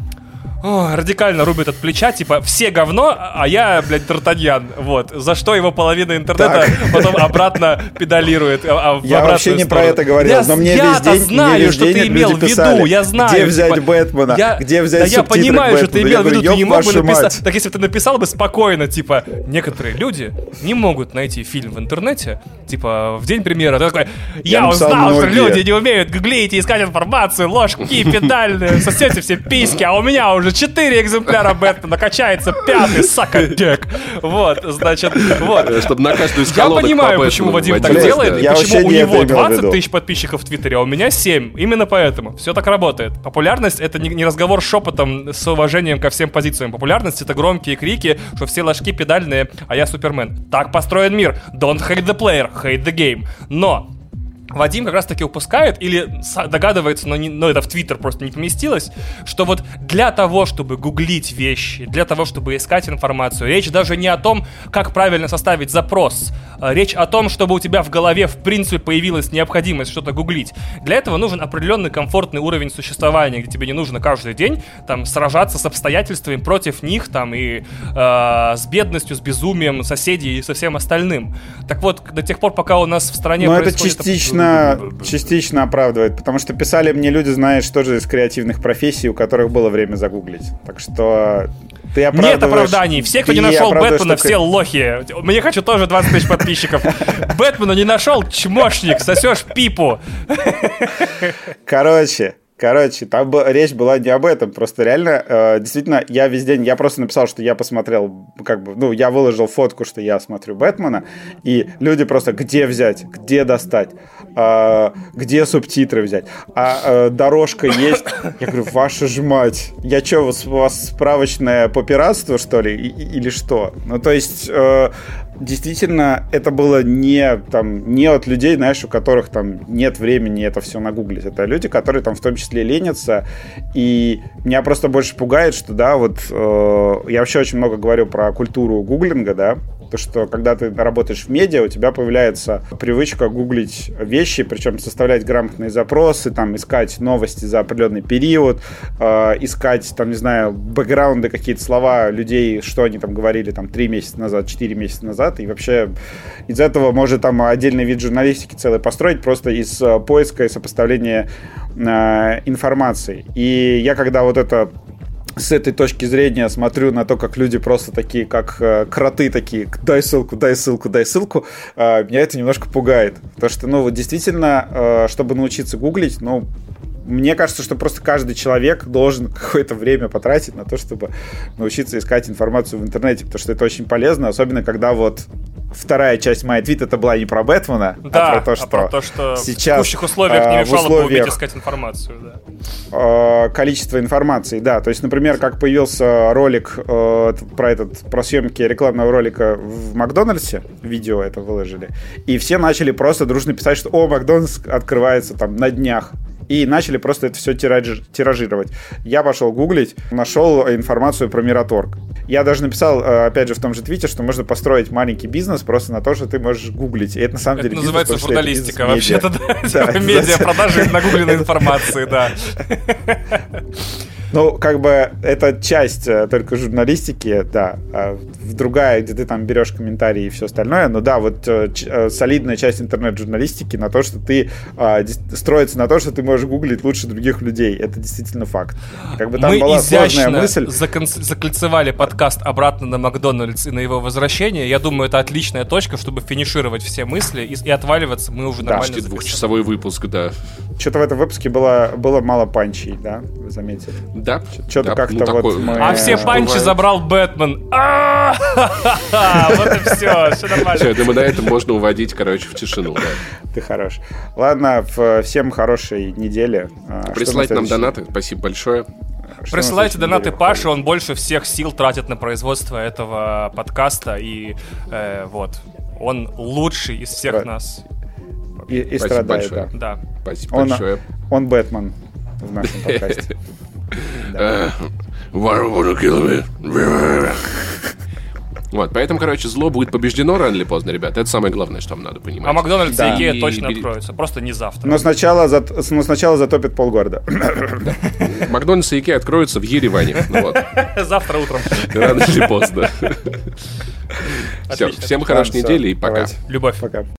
о, радикально рубит от плеча, типа, все говно, а я, блядь, Д'Артаньян, вот, за что его половина интернета так. Потом обратно педалирует. А, в я вообще не про это говорил, я, но мне весь день, знаю, мне весь что день ты имел в виду, писали, я знаю. где взять типа, Бэтмена, я, где взять да я понимаю, Бэтмена. Что ты имел в виду, ты не мог бы написать. Мать. Так если бы ты написал бы спокойно, типа, некоторые люди не могут найти фильм в интернете, типа, в день премьеры, ты такой, я, я узнал, многие. Что люди не умеют гуглить и искать информацию, ложки, педальные, сосете все письки, а у меня уже четыре экземпляра Бэтмена, качается пятый, сакадек. Вот, значит, вот. Чтобы на каждую из колонок. Я понимаю, почему Вадим так Блин, делает, да. и почему у него двадцать тысяч подписчиков в Твиттере, а у меня семь. Именно поэтому. Все так работает. Популярность — это не разговор шепотом с уважением ко всем позициям. Популярность — это громкие крики, что все ложки педальные, а я Супермен. Так построен мир. Don't hate the player, hate the game. Но Вадим как раз-таки упускает или догадывается, но, не, но это в Твиттер просто не поместилось, что вот для того, чтобы гуглить вещи, для того, чтобы искать информацию, речь даже не о том, как правильно составить запрос. Речь о том, чтобы у тебя в голове в принципе появилась необходимость что-то гуглить. Для этого нужен определенный комфортный уровень существования, где тебе не нужно каждый день там сражаться с обстоятельствами против них там и э, с бедностью, с безумием соседей и со всем остальным. Так вот, до тех пор, пока у нас в стране но происходит... это частично частично оправдывает, потому что писали мне люди, знаешь, тоже из креативных профессий, у которых было время загуглить. Так что ты оправдываешь... Нет оправданий. Все, кто не нашел Бэтмена, все лохи. Мне хочу тоже двадцать тысяч подписчиков. Бэтмена не нашел, чмошник, сосешь пипу. Короче... Короче, там бы, речь была не об этом, просто реально, э, действительно, я весь день, я просто написал, что я посмотрел, как бы, ну, я выложил фотку, что я смотрю Бэтмена, и люди просто, где взять, где достать, э, где субтитры взять, а э, дорожка есть, я говорю, ваша ж мать, я что, у вас справочное по пиратству, что ли, и, или что? Ну, то есть... Э, действительно, это было не, там, не от людей, знаешь, у которых там нет времени это все нагуглить. Это люди, которые там в том числе ленятся. И меня просто больше пугает, что, да, вот э, я вообще очень много говорю про культуру гуглинга, да, то, что когда ты работаешь в медиа, у тебя появляется привычка гуглить вещи, причем составлять грамотные запросы, там, искать новости за определенный период, э, искать, там, не знаю, бэкграунды, какие-то слова людей, что они там говорили там три месяца назад, четыре месяца назад, и вообще из этого может там отдельный вид журналистики целый построить просто из э, поиска и сопоставления э, информации. И я когда вот это с этой точки зрения смотрю на то, как люди просто такие, как э, кроты такие, дай ссылку, дай ссылку, дай ссылку, э, меня это немножко пугает. Потому что, ну, вот действительно, э, чтобы научиться гуглить, ну, мне кажется, что просто каждый человек должен какое-то время потратить на то, чтобы научиться искать информацию в интернете, потому что это очень полезно, особенно когда вот вторая часть моей твита это была не про Бэтмена, да, а про то, что, а про то, что сейчас в текущих условиях не мешало бы условиях, уметь искать информацию. Да. Э, количество информации, да. То есть, например, как появился ролик э, про этот, про съемки рекламного ролика в Макдональдсе, видео это выложили, и все начали просто дружно писать, что «О, Макдональдс открывается там на днях». И начали просто это все тиражировать. Я пошел гуглить, нашел информацию про Мираторг. Я даже написал, опять же, в том же твите, что можно построить маленький бизнес просто на то, что ты можешь гуглить. И это на самом это деле называется бизнес, журналистика вообще-то, да. Медиа, продажи нагугленной информации, да. Ну, как бы, это часть только журналистики, да, а другая, где ты там берешь комментарии и все остальное, но да, вот ч- солидная часть интернет-журналистики на то, что ты а, строится на то, что ты можешь гуглить лучше других людей, это действительно факт. Как бы там Мы была сложная мысль. Закон- закольцевали подкаст обратно на Макдональдс и на его возвращение, я думаю, это отличная точка, чтобы финишировать все мысли и, и отваливаться, мы уже нормально записали. Двухчасовой выпуск, да. Что-то в этом выпуске было, было мало панчей, да, вы заметили? Да. Что-то да, как-то ну, вот такой... мы... А все панчи бывает. забрал Бэтмен. Вот и все, все нормально. Все, я думаю, на этом можно уводить, короче, в тишину. Ты хорош. Ладно, всем хорошей недели. Присылайте нам донаты, спасибо большое. Присылайте донаты Паше, он больше всех сил тратит на производство этого подкаста, и э, вот, он лучший из всех Стра... нас. И, и страдает, большое. Да. да. Спасибо он, большое. Он Бэтмен в нашем подкасте. Вот, поэтому, короче, зло будет побеждено рано или поздно, ребят. Это самое главное, что вам надо понимать. А Макдональдс и Икея и точно бери... откроются, просто не завтра. Но сначала, за... Но сначала затопит полгорода. Макдональдс и Икея откроются в Ереване. Вот. Завтра утром. Рано или поздно. Все, всем хорошей недели и пока. Любовь. Пока.